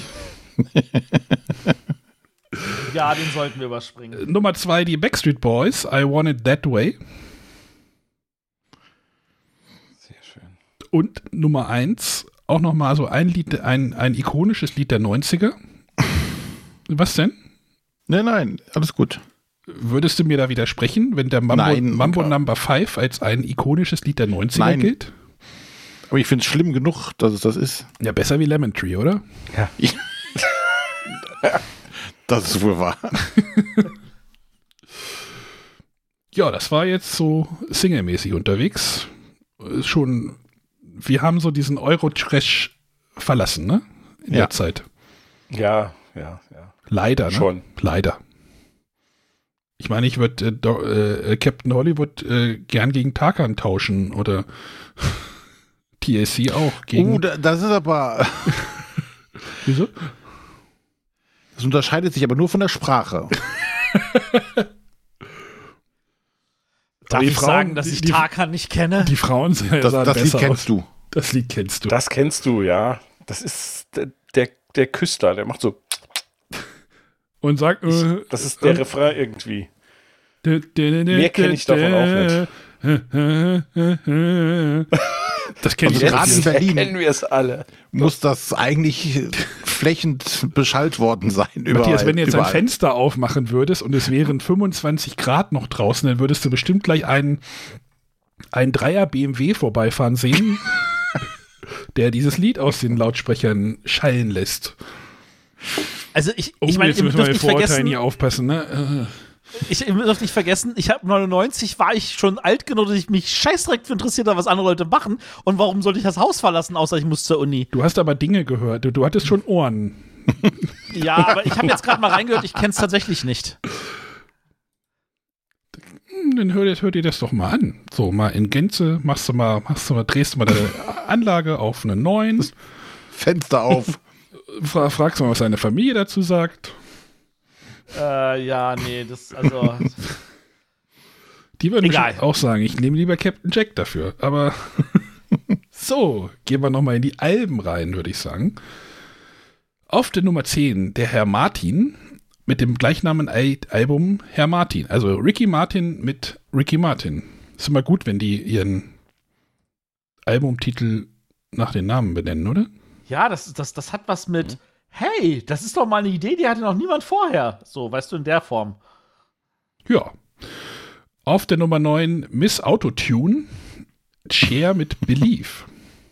Ja, den sollten wir überspringen. Äh, Nummer zwei, die Backstreet Boys, I Want It That Way. Sehr schön. Und Nummer eins, auch nochmal so ein Lied, ein, ein ikonisches Lied der neunziger. Was denn? Nein, nein, alles gut. Würdest du mir da widersprechen, wenn der Mambo, Nein, Mambo klar. Number five als ein ikonisches Lied der neunziger Nein. gilt? Aber ich finde es schlimm genug, dass es das ist. Ja, besser wie Lemon Tree, oder? Ja. Das ist wohl wahr. Ja, das war jetzt so singlemäßig unterwegs. Ist schon, wir haben so diesen Euro-Trash verlassen, ne? In Ja. der Zeit. Ja, ja, ja. Leider, ne? Schon. Leider. Ich meine, ich würde äh, Do- äh, Captain Hollywood äh, gern gegen Tarkan tauschen oder T A C auch gegen. Uh, da, das ist aber. Wieso? Das unterscheidet sich aber nur von der Sprache. Darf die ich Frauen- sagen, dass die- ich die- Tarkan nicht kenne? Die Frauen sahen Das, das Lied besser kennst aus. du. Das Lied kennst du. Das kennst du, ja. Das ist der, der, der Küster, der macht so. Und sagt, äh, Das ist der äh, Refrain irgendwie. Mehr Mehr kenn ich davon auch nicht. Das kenne Also ich gerade in nicht. Berlin Kennen wir es alle. muss das eigentlich flächend beschallt worden sein. Überall, Matthias, wenn du jetzt überall. ein Fenster aufmachen würdest und es wären fünfundzwanzig Grad noch draußen, dann würdest du bestimmt gleich einen, einen Dreier B M W vorbeifahren sehen, der dieses Lied aus den Lautsprechern schallen lässt. Also ich, Oh, ich meine, jetzt ihr müssen wir dürft mit nicht Vorurteilen vergessen, hier aufpassen, ne? ich, ihr dürft nicht vergessen, ich habe neunundneunzig war ich schon alt genug, dass ich mich scheißdreck für interessiert habe, was andere Leute machen. Und warum sollte ich das Haus verlassen, außer ich muss zur Uni? Du hast aber Dinge gehört, du, du hattest schon Ohren. Ja, aber ich habe jetzt gerade mal reingehört, ich kenne es tatsächlich nicht. Hm, Dann hör, dir- hör dir das doch mal an. So, mal in Gänze, machst du mal, machst du mal, drehst du mal deine Anlage auf eine neun. Fenster auf. Fra fragst mal, was deine Familie dazu sagt. Äh, ja, nee, das, also. Die würden Egal. bestimmt auch sagen, ich nehme lieber Captain Jack dafür. Aber so, gehen wir nochmal in die Alben rein, würde ich sagen. Auf der Nummer zehn, der Herr Martin mit dem gleichnamigen Al- Album Herr Martin. Also Ricky Martin mit Ricky Martin. Ist immer gut, wenn die ihren Albumtitel nach den Namen benennen, oder? Ja, das, das, das hat was mit, hey, das ist doch mal eine Idee, die hatte noch niemand vorher. So, weißt du, in der Form. Ja. Auf der Nummer neun Miss Autotune, Cher mit Believe.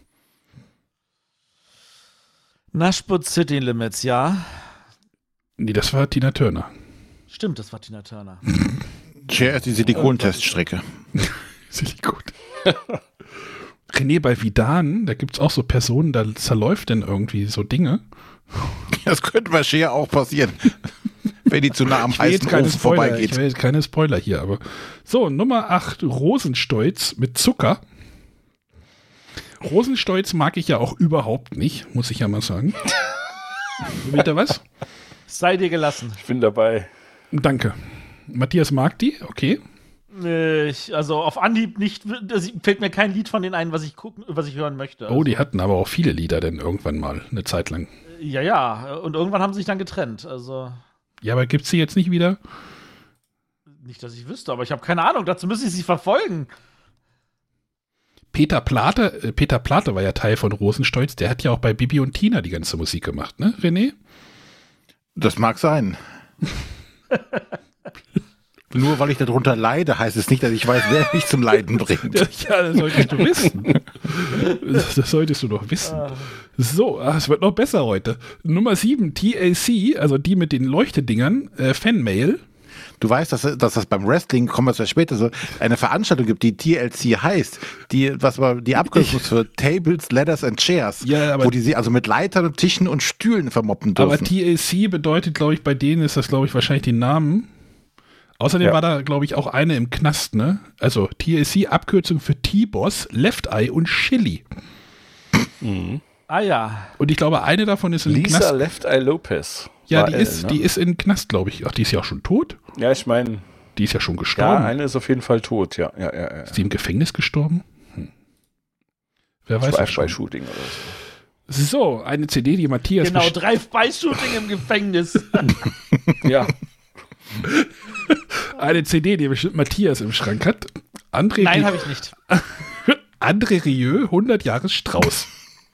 Nashput City Limits, ja. Nee, das war Tina Turner. Stimmt, das war Tina Turner. Cher ist die Silikonteststrecke. Silikon. René, bei Vidan, da gibt es auch so Personen, da zerläuft denn irgendwie so Dinge. Das könnte bei Cher auch passieren. Wenn die zu nah am Ich will jetzt heißen keine Ofen Spoiler, vorbeigeht. ich will jetzt keine Spoiler hier, aber. So, Nummer acht, Rosenstolz mit Zucker. Rosenstolz mag ich ja auch überhaupt nicht, muss ich ja mal sagen. Wisst ihr was? Sei dir gelassen. Ich bin dabei. Danke. Matthias mag die, okay. Äh, Ich, also auf Anhieb nicht, es fällt mir kein Lied von denen ein, was ich gucken, was ich hören möchte. Oh, die hatten aber auch viele Lieder denn irgendwann mal, eine Zeit lang. Ja, ja, und irgendwann haben sie sich dann getrennt. Also Ja, aber gibt's sie jetzt nicht wieder? nicht, dass ich wüsste, aber ich habe keine Ahnung, dazu müsste ich sie verfolgen. Peter Plate, äh, Peter Plate war ja Teil von Rosenstolz, der hat ja auch bei Bibi und Tina die ganze Musik gemacht, ne, René? Das mag sein. Nur weil ich darunter leide, heißt es nicht, dass ich weiß, wer mich zum Leiden bringt. Ja, das solltest du wissen. Das, das solltest du doch wissen. So, ah, es wird noch besser heute. Nummer sieben, T L C, also die mit den Leuchtedingern, äh, Fanmail. Du weißt, dass, dass das beim Wrestling, kommen wir zwar später, so eine Veranstaltung gibt, die T L C heißt, die, was war die Abkürzung für Tables, Ladders and Chairs, Ja, aber- wo die sie also mit Leitern und Tischen und Stühlen vermoppen dürfen. Aber T L C bedeutet, glaube ich, bei denen ist das, glaube ich, wahrscheinlich die Namen. Außerdem Ja. war da, glaube ich, auch eine im Knast, ne? Also T L C, Abkürzung für T-Boss, Left Eye und Chili. Ah ja. Und ich glaube, eine davon ist im Lisa Knast. Left Eye Lopez. Ja, war die L, ist, ne? die ist in Knast, glaube ich. Ach, die ist ja auch schon tot. Ja, ich meine, Die ist ja schon gestorben. ja, eine ist auf jeden Fall tot, ja. ja, ja, ja. Ist die im Gefängnis gestorben? Hm. Wer weiß das schon. Drive-by-Shooting oder so. So, eine C D, die Matthias Genau, best- Drive-by-Shooting im Gefängnis. Ja. eine C D, die bestimmt Matthias im Schrank hat. André Nein, Ri- habe ich nicht. André Rieu, hundert Jahre Strauß.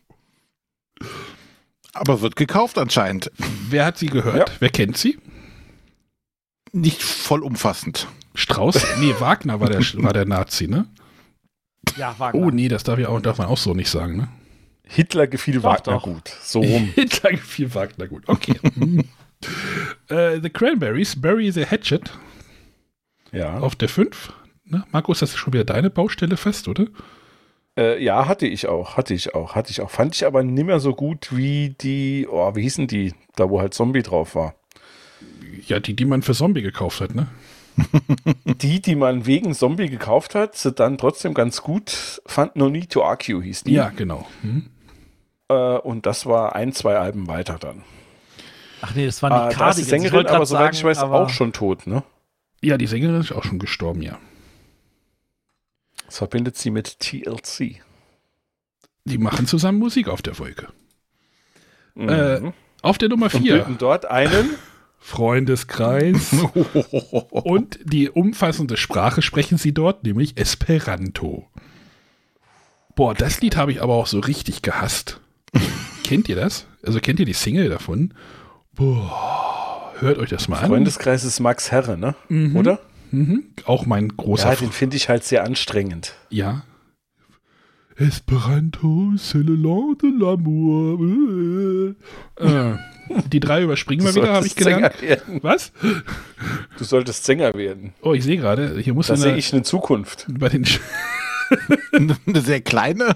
Aber wird gekauft anscheinend. Wer hat sie gehört? Ja. Wer kennt sie? Nicht vollumfassend. Strauß? Nee, Wagner war der, war der Nazi, ne? Ja, Wagner. Oh nee, das darf, ja auch, darf man auch so nicht sagen, ne? Hitler gefiel Doch, Wagner doch. gut. So rum. Hitler gefiel Wagner gut. Okay. äh, The Cranberries, Bury the Hatchet Ja. auf der fünf. Ne? Markus, das ist schon wieder deine Baustelle fest, oder? Äh, ja, hatte ich auch, hatte ich auch, hatte ich auch. Fand ich aber nicht mehr so gut wie die, oh, wie hießen die, da wo halt Zombie drauf war. Ja, die, die man für Zombie gekauft hat, ne? Die, die man wegen Zombie gekauft hat, sind dann trotzdem ganz gut, fand No Need to Argue hieß die. Ja, genau. Hm. Äh, und das war ein, zwei Alben weiter dann. Ach nee, das waren Äh, die da ist die Cardigans. Ich Sängerin, wollte aber grad soweit ich sagen, weiß, aber- auch schon tot, ne? Ja, die Sängerin ist auch schon gestorben, ja. Das verbindet sie mit T L C. Die machen zusammen Musik auf der Wolke. Mhm. Äh, auf der Nummer Und vier. bilden dort einen Freundeskreis. Und die umfassende Sprache sprechen sie dort, nämlich Esperanto. Boah, das Lied habe ich aber auch so richtig gehasst. Kennt ihr das? Also kennt ihr die Single davon? Boah, hört euch das mal an. Freundeskreis ist Max Herre, ne? Mhm. Oder? Mhm. Auch mein großer Ja, den finde ich halt sehr anstrengend. Ja. Esperanto, c'est le lang de l'amour. Äh, die drei überspringen wir Du wieder, habe ich solltest gelernt. Sänger werden. Was? Du solltest Sänger werden. Oh, ich sehe gerade, hier muss Da in sehe der- ich eine Zukunft. bei den Sch- Eine sehr kleine.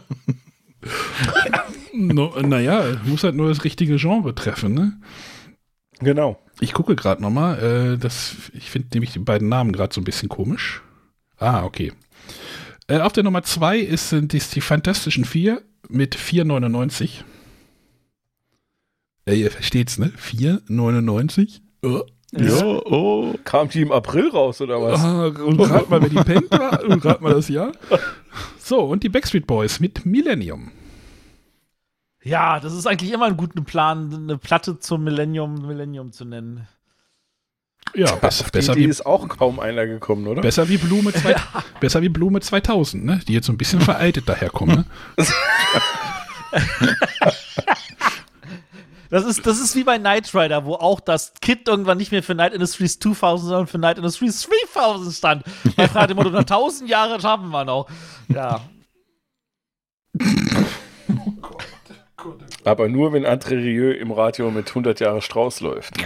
no, naja, muss halt nur das richtige Genre treffen, ne? Genau. Ich gucke gerade nochmal, äh, das, ich finde nämlich die beiden Namen gerade so ein bisschen komisch. Ah, okay. Äh, auf der Nummer zwei ist, sind die, die Fantastischen Vier mit vier neunundneunzig. Äh, ihr versteht's, ne? vier neunundneunzig. Oh. Ja, oh. Kam die im April raus, oder was? Ah, und rat mal, wer die Band war, und rat mal das Jahr. So, und die Backstreet Boys mit Millennium. Ja, das ist eigentlich immer ein guter Plan, eine Platte zum Millennium, Millennium zu nennen. Ja, besser, Auf besser die Idee wie ist auch kaum einer gekommen, oder? besser wie Blume zwei, besser wie Blume zweitausend, ne? Die jetzt so ein bisschen veraltet daherkommen. Ne? Das ist, das ist wie bei Knight Rider, wo auch das Kit irgendwann nicht mehr für Night Industries zweitausend, sondern für Night Industries dreitausend stand. Bei fragt immer nur, tausend Jahre schaffen wir noch. Ja. Aber nur, wenn André Rieu im Radio mit hundert Jahre Strauß läuft.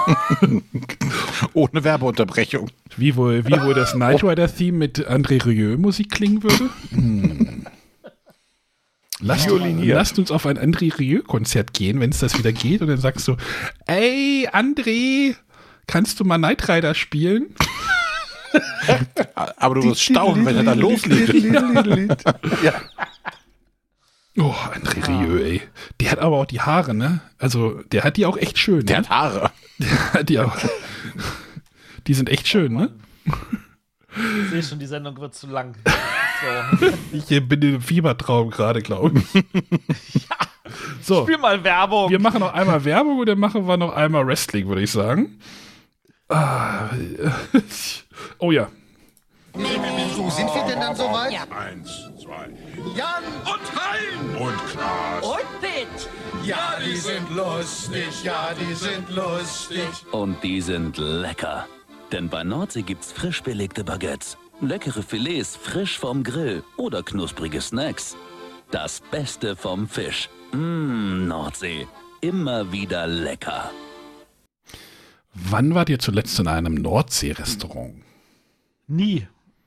Ohne Werbeunterbrechung. Wie wohl, wie wohl das Knight Rider-Theme mit André Rieu-Musik klingen würde? Hm. Lasst, lasst uns auf ein André Rieu-Konzert gehen, wenn es das wieder geht. Und dann sagst du, ey, André, kannst du mal Knight Rider spielen? Aber du wirst staunen, wenn er da loslegt. Ja. Oh, André Rieu, ey. Der hat aber auch die Haare, ne? Also, der hat die auch echt schön. Der ne? hat Haare. Der hat die auch. Die sind echt schön, ne? Ich sehe schon, die Sendung wird zu lang. So. Ich bin in einem Fiebertraum gerade, glaube ich. Ja. So. Spiel mal Werbung. Wir machen noch einmal Werbung und dann machen wir noch einmal Wrestling, würde ich sagen. Ah, oh ja. So, sind wir denn dann soweit? Ja. Eins, zwei. Jan Und Hein. Und Klaas. und Pitt. Ja, die sind lustig, ja, die sind lustig. Und die sind lecker. Denn bei Nordsee gibt's frisch belegte Baguettes, leckere Filets frisch vom Grill oder knusprige Snacks. Das Beste vom Fisch. Mmh, Nordsee. Immer wieder lecker. Wann wart ihr zuletzt in einem Nordsee-Restaurant? Nie.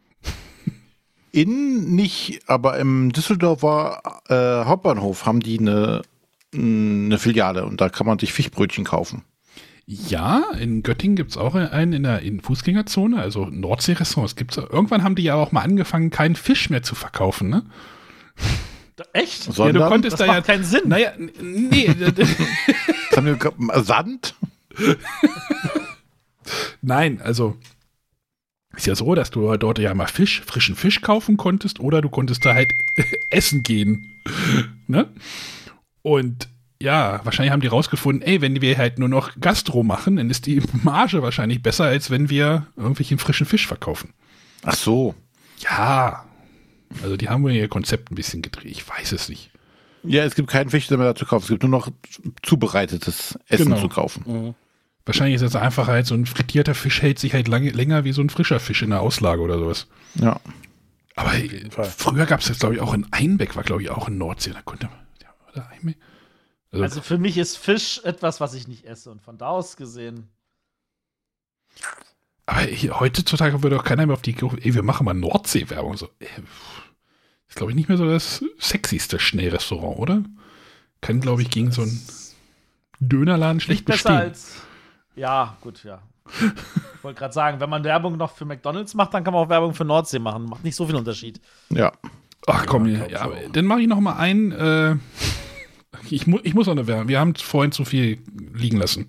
In nicht, aber im Düsseldorfer äh, Hauptbahnhof haben die eine, eine Filiale und da kann man sich Fischbrötchen kaufen. Ja, in Göttingen gibt es auch einen in der in Fußgängerzone, also Nordsee-Restaurants gibt's. Irgendwann haben die ja auch mal angefangen, keinen Fisch mehr zu verkaufen, ne? Echt? Sondern, ja, du konntest das da macht ja keinen Sinn. Naja, nee. Sand? Nein, also ist ja so, dass du dort ja mal Fisch, frischen Fisch kaufen konntest oder du konntest da halt essen gehen. Ne? Und ja, wahrscheinlich haben die rausgefunden, ey, wenn wir halt nur noch Gastro machen, dann ist die Marge wahrscheinlich besser, als wenn wir irgendwelchen frischen Fisch verkaufen. Ach so. Ja. Also die haben wohl ihr Konzept ein bisschen gedreht. Ich weiß es nicht. Ja, es gibt keinen Fisch mehr da zu kaufen. Es gibt nur noch zubereitetes Essen Genau. zu kaufen. Mhm. Wahrscheinlich ist es einfach halt so ein frittierter Fisch hält sich halt lange, länger wie so ein frischer Fisch in der Auslage oder sowas. Ja. Aber früher gab es das, glaube ich, auch in Einbeck, war, glaube ich, auch in Nordsee. Da konnte man, ja, oder Einbeck? Also, Also für mich ist Fisch etwas, was ich nicht esse. Und von da aus gesehen. aber hier, heutzutage würde auch keiner mehr auf die, ey, wir machen mal Nordsee-Werbung. So, ey, ist, glaube ich, nicht mehr so das sexyste Schnellrestaurant, oder? Kann, glaube ich, gegen so einen Dönerladen schlecht Besser bestehen. als. Ja, gut, ja. Ich wollte gerade sagen, wenn man Werbung noch für McDonalds macht, dann kann man auch Werbung für Nordsee machen. Macht nicht so viel Unterschied. Ja. Ach komm, ja, ja, dann mache ich noch mal ein. Äh, ich, mu ich muss auch eine Werbung. Wir haben vorhin zu viel liegen lassen.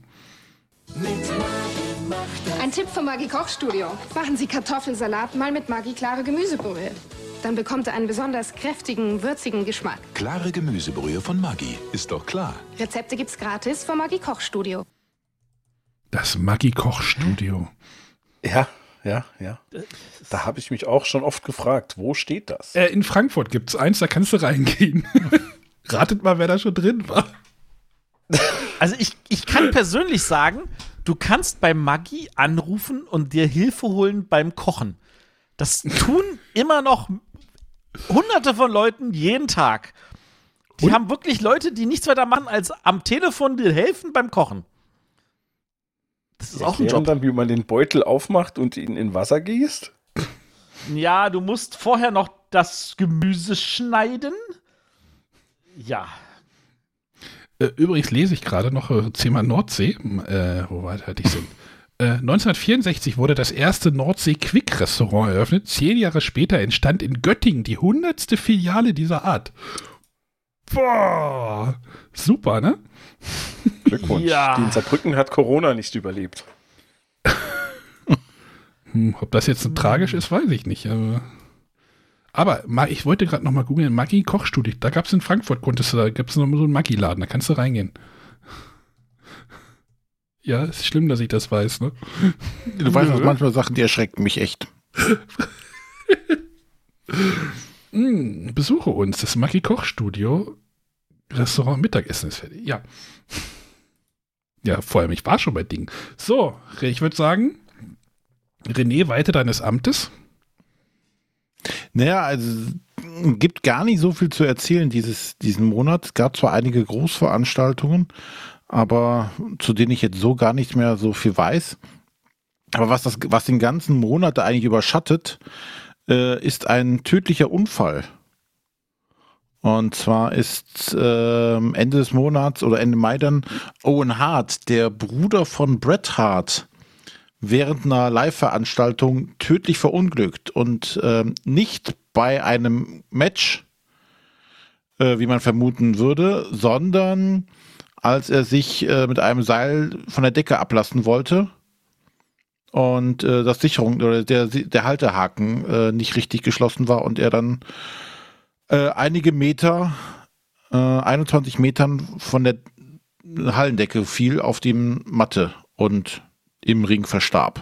Ein Tipp vom Maggi Kochstudio. Machen Sie Kartoffelsalat mal mit Maggi klare Gemüsebrühe. Dann bekommt er einen besonders kräftigen, würzigen Geschmack. Klare Gemüsebrühe von Maggi. Ist doch klar. Rezepte gibt's gratis vom Maggi Kochstudio. Das Maggi Kochstudio. Ja, ja, ja. Da habe ich mich auch schon oft gefragt, wo steht das? Äh, in Frankfurt gibt es eins, da kannst du reingehen. Ratet mal, wer da schon drin war. Also ich, ich kann persönlich sagen, du kannst bei Maggi anrufen und dir Hilfe holen beim Kochen. Das tun immer noch hunderte von Leuten jeden Tag. Die Und? haben wirklich Leute, die nichts weiter machen, als am Telefon dir helfen beim Kochen. Das ist Die auch ein erklären Job. dann, wie man den Beutel aufmacht und ihn in Wasser gießt? Ja, du musst vorher noch das Gemüse schneiden. Ja. Äh, übrigens lese ich gerade noch äh, Thema Nordsee. Äh, wo war hatte ich denn? Äh, neunzehnhundertvierundsechzig wurde das erste Nordsee-Quick-Restaurant eröffnet. Zehn Jahre später entstand in Göttingen die hundertste Filiale dieser Art. Boah, super, ne? Glückwunsch. Ja. Die in Saarbrücken hat Corona nicht überlebt. Hm, ob das jetzt tragisch ist, weiß ich nicht. Aber, aber ma- ich wollte gerade noch mal googeln, Maggi Kochstudio. Da gab es in Frankfurt, konntest du, da gibt es noch so einen Maggi-Laden, da kannst du reingehen. Ja, ist schlimm, dass ich das weiß, ne? Du weißt auch manchmal Sachen, die erschrecken mich echt. mm, besuche uns, das Maggi Kochstudio. Restaurant Mittagessen ist fertig. Ja. Ja, vor allem, ich war schon bei Dingen. So, ich würde sagen, René, weite deines Amtes. Naja, also gibt gar nicht so viel zu erzählen dieses, diesen Monat. Es gab zwar einige Großveranstaltungen, aber zu denen ich jetzt so gar nicht mehr so viel weiß. Aber was, das, was den ganzen Monat eigentlich überschattet, äh, ist ein tödlicher Unfall. Und zwar ist äh, Ende des Monats oder Ende Mai dann Owen Hart, der Bruder von Bret Hart, während einer Live-Veranstaltung tödlich verunglückt und äh, nicht bei einem Match, äh, wie man vermuten würde, sondern als er sich äh, mit einem Seil von der Decke ablassen wollte und äh, das Sicherung oder der, der Haltehaken äh, nicht richtig geschlossen war und er dann äh, einige Meter, äh, einundzwanzig Metern von der Hallendecke fiel auf die Matte und im Ring verstarb.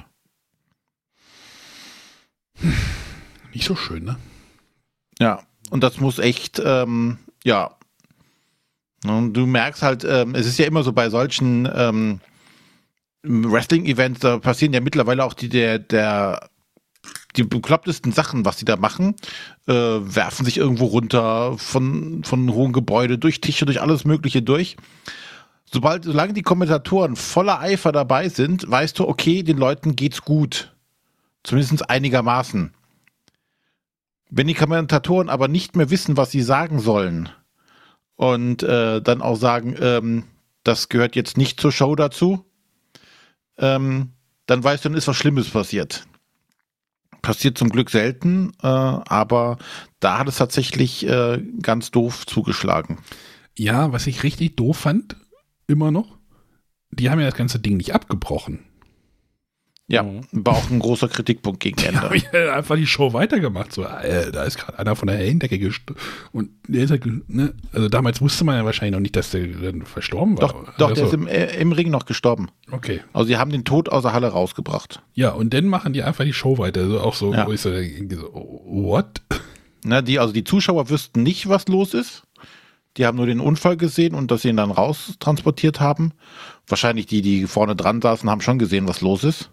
Nicht so schön, ne? Ja, und das muss echt, ähm, ja. Und du merkst halt, ähm, es ist ja immer so bei solchen ähm, Wrestling-Events, da passieren ja mittlerweile auch die, der, der, die beklopptesten Sachen, was die da machen, äh, werfen sich irgendwo runter von, von hohen Gebäuden, durch Tische, durch alles Mögliche durch. Sobald, solange die Kommentatoren voller Eifer dabei sind, weißt du, okay, den Leuten geht's gut. Zumindest einigermaßen. Wenn die Kommentatoren aber nicht mehr wissen, was sie sagen sollen und äh, dann auch sagen, ähm, das gehört jetzt nicht zur Show dazu, ähm, dann weißt du, dann ist was Schlimmes passiert. Passiert zum Glück selten, äh, aber da hat es tatsächlich äh, ganz doof zugeschlagen. Ja, was ich richtig doof fand, immer noch, die haben ja das ganze Ding nicht abgebrochen. Ja, war auch ein großer Kritikpunkt gegen Ende. Die haben ja einfach die Show weitergemacht. So, äh, da ist gerade einer von der Hellendecke gestorben. Und der ist halt, ne? Also damals wusste man ja wahrscheinlich noch nicht, dass der dann verstorben war. Doch, doch also, der ist im, äh, im Ring noch gestorben. Okay. Also sie haben den Tod aus der Halle rausgebracht. Ja, und dann machen die einfach die Show weiter. Also auch so, ja. wo ich so, so what? Na, die, also die Zuschauer wüssten nicht, was los ist. Die haben nur den Unfall gesehen und dass sie ihn dann raus transportiert haben. Wahrscheinlich die, die vorne dran saßen, haben schon gesehen, was los ist.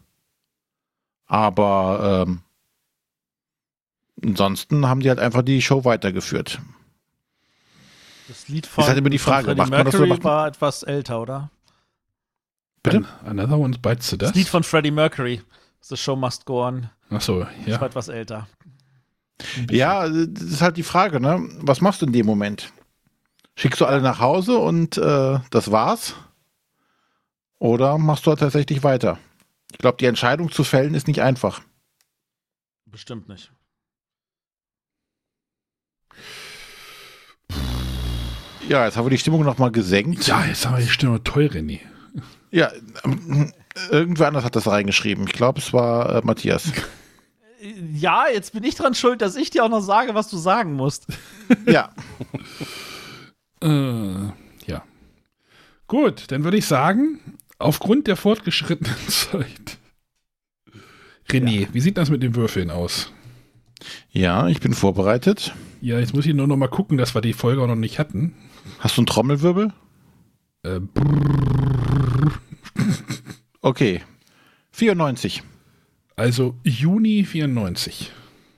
Aber ähm, ansonsten haben die halt einfach die Show weitergeführt. Das Lied von, ist halt immer die Frage, von macht Freddie man das Mercury so? war etwas älter, oder? Bitte? Another One Bites the Dust? Das Lied von Freddie Mercury, The Show Must Go On. Ach so, ja. Das war etwas älter. Ja, das ist halt die Frage, ne? Was machst du in dem Moment? Schickst du alle nach Hause und äh, das war's? Oder machst du halt tatsächlich weiter? Ich glaube, die Entscheidung zu fällen ist nicht einfach. Bestimmt nicht. Ja, jetzt haben wir die Stimmung nochmal gesenkt. Ja, jetzt haben wir die Stimmung toll, René. Ja, ähm, irgendwer anders hat das reingeschrieben. Ich glaube, es war äh, Matthias. Ja, jetzt bin ich dran schuld, dass ich dir auch noch sage, was du sagen musst. Ja. äh, ja. Gut, dann würde ich sagen, aufgrund der fortgeschrittenen Zeit. René, ja. Wie sieht das mit den Würfeln aus? Ja, ich bin vorbereitet. Ja, jetzt muss ich nur noch mal gucken, dass wir die Folge auch noch nicht hatten. Hast du einen Trommelwirbel? Äh, okay. vierundneunzig. Also Juni vierundneunzig.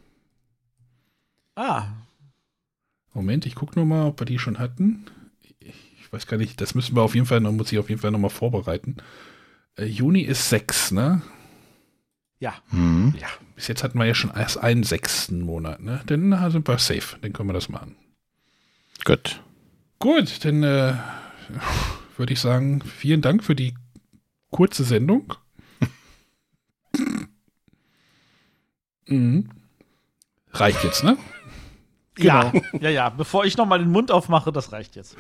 Ah. Moment, ich gucke noch mal, ob wir die schon hatten. Ich weiß gar nicht, das müssen wir auf jeden Fall, noch muss ich auf jeden Fall noch mal vorbereiten. Äh, Juni ist sechs, ne? Ja. Hm. Ja. Bis jetzt hatten wir ja schon erst einen sechsten Monat, ne? Dann sind wir safe, dann können wir das machen. Gut. Gut, dann äh, würde ich sagen, vielen Dank für die kurze Sendung. mhm. Reicht jetzt, ne? Ja, genau. ja, ja. Bevor ich noch mal den Mund aufmache, das reicht jetzt.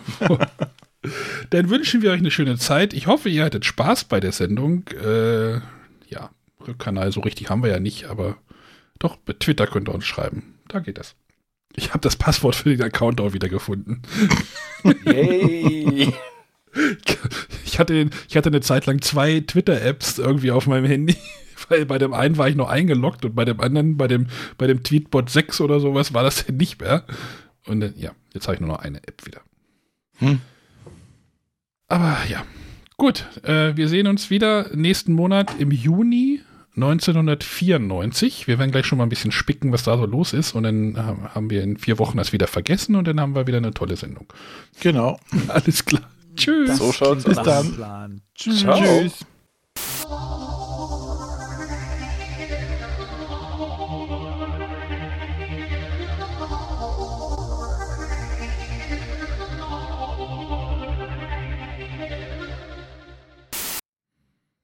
Dann wünschen wir euch eine schöne Zeit. Ich hoffe, ihr hattet Spaß bei der Sendung. Äh, ja, Rückkanal so richtig haben wir ja nicht, aber doch, bei Twitter könnt ihr uns schreiben. Da geht das. Ich habe das Passwort für den Account auch wieder gefunden. Yay! Ich hatte, ich hatte eine Zeit lang zwei Twitter-Apps irgendwie auf meinem Handy, weil bei dem einen war ich noch eingeloggt und bei dem anderen, bei dem, bei dem Tweetbot sechs oder sowas, war das nicht mehr. Und äh, ja, jetzt habe ich nur noch eine App wieder. Hm. Aber ja, gut. Äh, wir sehen uns wieder nächsten Monat im Juni neunzehnhundertvierundneunzig. Wir werden gleich schon mal ein bisschen spicken, was da so los ist. Und dann haben wir in vier Wochen das wieder vergessen und dann haben wir wieder eine tolle Sendung. Genau. Alles klar. Tschüss. So schaut's Bis aus. dann. Plan. Tschüss. Ciao. Tschüss.